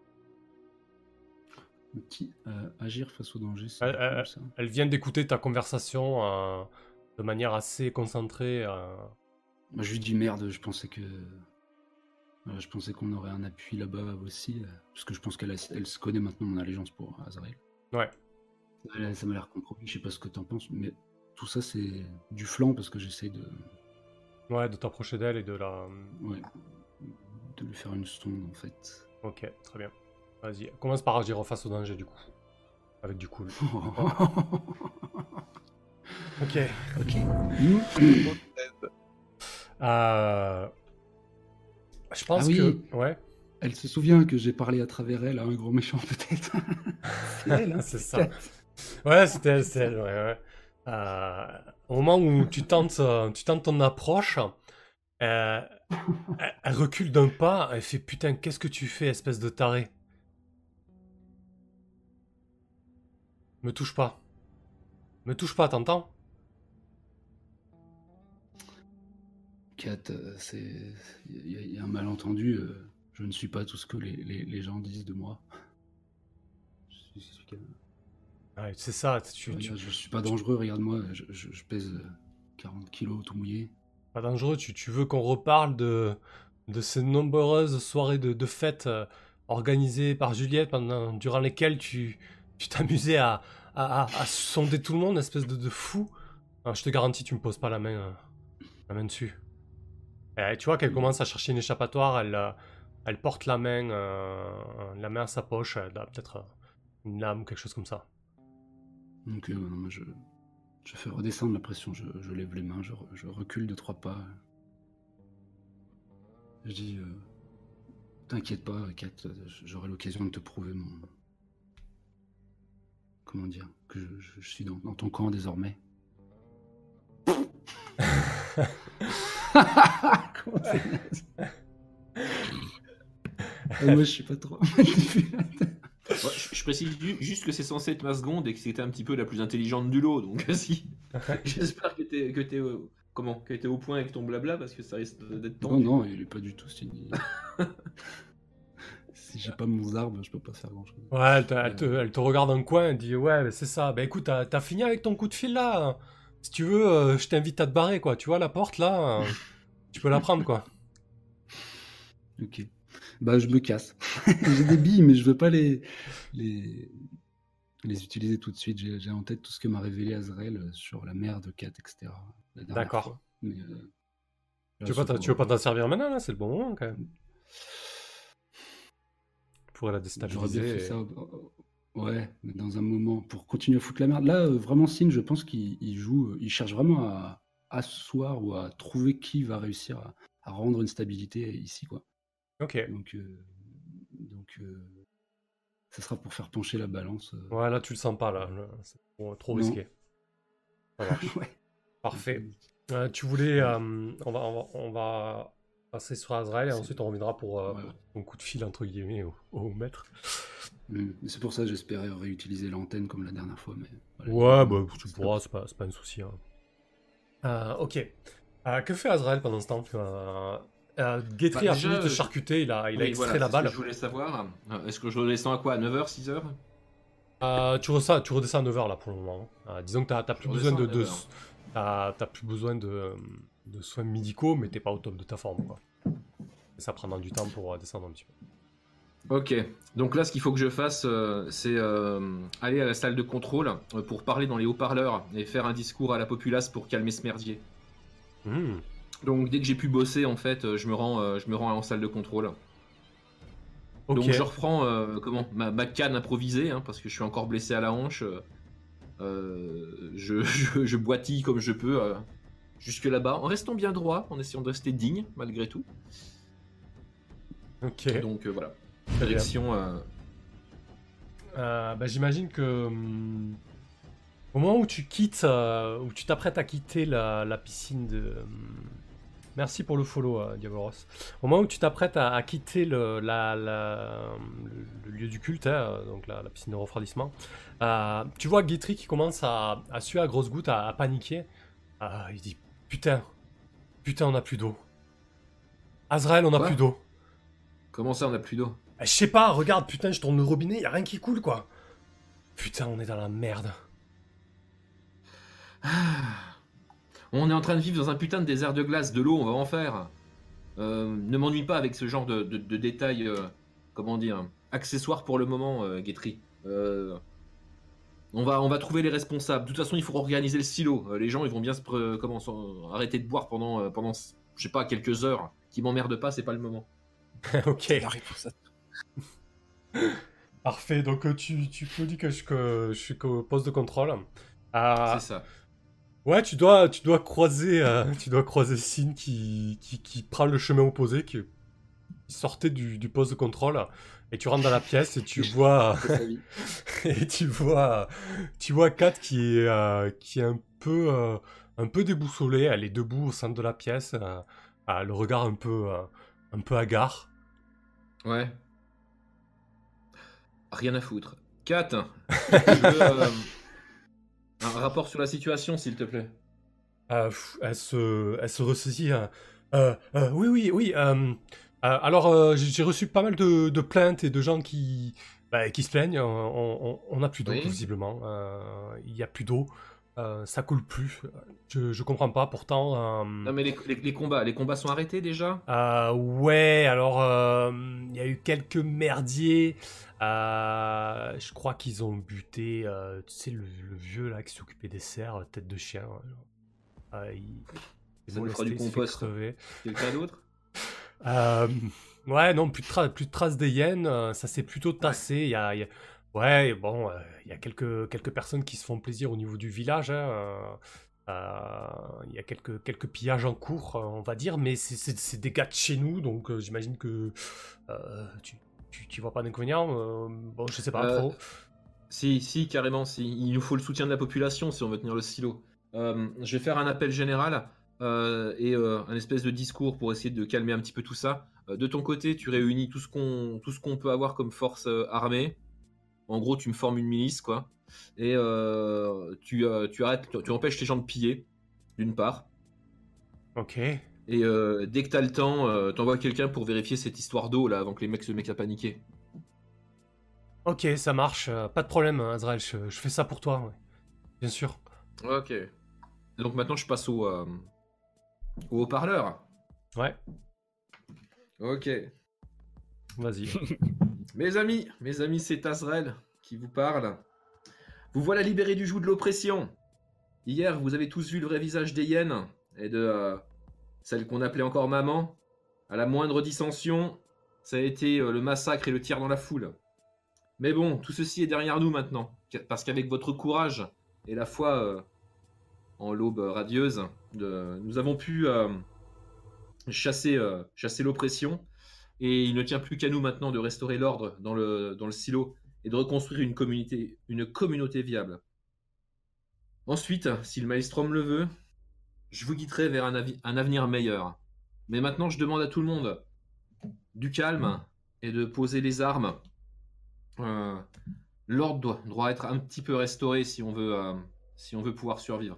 Un petit euh, agir face au danger, c'est Elle, cool, elle- ça. elle vient d'écouter ta conversation euh, de manière assez concentrée. euh, Moi, je lui dis merde, je pensais que. Voilà, je pensais qu'on aurait un appui là-bas aussi. euh, parce que je pense qu'elle a- elle se connaît maintenant mon allégeance pour Azrael. Ouais. Ouais, ça m'a l'air compromis, je sais pas ce que t'en penses, mais tout ça c'est du flanc parce que j'essaie de, Ouais, de t'approcher d'elle et de la. ouais, de lui faire une sonde en fait. Ok, très bien. Vas-y, commence par agir face au danger du coup. Avec du cool. Ok. Ok. Euh... Je pense Ah oui. que. Ouais, Elle se souvient que j'ai parlé à travers elle à un gros méchant peut-être. C'est elle, hein, c'est ça. Ouais, c'était elle, c'est elle, ouais, ouais. Euh, au moment où tu tentes, euh, tu tentes ton approche, euh, elle, elle recule d'un pas, elle fait putain, qu'est-ce que tu fais, espèce de taré? Me touche pas. Me touche pas, t'entends? Kat, euh, c'est, il y, a- il y a un malentendu. euh, Je ne suis pas tout ce que les, les- les gens disent de moi. Je suis, je suis qu'un- Ouais, c'est ça, tu, tu, Regarde, je suis pas dangereux. Regarde-moi, je, je- je pèse euh, quarante kilos tout mouillé. pas dangereux, tu, tu veux qu'on reparle de, de ces nombreuses soirées de, de fêtes euh, organisées par Juliette pendant, durant lesquelles tu tu t'amusais à, à, à- à sonder tout le monde, espèce de, de fou. Ah, je te garantis, tu me poses pas la main, euh, la main dessus. Et tu vois qu'elle commence à chercher une échappatoire, elle, euh, elle porte la main, euh, la main à sa poche, elle a peut-être une lame ou quelque chose comme ça. Donc, euh, non, moi, je, je fais redescendre la pression, je, je lève les mains, je, re- je recule de trois pas. Je dis, euh, t'inquiète pas, Kat, j'aurai l'occasion de te prouver mon... Comment dire, que je, je- je suis dans, dans ton camp désormais. Comment c'est naze. Ah, moi, je suis pas trop manipulateur. Ouais, je, je précise ju- juste que c'est censé être ma seconde et que c'était un petit peu la plus intelligente du lot, donc si. J'espère que t'es que t'es euh, comment que t'es au point avec ton blabla parce que ça risque d'être Non, tendu. non, il est pas du tout signé. Si j'ai pas mon arbre, je peux pas faire grand chose. Ouais, elle te, elle te- elle te regarde en coin, elle dit ouais, mais c'est ça. Bah écoute, t'as t'as fini avec ton coup de fil là. Si tu veux, euh, je t'invite à te barrer quoi. Tu vois la porte là, euh, tu peux la prendre quoi. Ok. Bah, je me casse. J'ai des billes, mais je veux pas les, les, les utiliser tout de suite. J'ai j'ai en tête tout ce que m'a révélé Azrael euh, sur la mère de Kat, et cetera. La dernière D'accord. fois. Mais, euh, là, Tu veux pas c'est t'en- pour, tu veux pas euh, t'en servir maintenant là, c'est le bon moment quand même. Tu pourrais la J'aurais bien déstabiliser. fait et- ça. euh, euh, Ouais, mais dans un moment pour continuer à foutre la merde. Là, euh, vraiment, Sin, je pense qu'il il joue, euh, il cherche vraiment à asseoir ou à trouver qui va réussir à, à rendre une stabilité ici, quoi. Ok. Donc, euh, donc, euh, ça sera pour faire pencher la balance. euh. Ouais, là tu le sens pas là. là, c'est trop, trop Non. risqué. Ça marche. Ouais. Parfait. Euh, tu voulais, Ouais. euh, on va, on va, on va passer sur Azrael et C'est- ensuite on reviendra pour euh, Ouais, ouais. ton coup de fil entre guillemets au, au maître. Mm. Et c'est pour ça que j'espérais réutiliser l'antenne comme la dernière fois. Mais voilà, Ouais, il- bah tu c'est pourras, c'est pas, c'est pas un souci. Hein. Euh, ok. Euh, que fait Azrael pendant ce temps? euh, euh, Guetry Bah, a déjà, fini de euh, charcuter, il a, il a Oui, extrait voilà, la c'est ce que balle. je voulais savoir. Euh, Est-ce que je redescends à quoi? À neuf heures, six heures? Euh, tu, redescends, tu redescends à neuf heures là pour le moment. Euh, disons que t'as t'as Je plus besoin de, redescends à de, neuf heures. t'as- t'as plus besoin de, de soins médicaux, mais t'es pas au top de ta forme quoi. Et ça prendra du temps pour euh, descendre un petit peu. Ok, donc là, ce qu'il faut que je fasse, euh, c'est euh, aller à la salle de contrôle euh, pour parler dans les haut-parleurs et faire un discours à la populace pour calmer ce merdier. Hmm. Donc dès que j'ai pu bosser, en fait, euh, je me rends, euh, je me rends en salle de contrôle. Ok. Donc je reprends euh, comment ma, ma canne improvisée, hein, parce que je suis encore blessé à la hanche. Euh, je, je, je boitille comme je peux euh, jusque là-bas, en restant bien droit, en essayant de rester digne malgré tout. Ok. Donc euh, voilà, Très bien. direction. euh, Euh, bah, j'imagine que hum, au moment où tu quittes, euh, où tu t'apprêtes à quitter la, la piscine de. hum, Merci pour le follow, euh, Diaboros. Au moment où tu t'apprêtes à, à quitter le, la- la- le- le lieu du culte, hein, euh, donc la, la piscine de refroidissement, euh, tu vois Guitry qui commence à, à suer à grosses gouttes, à, à paniquer. Euh, il dit putain, putain, on a plus d'eau. Azrael, on a Quoi plus d'eau. Comment ça, on a plus d'eau? Eh, Je sais pas, regarde, putain, je tourne le robinet, y a rien qui coule quoi. Putain, on est dans la merde. Ah. On est en train de vivre dans un putain de désert de glace, de l'eau, on va en faire. Euh, ne m'ennuie pas avec ce genre de, de- de détails, euh, comment dire, accessoires pour le moment, euh, Guetry. Euh, on, va, on va trouver les responsables. De toute façon, il faut organiser le silo. Euh, les gens, ils vont bien se pre- comment, s'en- arrêter de boire pendant, euh, pendant, je sais pas, quelques heures. Qui m'emmerdent pas, c'est pas le moment. Ok. La réponse à Parfait, donc euh, tu, tu peux dire que je, que je suis qu'au poste de contrôle. Ah, C'est ça. ouais, tu dois, tu dois croiser, euh, tu dois croiser Sin qui, qui, qui prend le chemin opposé, qui qui sortait du, du poste de contrôle, et tu rentres dans la pièce et tu vois, C'est sa vie. et tu vois, tu vois Kat qui est, euh, qui est un peu, euh, un peu déboussolée. Elle est debout au centre de la pièce, euh, euh, le regard un peu, euh, un peu hagard. Ouais. Rien à foutre. Kat, je veux euh, un rapport sur la situation, s'il te plaît. Euh, pff, elle se, elle se ressaisit. euh, euh, euh, oui, oui, oui. euh, euh, alors, euh, j'ai j'ai reçu pas mal de, de plaintes et de gens qui, bah, qui se plaignent. On on- on n'a plus d'eau, Oui. visiblement. Euh, Il n'y a plus d'eau. Euh, ça coule plus. Je, je comprends pas. Pourtant, euh, Non mais les, les- les combats, les combats sont arrêtés déjà? euh, ouais. Alors, euh, il y a eu quelques merdiers. Euh, je crois qu'ils ont buté. euh, tu sais, le, le vieux là qui s'occupait des cerfs, tête de chien. Euh, il- il est Ça nous fera du molesté, il s'est fait compost. crever. Quelqu'un d'autre? Euh, Ouais, non, plus de, tra- plus de traces des hyènes, euh, ça s'est plutôt tassé. Il y a, il y a- Ouais, bon, euh, il y a quelques, quelques personnes qui se font plaisir au niveau du village, hein, euh, euh, il y a quelques, quelques pillages en cours, euh, on va dire, mais c'est c'est- c'est des gars de chez nous, donc euh, j'imagine que euh, tu, tu, tu vois pas d'inconvénient. euh, bon, je sais pas Euh, trop. Si, si, carrément, si. Il nous faut le soutien de la population si on veut tenir le silo. Euh, je vais faire un appel général euh, et euh, un espèce de discours pour essayer de calmer un petit peu tout ça. Euh, de ton côté, tu réunis tout ce qu'on tout ce qu'on peut avoir comme force euh, armée. En gros, tu me formes une milice, quoi. Et euh, tu, euh, tu arrêtes, tu, tu empêches les gens de piller, d'une part. Ok. Et euh, dès que t'as le temps, euh, t'envoies quelqu'un pour vérifier cette histoire d'eau là avant que les mecs se mettent à paniquer. Ok, ça marche, euh, pas de problème, hein, Azrael, je, je fais ça pour toi, ouais. Bien sûr. Ok. Donc maintenant, je passe au, euh, au haut-parleur. Ouais, Ok. vas-y. Mes amis, mes amis, c'est Azrael qui vous parle. Vous voilà libérés du joug de l'oppression. Hier, vous avez tous vu le vrai visage des hyènes et de euh, celle qu'on appelait encore maman. À la moindre dissension, ça a été euh, le massacre et le tir dans la foule. Mais bon, tout ceci est derrière nous maintenant, parce qu'avec votre courage et la foi euh, en l'aube radieuse, de- nous avons pu euh, chasser, euh, chasser l'oppression. Et il ne tient plus qu'à nous maintenant de restaurer l'ordre dans le, dans le silo et de reconstruire une communauté, une communauté viable. Ensuite, si le maelstrom le veut, je vous guiderai vers un, avi- un avenir meilleur. Mais maintenant, je demande à tout le monde du calme et de poser les armes. Euh, L'ordre doit, doit être un petit peu restauré si on veut, euh, si on veut pouvoir survivre.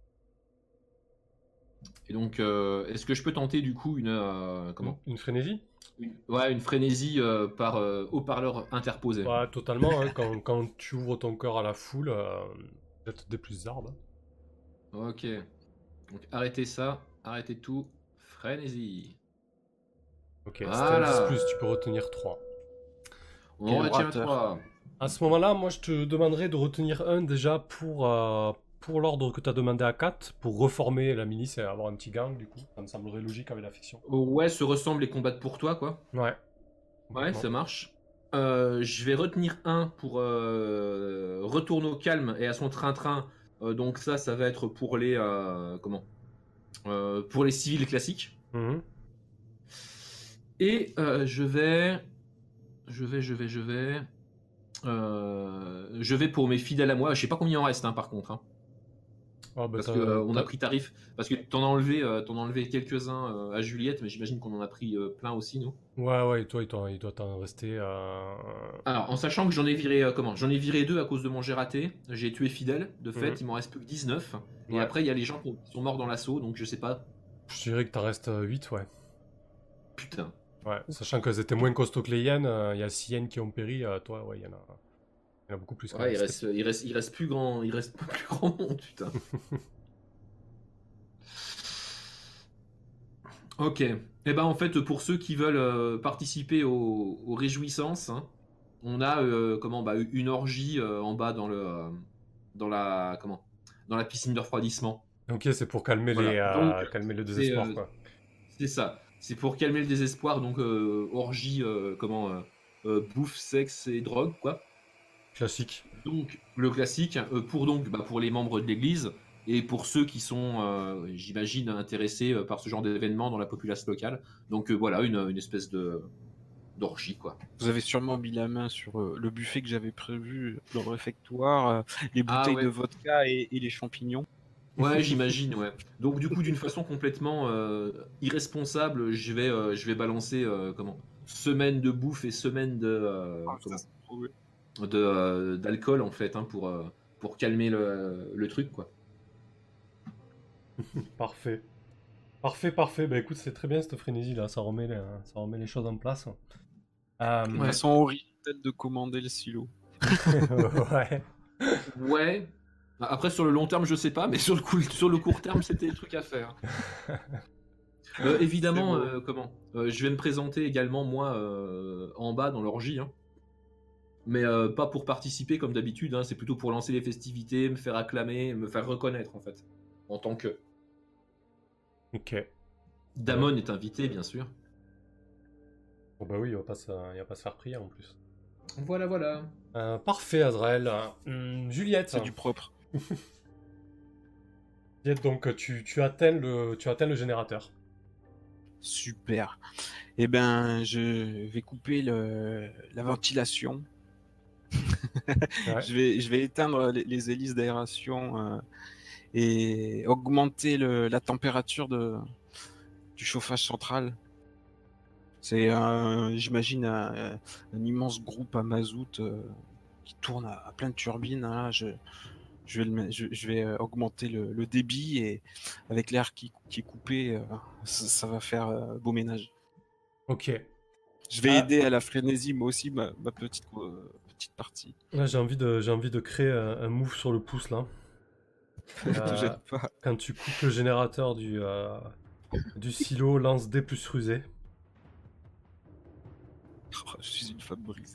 Et donc, euh, est-ce que je peux tenter du coup une, euh, Une, comment une frénésie? une, ouais, une frénésie euh, par euh, haut-parleur interposé. Ouais, totalement, hein, quand, quand tu ouvres ton cœur à la foule, euh, jette des plus arbres. Ok. Donc arrêtez ça, arrêtez tout. Frénésie. Ok, si t'as un dix Voilà. plus, tu peux retenir trois. On Quel retient orateur. trois. À ce moment-là, moi je te demanderais de retenir un déjà pour, euh, pour l'ordre que tu as demandé à quatre, pour reformer la milice et avoir un petit gang du coup. Ça me semblerait logique avec la fiction. Ouais, se ressemblent et combattent pour toi, quoi. Ouais, Ouais, complètement. ça marche. Euh, je vais retenir un pour euh, retourner au calme et à son train-train. Euh, donc ça, ça va être pour les euh, comment Euh, pour les civils classiques. Mhm. Et euh, je vais, je vais, je vais, je vais, euh, je vais pour mes fidèles à moi. Je sais pas combien il en reste, hein, par contre. Hein. Ah, bah, Parce t'as- que euh, on a t'as- pris tarif. Parce que t'en as enlevé, euh, t'en as enlevé quelques-uns euh, à Juliette, mais j'imagine qu'on en a pris euh, plein aussi, nous. Ouais, ouais, et toi, il doit, il doit t'en rester. euh, Alors, en sachant que j'en ai viré euh, comment? J'en ai viré deux à cause de mon jet raté. J'ai tué fidèle, de fait, Mhm. il m'en reste plus que dix-neuf. Et Ouais. après, il y a les gens qui sont morts dans l'assaut, donc je sais pas. Je dirais que t'en restes huit, ouais. Putain. Ouais, sachant qu'elles étaient moins costauds que les hyènes, euh, il y a six hyènes qui ont péri, euh, toi, ouais, il y en a, il y en a beaucoup plus quand Ouais, même. il C'était- reste, il reste, il reste plus grand, il reste pas plus grand monde, putain. Ok. Et ben en fait, pour ceux qui veulent euh, participer aux, aux réjouissances, hein, on a euh, comment bah, une orgie euh, en bas dans le euh, dans la comment dans la piscine de refroidissement. Ok, c'est pour calmer les, Voilà. Donc euh, calmer le c'est désespoir, euh, quoi. c'est ça. C'est pour calmer le désespoir. Donc euh, orgie euh, comment euh, euh, bouffe, sexe et drogue quoi. Classique. Donc le classique euh, pour donc bah, pour les membres de l'Église et pour ceux qui sont, euh, j'imagine, intéressés euh, par ce genre d'événement dans la population locale. Donc euh, voilà, une, une espèce de d'orgie quoi. Vous avez sûrement mis la main sur euh, le buffet que j'avais prévu dans le réfectoire, euh, les Ah bouteilles ouais. de vodka et, et les champignons. Ouais, j'imagine, ouais. Donc du coup, d'une façon complètement euh, irresponsable, je vais, euh, je vais balancer euh, comment semaine de bouffe et semaine de euh, Ah, ça, comment c'est trop bien. de euh, d'alcool en fait hein, pour euh, pour calmer le, le truc quoi. Parfait. Parfait, parfait. Bah écoute, c'est très bien cette frénésie là, ça remet les, ça remet les choses en place. Euh, De toute Ouais. façon, Henri, peut-être de commander le silo. ouais. Ouais. Après sur le long terme, je sais pas, mais sur le coup, sur le court terme, c'était le truc à faire. Euh, évidemment, C'est beau. euh, comment euh, je vais me présenter également moi euh, en bas dans l'orgie. Hein. Mais euh, pas pour participer comme d'habitude, hein, c'est plutôt pour lancer les festivités, me faire acclamer, me faire reconnaître en fait, en tant que. Ok. Damon est invité, bien sûr. Oh bah oui, il va pas se, il va pas se faire prier en plus. Voilà, voilà. Euh, parfait, Azrael. Hum, Juliette. C'est du propre. Juliette, donc tu, tu, atteins le, tu atteins le générateur. Super. Eh ben, je vais couper le, la ventilation. Ouais. je, vais, je vais éteindre les, les hélices d'aération euh, et augmenter le, la température de, du chauffage central. C'est, un- j'imagine, un, un immense groupe à mazout euh, qui tourne à, à plein de turbines. Hein. Je, je vais, le met- je, je vais euh, augmenter le, le débit et avec l'air qui, qui est coupé, euh, ça, ça va faire euh, beau ménage. Ok. Je vais Ah. aider à la frénésie, moi aussi, ma, ma petite, euh, petite partie. Là, j'ai envie de, j'ai envie de créer un, un move sur le pouce là. Euh, J'aime pas. quand tu coupes le générateur du, euh, du silo, lance D plus rusé. Oh, je suis une femme brisée.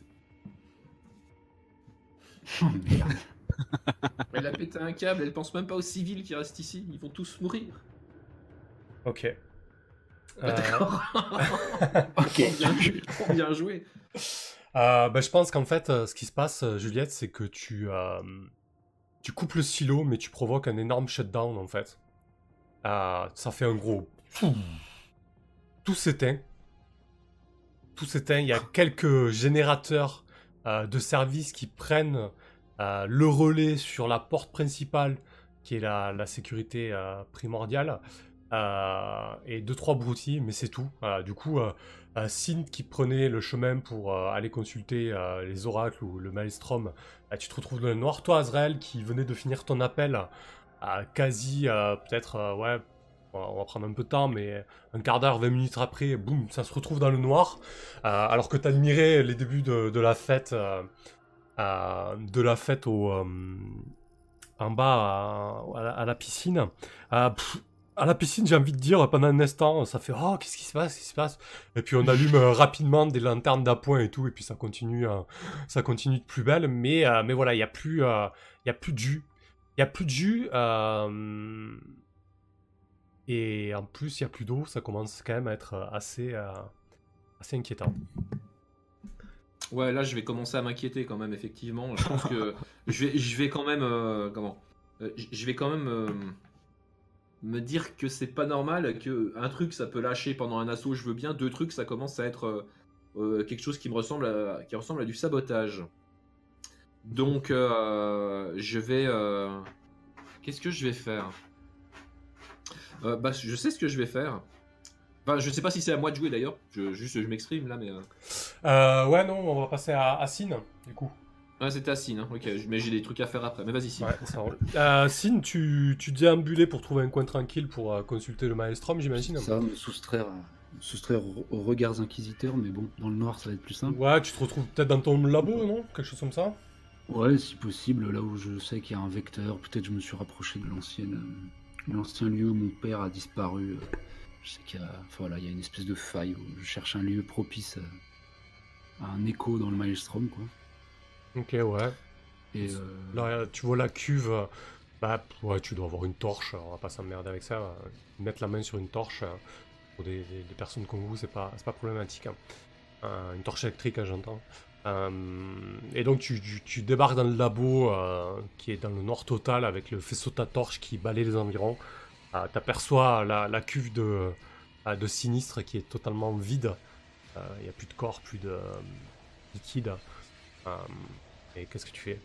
Oh merde. Elle a pété un câble, elle pense même pas aux civils qui restent ici, ils vont tous mourir. Ok. Ah, Euh, d'accord. Ok. bien, bien joué. euh, bah, je pense qu'en fait, euh, ce qui se passe, euh, Juliette, c'est que tu, euh, tu coupes le silo, mais tu provoques un énorme shutdown en fait. Euh, ça fait un gros. Tout s'éteint. Tout s'éteint. Il y a quelques générateurs euh, de service qui prennent euh, le relais sur la porte principale, qui est la, la sécurité euh, primordiale. Euh, et deux trois broutilles, mais c'est tout. Euh, du coup, euh, euh, Sint qui prenait le chemin pour euh, aller consulter euh, les oracles ou le maelstrom, euh, tu te retrouves dans le noir. Toi, Azrael, qui venait de finir ton appel, à quasi euh, peut-être euh, ouais, on va, on va prendre un peu de temps, mais un quart d'heure, vingt minutes après, boum, ça se retrouve dans le noir. Euh, alors que tu admirais les débuts de, de la fête, euh, euh, de la fête au euh, en bas à, à la, à la piscine. Euh, pff, à la piscine, j'ai envie de dire, pendant un instant, ça fait oh, qu'est-ce qui se passe, qu'est-ce qui se passe. Et puis on allume euh, rapidement des lanternes d'appoint et tout, et puis ça continue, euh, ça continue de plus belle. Mais, euh, mais voilà, il n'y a plus, euh, il y a plus de jus, il y a plus de jus. Euh, et en plus, il y a plus d'eau. Ça commence quand même à être assez, euh, assez inquiétant. Ouais, là je vais commencer à m'inquiéter quand même, effectivement. Je pense que je vais, je vais quand même. euh, comment Euh, Je je vais quand même euh, me dire que c'est pas normal, que un truc ça peut lâcher pendant un assaut, je veux bien. Deux trucs, ça commence à être euh, euh, quelque chose qui me ressemble à, qui ressemble à du sabotage. Donc euh, je vais. euh, Qu'est-ce que je vais faire Euh, Bah, je sais ce que je vais faire. Enfin, je sais pas si c'est à moi de jouer d'ailleurs. Je, juste, je m'exprime là, mais. euh, Euh, ouais, non, on va passer à, à Sin, du coup. Ah, c'était Assine, hein. Ok, mais j'ai des trucs à faire après. Mais vas-y, Sin. Ouais, ça roule. Euh, Sin, tu, tu déambulais pour trouver un coin tranquille pour euh, consulter le maelstrom, j'imagine. Ça va me soustraire, me soustraire aux- aux regards inquisiteurs, mais bon, dans le noir, ça va être plus simple. Ouais, tu te retrouves peut-être dans ton labo, non? Quelque chose comme ça? Ouais, si possible, là où je sais qu'il y a un vecteur, peut-être je me suis rapproché de l'ancienne, euh, l'ancien lieu où mon père a disparu. euh, Je sais qu'il y a, enfin, voilà, il y a une espèce de faille où je cherche un lieu propice à, à un écho dans le maelstrom, quoi. Ok, ouais. Et euh, Là, tu vois la cuve. euh, Bah, ouais, tu dois avoir une torche. On va pas s'emmerder avec ça. euh, Mettre la main sur une torche, euh, pour des, des- des personnes comme vous, c'est pas, c'est pas problématique. Hein. Euh, une torche électrique, hein, j'entends. Euh, et donc, tu, tu- tu débarques dans le labo euh, qui est dans le noir total avec le faisceau de ta torche qui balaye les environs. Euh, T'aperçois la, la cuve de, euh, de sinistre qui est totalement vide. Il n'y a plus de corps, plus de euh, liquide. Euh, et qu'est-ce que tu fais?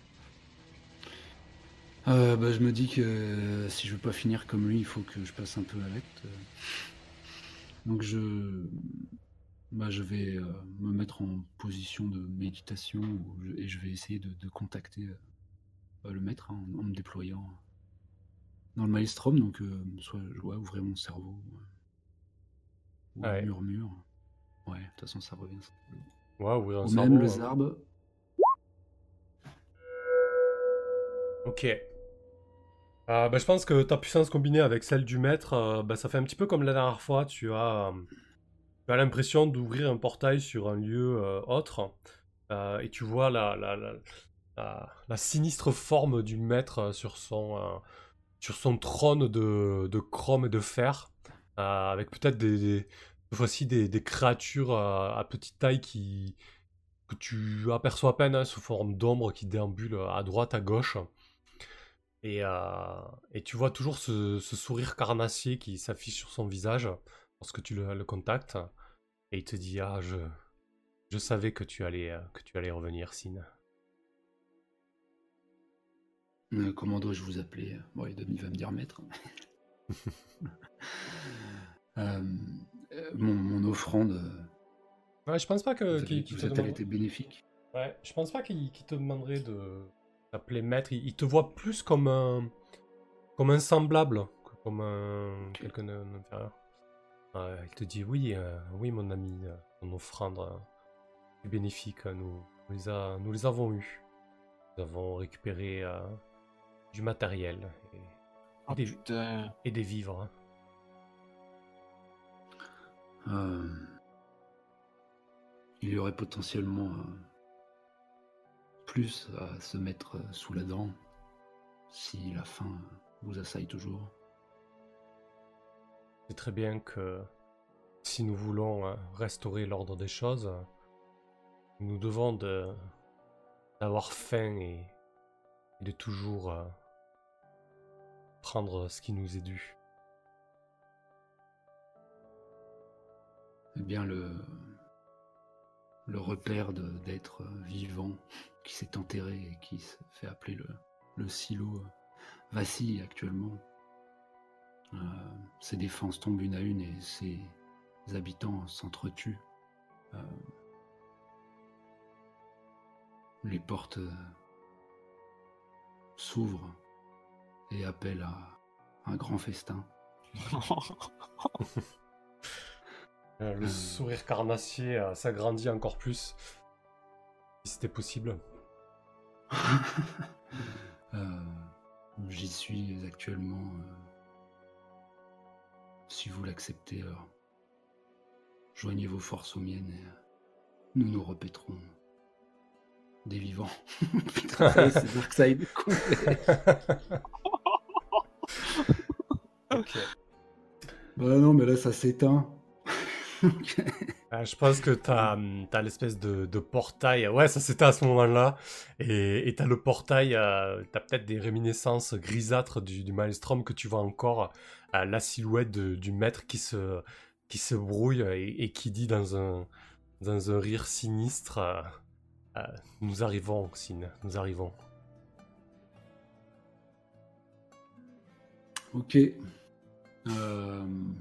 euh, bah, je me dis que euh, si je veux pas finir comme lui, il faut que je passe un peu à l'acte. euh. Donc je, bah, je vais euh, me mettre en position de méditation où je- et je vais essayer de, de contacter euh, bah, le maître, hein, en, en me déployant dans le maelstrom. Donc euh, soit ouais, ouvrir mon cerveau euh, ou un Ouais. murmure. Ouais, de toute façon ça revient. ça. Ouais, ouvrir un Ou cerveau, même le euh, zarbe. Ok. Euh, bah, je pense que ta puissance combinée avec celle du maître, euh, bah, ça fait un petit peu comme la dernière fois. Tu as, euh, tu as l'impression d'ouvrir un portail sur un lieu euh, autre. Euh, et tu vois la, la, la, la- la sinistre forme du maître euh, sur son, euh, sur son trône de, de chrome et de fer. Euh, avec peut-être des, des, Cette fois-ci, des, des créatures à, à petite taille qui, que tu aperçois à peine, hein, sous forme d'ombre qui déambulent à droite, à gauche. Et, euh, et tu vois toujours ce, ce sourire carnassier qui s'affiche sur son visage lorsque tu le, le contactes. Et il te dit, ah, je, je savais que tu allais, euh, que tu allais revenir, Sin. Euh, comment dois-je vous appeler? Bon, il va me dire maître. euh, euh, mon, mon offrande, euh, Ouais, je pense pas que vous, qu'il avez, qu'il vous te a-t-elle demande... été bénéfique? Ouais, je pense pas qu'il qu'il te demanderait de t'appeler maître. Il, il te voit plus comme un, comme un semblable, que comme un Ok. quelqu'un d'in- d'inférieur. Ouais, il te dit oui, euh, oui mon ami, euh, ton offrande euh, est bénéfique. euh, Nous, nous les a- nous les avons eus. Nous avons récupéré euh, du matériel et, et Oh des, putain. et des vivres. hein. Euh, il y aurait potentiellement euh, plus à se mettre euh, sous la dent si la faim euh, vous assaille toujours. C'est très bien que si nous voulons euh, restaurer l'ordre des choses, nous devons de d'avoir faim et, et de toujours euh, prendre ce qui nous est dû. Eh bien, le, le repère de- d'être vivant qui s'est enterré et qui se fait appeler le, le silo euh, vacille actuellement. Euh, ses défenses tombent une à une et ses habitants s'entretuent. Euh, les portes euh, s'ouvrent et appellent à un grand festin. Euh, le Euh. sourire carnassier euh, s'agrandit encore plus, si c'était possible. Euh, J'y suis actuellement. euh, si vous l'acceptez, alors joignez vos forces aux miennes et euh, nous nous répéterons des vivants. Putain, ça y est, c'est Darkseid complet. Ok. Bah non, mais là ça s'éteint. Euh, je pense que t'as hum, t'as l'espèce de, de portail. Ouais, ça c'était à ce moment-là. Et et t'as le portail, euh, t'as peut-être des réminiscences grisâtres du, du Maelstrom que tu vois encore. euh, la silhouette de- du maître qui se, qui se brouille et, et qui dit dans un, dans un rire sinistre euh, euh, nous arrivons, Sin, nous arrivons. Ok. Euh...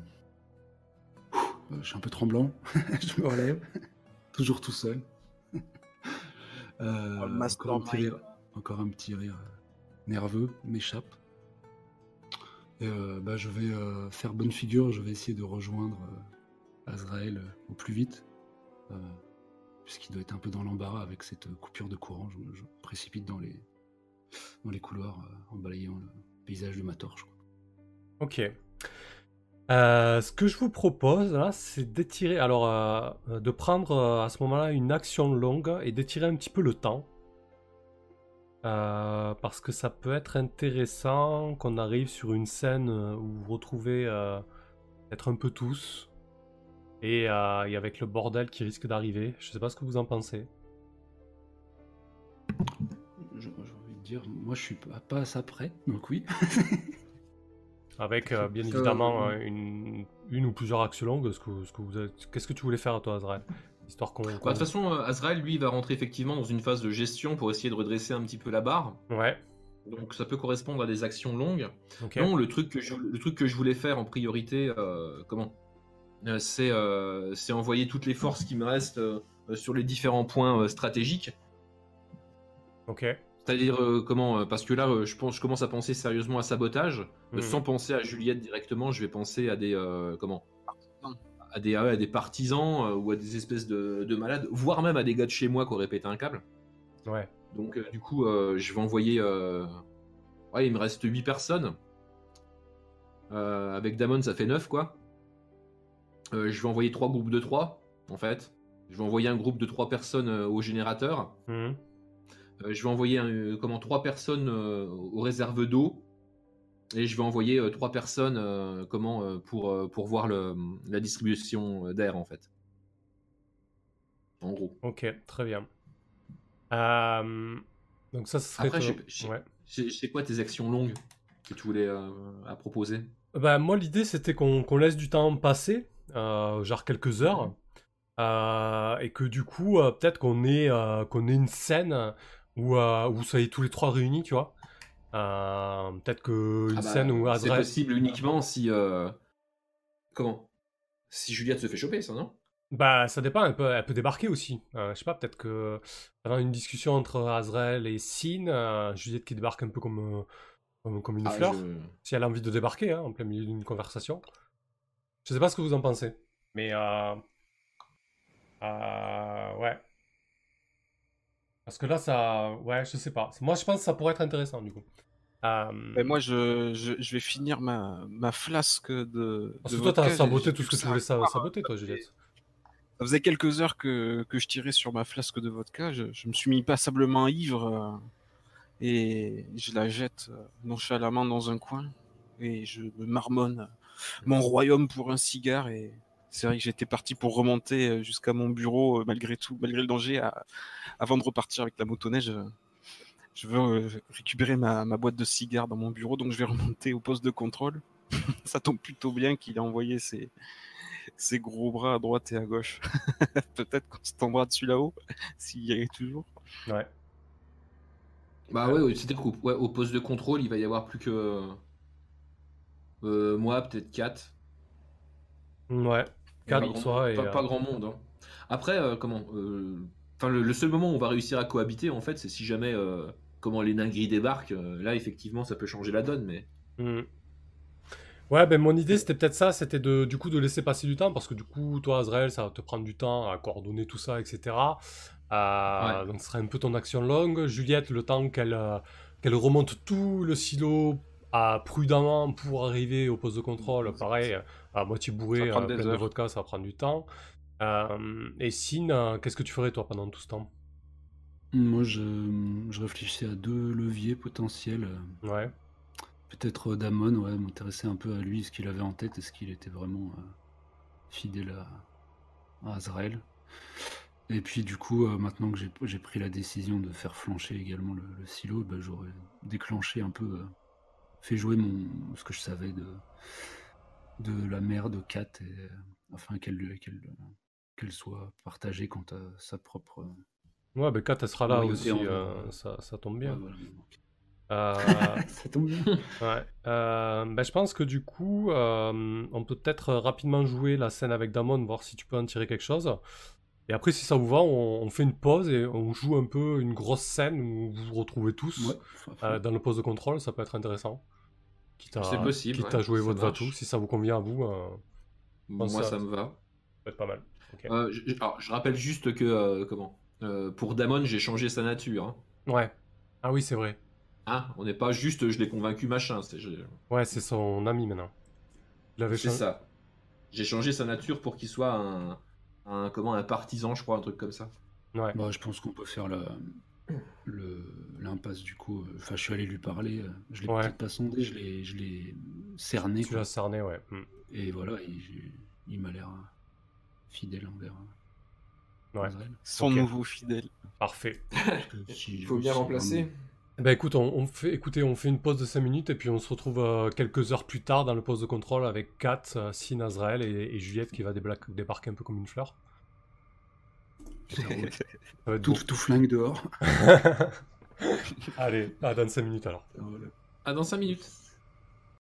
Je suis un peu tremblant. Je me relève. Toujours tout seul. Euh, Oh, le encore, un petit mastermind. rire, encore un petit rire nerveux m'échappe. Et, euh, bah, je vais euh, faire bonne figure. Je vais essayer de rejoindre euh, Azrael euh, au plus vite. Euh, puisqu'il doit être un peu dans l'embarras avec cette coupure de courant. Je, je me précipite dans les, dans les couloirs euh, en balayant le paysage de ma torche. quoi. Ok. Euh, ce que je vous propose là, c'est d'étirer, alors euh, de prendre euh, à ce moment-là une action longue et d'étirer un petit peu le temps. Euh, parce que ça peut être intéressant qu'on arrive sur une scène euh, où vous retrouvez euh, être un peu tous et, euh, et avec le bordel qui risque d'arriver. Je sais pas ce que vous en pensez. Je- J'ai envie de dire, moi je suis pas, pas à ça près, donc oui. Avec euh, bien Euh, évidemment euh, une, une ou plusieurs actions longues. Ce que, ce que vous êtes- Qu'est-ce que tu voulais faire toi, Azrael? Histoire qu'on. Bah, de qu'on- toute façon, euh, Azrael, lui, va rentrer effectivement dans une phase de gestion pour essayer de redresser un petit peu la barre. Ouais, Donc ça peut correspondre à des actions longues. ok. Non, le truc que je, le truc que je voulais faire en priorité, euh, comment Euh, c'est euh, c'est envoyer toutes les forces qui me restent euh, euh, sur les différents points euh, stratégiques. Ok. C'est-à-dire euh, comment euh, parce que là, euh, je pense, je commence à penser sérieusement à sabotage, euh, Mhm. sans penser à Juliette directement. Je vais penser à des euh, comment à des, à des partisans euh, ou à des espèces de, de malades, voire même à des gars de chez moi qui auraient pété un câble. Ouais. Donc euh, du coup, euh, je vais envoyer. euh, Ouais, il me reste huit personnes. Euh, avec Damon, ça fait neuf, quoi. Euh, je vais envoyer trois groupes de trois, en fait. Je vais envoyer un groupe de trois personnes euh, au générateur. Mhm. Euh, je vais envoyer un, euh, comment, trois personnes euh, aux réserves d'eau. Et je vais envoyer euh, trois personnes euh, comment, euh, pour, euh, pour voir le, la distribution d'air, en fait. En gros. Ok, très bien. Euh, Donc ça, ce serait... Après, ton- je sais Ouais. je sais quoi tes actions longues que tu voulais euh, à proposer? Bah, moi, l'idée, c'était qu'on qu'on laisse du temps passer, euh, genre quelques heures, euh, et que du coup, euh, peut-être qu'on ait, euh, qu'on ait une scène où, euh, où vous soyez tous les trois réunis, tu vois. Euh, peut-être qu'une Ah scène bah, où c'est Azrael... possible uniquement si... euh, Comment? Si Juliette se fait choper, ça, non? Bah, ça dépend, elle peut, elle peut débarquer aussi. Euh, je sais pas, peut-être que pendant une discussion entre Azrael et Sin, euh, Juliette qui débarque un peu comme, euh, comme, comme une Ah, fleur, je... si elle a envie de débarquer, hein, en plein milieu d'une conversation. Je sais pas ce que vous en pensez, mais euh, euh, ouais. Parce que là, ça... Ouais, je sais pas. Moi, je pense que ça pourrait être intéressant, du coup. Euh, Ben, moi, je, je, je vais finir ma, ma flasque de, Parce de que toi, t'as vodka. J'ai- j'ai saboté tout vu ce que que tu ça voulais allait sa- boire. saboter, toi, Juliette. Ça faisait quelques heures que, que je tirais sur ma flasque de vodka. Je, je me suis mis passablement ivre euh, et je la jette euh, nonchalamment dans un coin et je me marmonne mon royaume pour un cigare. Et c'est vrai que j'étais parti pour remonter euh, jusqu'à mon bureau euh, malgré tout, malgré le danger, à- avant de repartir avec la motoneige. euh, Je veux euh, récupérer ma, ma boîte de cigares dans mon bureau, donc je vais remonter au poste de contrôle. Ça tombe plutôt bien qu'il a envoyé ses, ses gros bras à droite et à gauche. Peut-être qu'on se tombera dessus là-haut, s'il y est toujours. Ouais. Bah ouais, ouais, c'était cool. Ouais, au poste de contrôle, il va y avoir plus que... euh, moi, peut-être quatre. Ouais. Et pas Quatre, grand, toi, et... pas, euh, pas grand monde, hein. Après, euh, comment euh, Enfin, le, le seul moment où on va réussir à cohabiter, en fait, c'est si jamais euh, comment les nains gris débarquent. euh, là, effectivement, ça peut changer la donne, mais... hmm. Ouais, ben mon idée c'était peut-être ça, c'était de du coup de laisser passer du temps parce que du coup toi Azrael ça va te prendre du temps à coordonner tout ça, et cetera. Ouais. Euh, donc ce serait un peu ton action longue. Juliette, le temps qu'elle euh, qu'elle remonte tout le silo à prudemment pour arriver au poste de contrôle, pareil, euh, à moitié Ça bourré, va prendre euh, plein des de heures. vodka, ça va prendre du temps. Euh, et Sin, euh, qu'est-ce que tu ferais toi pendant tout ce temps? Moi, je, je réfléchissais à deux leviers potentiels. Ouais. Peut-être euh, Damon, ouais, m'intéresser un peu à lui, ce qu'il avait en tête, est-ce qu'il était vraiment euh, fidèle à, à Azrael. Et puis du coup, euh, maintenant que j'ai j'ai pris la décision de faire flancher également le, le silo, bah, j'aurais déclenché un peu, euh, fait jouer mon, ce que je savais de, de la mère de Kat, et, euh, afin qu'elle qu'elle qu'elle soit partagée quant à sa propre euh, Ouais, ben Kat elle sera là loyauté aussi, envers. euh, ça, ça tombe Ouais, bien. voilà, donc. Euh, Ça tombe bien. Ouais. Euh, ben, je pense que du coup, euh, on peut peut-être rapidement jouer la scène avec Damon, voir si tu peux en tirer quelque chose. Et après, si ça vous va, on, on fait une pause et on joue un peu une grosse scène où vous vous retrouvez tous Ouais, à fond. euh, dans le poste de contrôle, ça peut être intéressant. Quitte C'est à, possible, quitte ouais, à jouer ça votre marche. Vatou, si ça vous convient à vous, euh, je pense Moi, que ça, ça ça me va. peut être pas mal. Ok. Euh, je, je- alors, je rappelle juste que, euh, comment euh, pour Damon, j'ai changé sa nature, hein. Ouais. Ah oui, c'est vrai. Hein, on n'est pas juste, je l'ai convaincu, machin. C'est je- Ouais, c'est son ami maintenant. Il avait c'est changé. ça. J'ai changé sa nature pour qu'il soit un, un, comment, un partisan, je crois, un truc comme ça. Ouais. Bah, je pense qu'on peut faire la, le, l'impasse du coup. Enfin, je suis allé lui parler. euh, Je l'ai Ouais. peut-être pas sondé, je l'ai, je l'ai cerné. Tu quoi. l'as cerné, ouais. Hmm. Et voilà, il, il m'a l'air fidèle envers Ouais. Azrael. Son Ok. nouveau fidèle. Parfait. Parce que si- Il faut bien si remplacer. vraiment- Ben écoute, on, on fait, écoutez, on fait une pause de cinq minutes et puis on se retrouve euh, quelques heures plus tard dans le poste de contrôle avec Kat, euh, Sin, Azrael et, et Juliette qui va débla- débarquer un peu comme une fleur. ça roule. Ça va être tout, beau. tout flingue dehors. Allez, à dans cinq minutes alors. Voilà. Ah, dans cinq minutes.